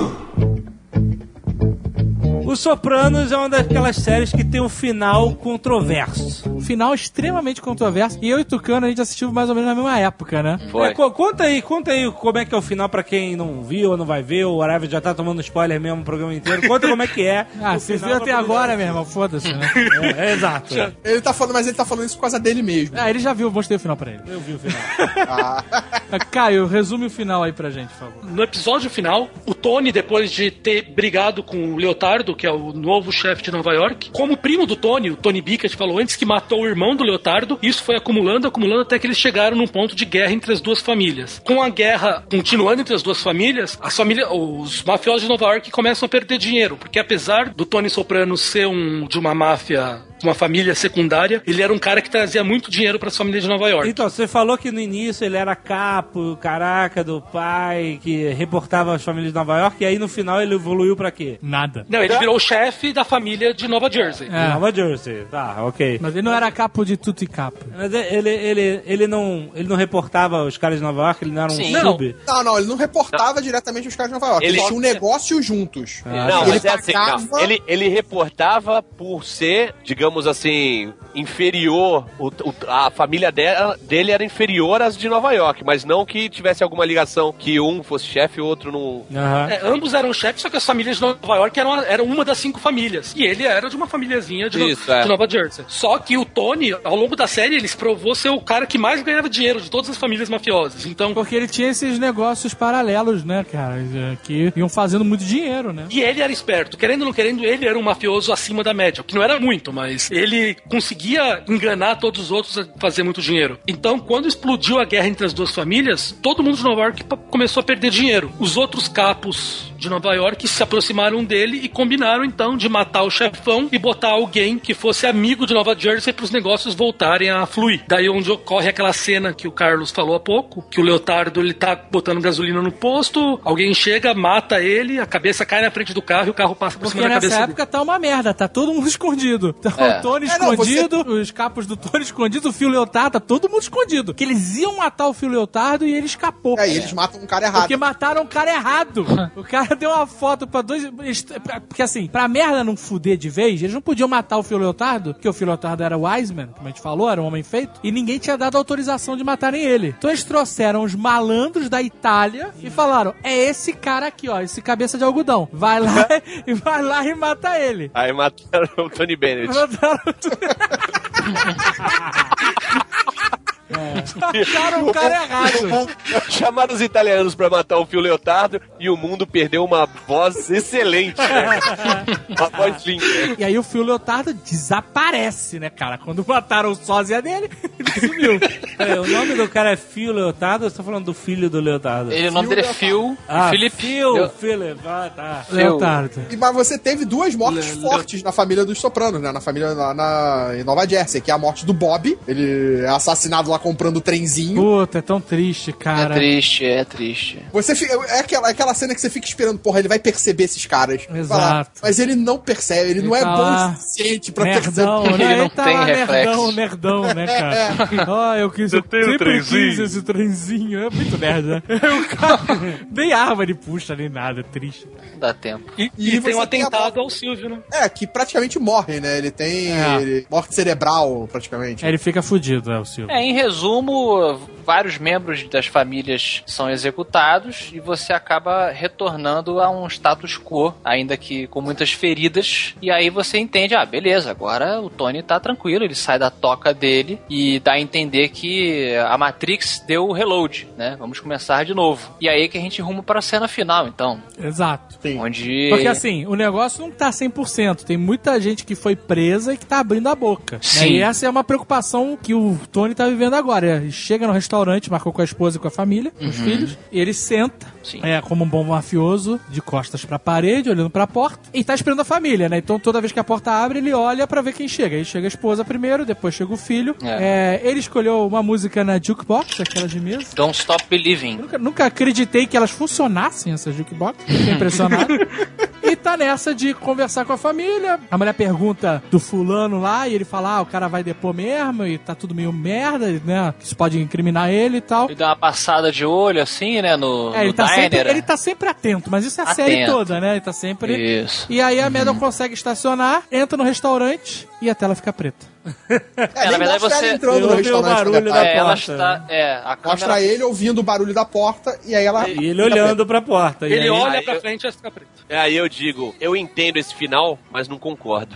Os Sopranos é uma daquelas séries que tem um final controverso. Um final extremamente controverso. E eu e Tucano, a gente assistiu mais ou menos na mesma época, né? Foi. Conta aí como é que é o final pra quem não viu ou não vai ver. O Arave já tá tomando spoiler mesmo o programa inteiro. Conta como é que é. Você viu até agora, meu irmão. Foda-se, né? Exato. Ele tá falando isso por causa dele mesmo. Ele já viu, eu mostrei o final pra ele. Eu vi o final. Caio, resume o final aí pra gente, por favor. No episódio final, o Tony, depois de ter brigado com o Leotardo, que é o novo chefe de Nova York, como primo do Tony, o Tony B, que a gente falou antes, que matou o irmão do Leotardo, isso foi acumulando até que eles chegaram num ponto de guerra entre as duas famílias. Com a guerra continuando entre as duas famílias, os mafiosos de Nova York começam a perder dinheiro, porque apesar do Tony Soprano ser de uma máfia, uma família secundária, ele era um cara que trazia muito dinheiro para as famílias de Nova York. Então, você falou que no início ele era capo, caraca, do pai, que reportava as famílias de Nova York, e aí no final ele evoluiu pra quê? Nada. Não, ele virou o chefe da família de Nova Jersey. Nova Jersey, tá, ok. Mas ele não era capo de tudo e capo. Mas ele não reportava os caras de Nova York, ele não era um sub? Não, ele não reportava diretamente os caras de Nova York. Eles tinham um negócio juntos. Não, mas é assim, ele reportava por ser, digamos assim, inferior, a família dele era inferior às de Nova York, mas não que tivesse alguma ligação, que um fosse chefe e o outro não... Ambos eram chefes, só que as famílias de Nova York eram uma das 5 famílias. E ele era de uma famíliazinha de Nova Jersey. Só que o Tony, ao longo da série, ele se provou ser o cara que mais ganhava dinheiro de todas as famílias mafiosas. Então... Porque ele tinha esses negócios paralelos, né, cara, que iam fazendo muito dinheiro, né? E ele era esperto. Querendo ou não querendo, ele era um mafioso acima da média. O que não era muito, mas ele conseguia enganar todos os outros a fazer muito dinheiro. Então, quando explodiu a guerra entre as duas famílias, todo mundo de Nova York começou a perder dinheiro. Os outros capos de Nova York se aproximaram dele e combinaram, então, de matar o chefão e botar alguém que fosse amigo de Nova Jersey para os negócios voltarem a fluir. Daí onde ocorre aquela cena que o Carlos falou há pouco, que o Leotardo, ele tá botando gasolina no posto, alguém chega, mata ele, a cabeça cai na frente do carro e o carro passa por cima da cabeça dele. Porque nessa época tá uma merda, tá todo mundo escondido. Então, o Tony escondido, os capos do Tony escondido, o Fio Leotardo, tá todo mundo escondido. Que eles iam matar o Fio Leotardo e ele escapou. E eles matam um cara errado. Porque mataram o cara errado. O cara deu uma foto pra dois... Porque assim, pra merda não fuder de vez, eles não podiam matar o Fio Leotardo, porque o Fio Leotardo era Wiseman, como a gente falou, era um homem feito, e ninguém tinha dado autorização de matarem ele. Então eles trouxeram os malandros da Itália e falaram, é esse cara aqui, ó, esse cabeça de algodão. Vai lá e mata ele. Aí mataram o Tony Bennett. Mataram o cara errado. Chamaram os italianos pra matar o Fio Leotardo e o mundo perdeu uma voz excelente, né? Uma voz linda. E aí o Fio Leotardo desaparece, né, cara? Quando mataram o sósia dele, ele sumiu. O nome do cara é Fio Leotardo ou você tá falando do filho do Leotardo? O nome dele é Phil. Philip. Philip. Tá. Leotardo. Mas você teve duas mortes fortes na família dos Sopranos, né? Na família em Nova Jersey, que é a morte do Bob. Ele é assassinado lá comprando o trenzinho. Puta, é tão triste, cara. É triste. Você fica, é aquela cena que você fica esperando, porra, ele vai perceber esses caras. Exato. Mas ele não percebe, ele não é bom o suficiente pra perceber. Ele não tem reflexo. Nerdão, né, cara? Eu sempre quis esse trenzinho. É muito nerd, né? O cara nem arma ele puxa, nem nada, é triste. Não dá tempo. E tem um atentado ao Silvio, né? Que praticamente morre, né? Ele tem morte cerebral, praticamente. Ele fica fudido, o Silvio. Em resumo, vários membros das famílias são executados e você acaba retornando a um status quo, ainda que com muitas feridas, e aí você entende, beleza, agora o Tony tá tranquilo, ele sai da toca dele e dá a entender que a Matrix deu o reload, né? Vamos começar de novo. E aí que a gente ruma para a cena final, então. Exato. Sim. Onde... Porque assim, o negócio não tá 100%, tem muita gente que foi presa e que tá abrindo a boca. Sim. Né? E essa é uma preocupação que o Tony tá vivendo agora. Ele chega no restaurante, marcou com a esposa e com a família, com os filhos, e ele senta, como um bom mafioso, de costas pra parede, olhando pra porta, e tá esperando a família, né? Então toda vez que a porta abre, ele olha pra ver quem chega. Aí chega a esposa primeiro, depois chega o filho. Ele escolheu uma música na jukebox, aquela de mesa. Don't Stop Believing. Nunca acreditei que elas funcionassem, essas jukebox. Fiquei impressionado. E tá nessa de conversar com a família. A mulher pergunta do fulano lá e ele fala, o cara vai depor mesmo e tá tudo meio merda, né? Isso pode incriminar ele e tal. E dá uma passada de olho assim, né? No ele tá diner. Ele tá sempre atento, mas isso é a série toda, né? Ele tá sempre... Isso. E aí a Madison consegue estacionar, entra no restaurante e a tela fica preta. Na verdade você entrando no restaurante, o barulho da ela porta. está, a câmera... Mostra ele ouvindo o barulho da porta e aí ela... E ele olhando pra porta. Ele aí... olha pra frente e fica preto. Aí eu digo, eu entendo esse final, mas não concordo.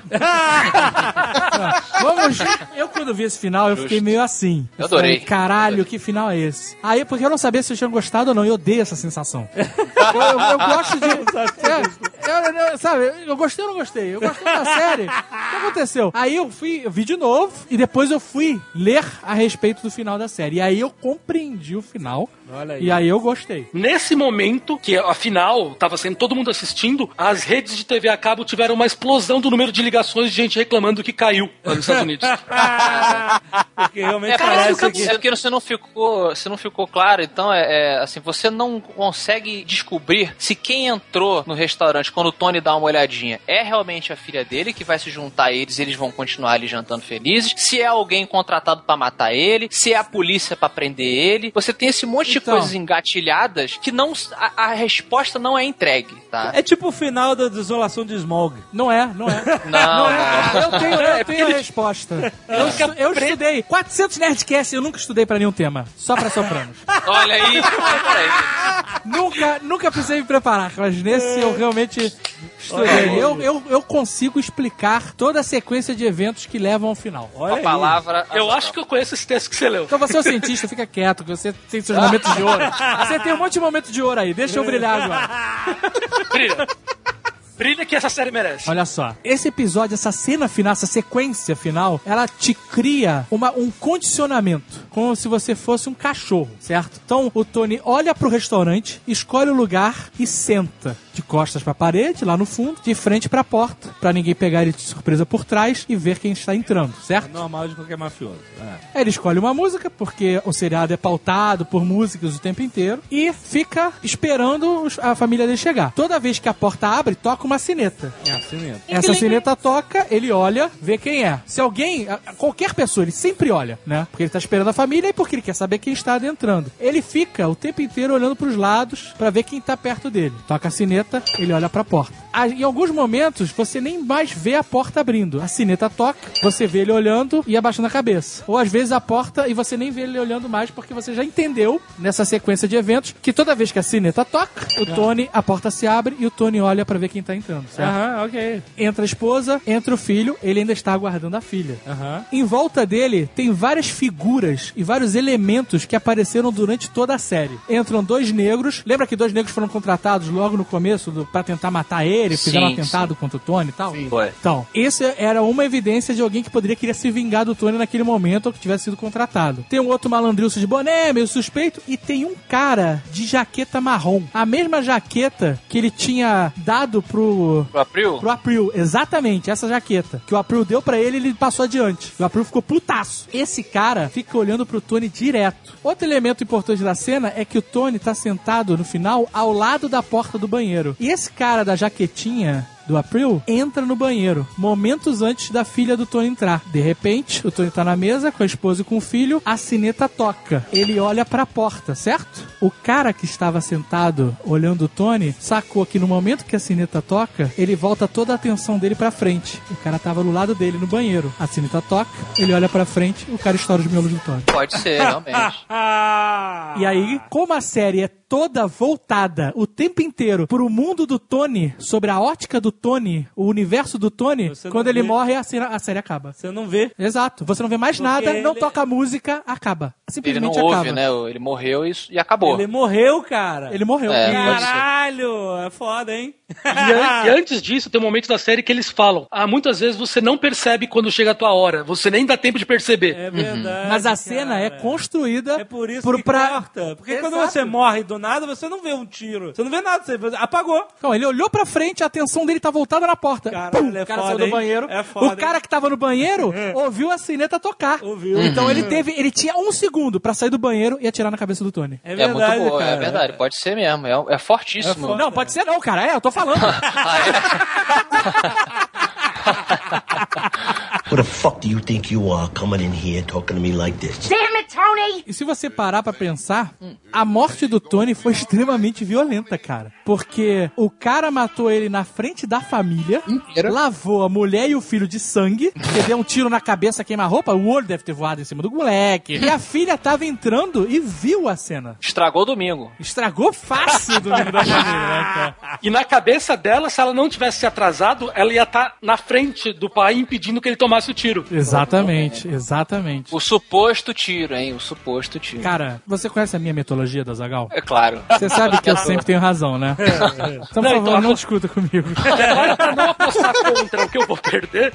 Eu quando vi esse final, eu fiquei meio assim. Eu adorei. Falei, caralho, que final é esse? Aí, porque eu não sabia se eu tinha gostado ou não, eu odeio essa sensação. eu gosto de... sabe, eu gostei ou não gostei? Eu gostei da série. O que aconteceu? Aí eu vi de novo, e depois eu fui ler a respeito do final da série. E aí eu compreendi o final. Olha aí. E aí eu gostei. Nesse momento, que afinal tava sendo todo mundo assistindo, as redes de TV a cabo tiveram uma explosão do número de ligações de gente reclamando que caiu lá nos Estados Unidos. Porque realmente parece que... Porque você não ficou claro, então assim, você não consegue descobrir se quem entrou no restaurante quando o Tony dá uma olhadinha é realmente a filha dele que vai se juntar a eles e eles vão continuar ali jantando felizes, se é alguém contratado pra matar ele, se é a polícia pra prender ele. Você tem esse monte de coisas engatilhadas que não, a resposta não é entregue, tá? É tipo o final da Desolação de Smaug. Não é. Não. Eu tenho a resposta. Eu estudei 400 Nerdcasts e eu nunca estudei pra nenhum tema. Só pra Sopranos. Olha aí, peraí. Nunca precisei me preparar, mas nesse eu realmente estudei. Eu consigo explicar toda a sequência de eventos que levam ao final. Olha a palavra. Eu acho que eu conheço esse texto que você leu. Então você é o cientista, fica quieto, que você tem seus momentos de ouro. Você tem um monte de momentos de ouro aí, deixa eu brilhar agora. Brilha que essa série merece. Olha só, esse episódio, essa cena final, essa sequência final, ela te cria um condicionamento, como se você fosse um cachorro, certo? Então o Tony olha pro restaurante, escolhe o lugar e senta de costas pra parede, lá no fundo, de frente pra porta, pra ninguém pegar ele de surpresa por trás e ver quem está entrando, certo? É normal de qualquer mafioso. Ele escolhe uma música, porque o seriado é pautado por músicas o tempo inteiro, e fica esperando a família dele chegar. Toda vez que a porta abre, toca uma sineta. Essa sineta toca, ele olha, vê quem é. Se alguém, qualquer pessoa, ele sempre olha, né? Porque ele tá esperando a família e porque ele quer saber quem está adentrando. Ele fica o tempo inteiro olhando pros lados pra ver quem tá perto dele. Toca a sineta, ele olha pra porta. Em alguns momentos, você nem mais vê a porta abrindo. A sineta toca, você vê ele olhando e abaixando a cabeça. Ou às vezes a porta e você nem vê ele olhando mais porque você já entendeu, nessa sequência de eventos, que toda vez que a sineta toca, a porta se abre e o Tony olha pra ver quem tá entrando, certo? Ok. Entra a esposa, entra o filho, ele ainda está aguardando a filha. Em volta dele, tem várias figuras e vários elementos que apareceram durante toda a série. Entram dois negros, lembra que dois negros foram contratados logo no começo pra tentar matar ele, fizeram um atentado contra o Tony e tal? Então, isso era uma evidência de alguém que queria se vingar do Tony naquele momento ou que tivesse sido contratado. Tem um outro malandrilso de boné, meio suspeito, e tem um cara de jaqueta marrom. A mesma jaqueta que ele tinha dado pro April? Pro April, exatamente, essa jaqueta. Que o April deu pra ele, ele passou adiante. O April ficou putaço. Esse cara fica olhando pro Tony direto. Outro elemento importante da cena é que o Tony tá sentado no final ao lado da porta do banheiro. E esse cara da jaquetinha do April entra no banheiro momentos antes da filha do Tony entrar. De repente, o Tony tá na mesa com a esposa e com o filho, a sineta toca. Ele olha pra porta, certo? O cara que estava sentado olhando o Tony sacou que no momento que a sineta toca, ele volta toda a atenção dele pra frente. O cara tava do lado dele no banheiro. A sineta toca, ele olha pra frente, o cara estoura os miolos do Tony. Pode ser, realmente. E aí, como a série é toda voltada o tempo inteiro pro mundo do Tony, sobre a ótica do Tony, o universo do Tony, quando ele morre, a série acaba. Você não vê. Exato. Você não vê mais nada, não toca a música, acaba. Simplesmente ele não acaba. ouve, né? Ele morreu e acabou. Ele morreu, cara. Ele morreu. Caralho! É foda, hein? E antes disso, tem um momento da série que eles falam: muitas vezes você não percebe quando chega a tua hora. Você nem dá tempo de perceber. É verdade. Mas a cena é construída. É por isso que corta. Porque quando você morre do nada, você não vê um tiro. Você não vê nada. Você apagou. Então, ele olhou pra frente, a atenção dele tá voltado na porta. Caralho, Pum, é o cara foda, saiu do hein? banheiro. É foda, O cara que tava no banheiro ouviu a sineta tocar. Ouviu. Então ele tinha 1 segundo pra sair do banheiro e atirar na cabeça do Tony. É verdade, muito boa, cara. é verdade. Pode ser mesmo. É fortíssimo. Não, pode ser não, cara. Eu tô falando. Who the fuck do you think you are coming in here talking to me like this? Damn it, Tony! E se você parar pra pensar, a morte do Tony foi extremamente violenta, cara. Porque o cara matou ele na frente da família, lavou a mulher e o filho de sangue, que deu um tiro na cabeça, queima-roupa, o olho deve ter voado em cima do moleque. E a filha tava entrando e viu a cena. Estragou o domingo. Estragou fácil o domingo da família, né, cara? E na cabeça dela, se ela não tivesse se atrasado, ela ia estar na frente do pai impedindo que ele tomasse o tiro. Exatamente, exalte. O suposto tiro, hein? O suposto tiro. Cara, você conhece a minha mitologia da Zagal? É claro. Você sabe que eu sempre tenho razão, né? Então, por favor, não discuta comigo. Agora, pra não apostar contra o que eu vou perder,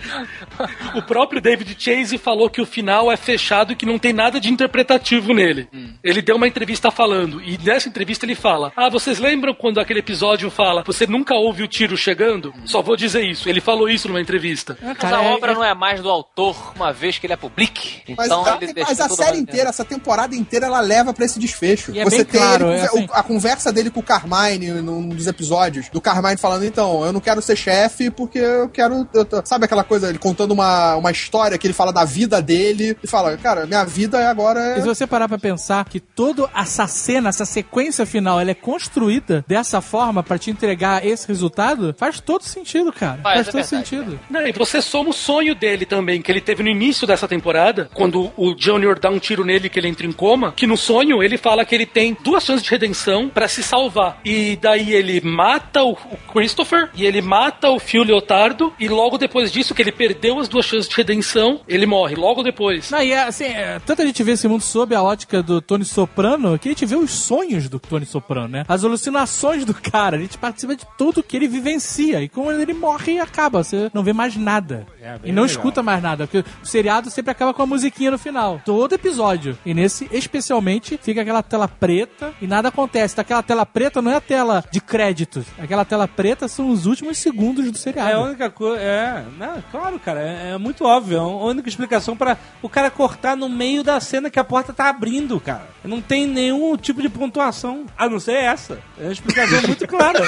o próprio David Chase falou que o final é fechado e que não tem nada de interpretativo nele. Ele deu uma entrevista falando, e nessa entrevista ele fala: vocês lembram quando aquele episódio fala, você nunca ouve o tiro chegando? Só vou dizer isso. Ele falou isso numa entrevista. Mas a obra não é mais do autor, uma vez que ele é public. Então mas a série inteira, essa temporada inteira, ela leva pra esse desfecho. E é você bem tem claro, a conversa dele com o Carmine num dos episódios, do Carmine falando, então, eu não quero ser chefe porque eu quero... sabe aquela coisa, ele contando uma história que ele fala da vida dele e fala, cara, minha vida agora E se você parar pra pensar que toda essa cena, essa sequência final, ela é construída dessa forma pra te entregar esse resultado, faz todo sentido, cara. Faz todo sentido. Não, e você soma o sonho dele também, que ele teve no início dessa temporada, quando o Junior dá um tiro nele que ele entra em coma, que no sonho ele fala que ele tem 2 chances de redenção pra se salvar. E daí ele mata o Christopher, e ele mata o Phil Leotardo, e logo depois disso, que ele perdeu as 2 chances de redenção, ele morre, logo depois. Não, e assim, tanto a gente vê esse mundo sob a ótica do Tony Soprano, que a gente vê os sonhos do Tony Soprano, né? As alucinações do cara, a gente participa de tudo que ele vivencia, e quando ele morre e acaba, você não vê mais nada. E não escuta mais nada, porque o seriado sempre acaba com a musiquinha no final. Todo episódio. E nesse, especialmente, fica aquela tela preta e nada acontece. Aquela tela preta não é a tela de créditos. Aquela tela preta são os últimos segundos do seriado. É a única coisa... Não, claro, cara. É muito óbvio. É a única explicação pra o cara cortar no meio da cena que a porta tá abrindo, cara. Não tem nenhum tipo de pontuação, a não ser essa. É uma explicação muito clara.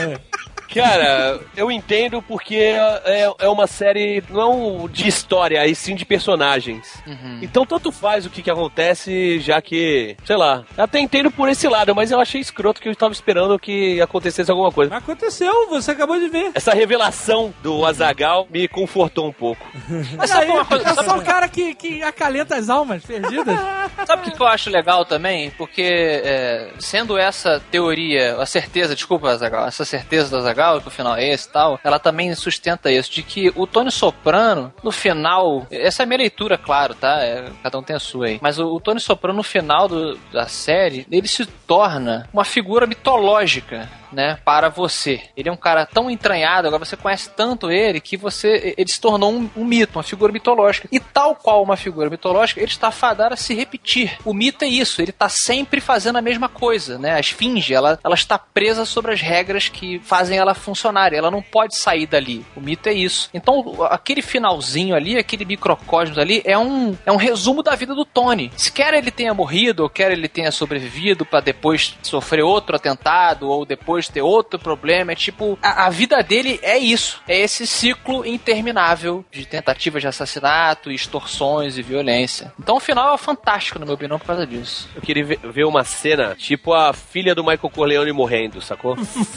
Cara, eu entendo porque é uma série não de história, e sim de personagens. Então tanto faz o que acontece, já que, sei lá, até entendo por esse lado, mas eu achei escroto que eu estava esperando que acontecesse alguma coisa. Mas aconteceu, você acabou de ver. Essa revelação do Azaghal me confortou um pouco. Mas sabe uma coisa? Eu sou um cara que acalenta as almas perdidas. Sabe o que eu acho legal também? Porque, sendo essa teoria, a certeza, desculpa, Azaghal, essa certeza do Azaghal, que o final é esse e tal, ela também sustenta isso, de que o Tony Soprano, no final, essa é a minha leitura, claro, tá? Cada um tem a sua aí, mas o Tony Soprano, no final da série, ele se torna uma figura mitológica, né, para você. Ele é um cara tão entranhado, agora você conhece tanto ele, que ele se tornou um mito, uma figura mitológica. E tal qual uma figura mitológica, ele está fadado a se repetir. O mito é isso, ele está sempre fazendo a mesma coisa, né? A esfinge, ela está presa sobre as regras que fazem ela funcionar, ela não pode sair dali. O mito é isso. Então, aquele finalzinho ali, aquele microcosmos ali, é um resumo da vida do Tony. Se quer ele tenha morrido, ou quer ele tenha sobrevivido para depois sofrer outro atentado, ou depois ter outro problema, é tipo, a vida dele é isso, é esse ciclo interminável de tentativas de assassinato, extorsões e violência. Então o final é fantástico, na minha opinião, por causa disso. Eu queria ver uma cena, tipo a filha do Michael Corleone morrendo, sacou?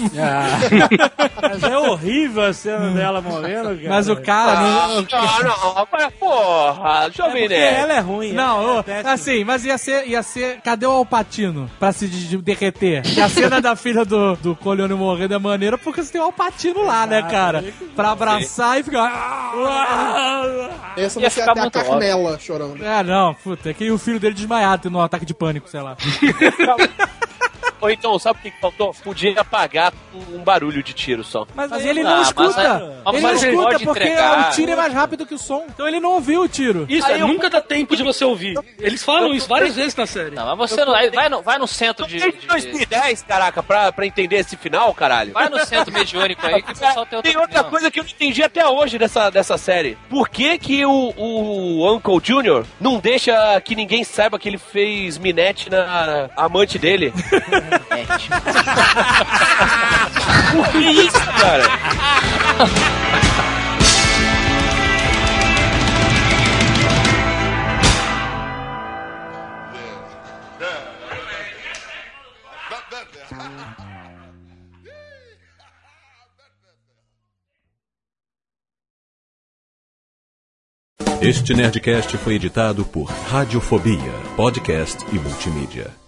Mas é horrível a cena dela morrendo, cara. Mas o cara... Porra, Jovem Nerd. Ela é ruim. Não, assim, mas ia ser... Cadê o Alpatino pra se derreter? E a cena da filha do Corleone morrendo é maneira porque você tem o Alpatino lá, né, cara? Pra abraçar e ficar... Essa vai ser até a Carmela chorando. Não, puta, é que o filho dele desmaiado, tendo um ataque de pânico, sei lá. Ou então, sabe o que faltou? Podia apagar um barulho de tiro só. Mas ele não escuta. Ele não escuta porque entregar. o tiro é mais rápido que o som. Então ele não ouviu o tiro. Isso, nunca dá tempo de você ouvir. Eles falam isso várias vezes na série. Não, mas você vai no centro de... 2010, caraca, pra entender esse final, caralho. Vai no centro mediúnico aí que o pessoal tem outra coisa que eu não entendi até hoje dessa série. Por que o Uncle Junior não deixa que ninguém saiba que ele fez minete na amante dele? Por que isso, cara? Este Nerdcast foi editado por Radiofobia, podcast e multimídia.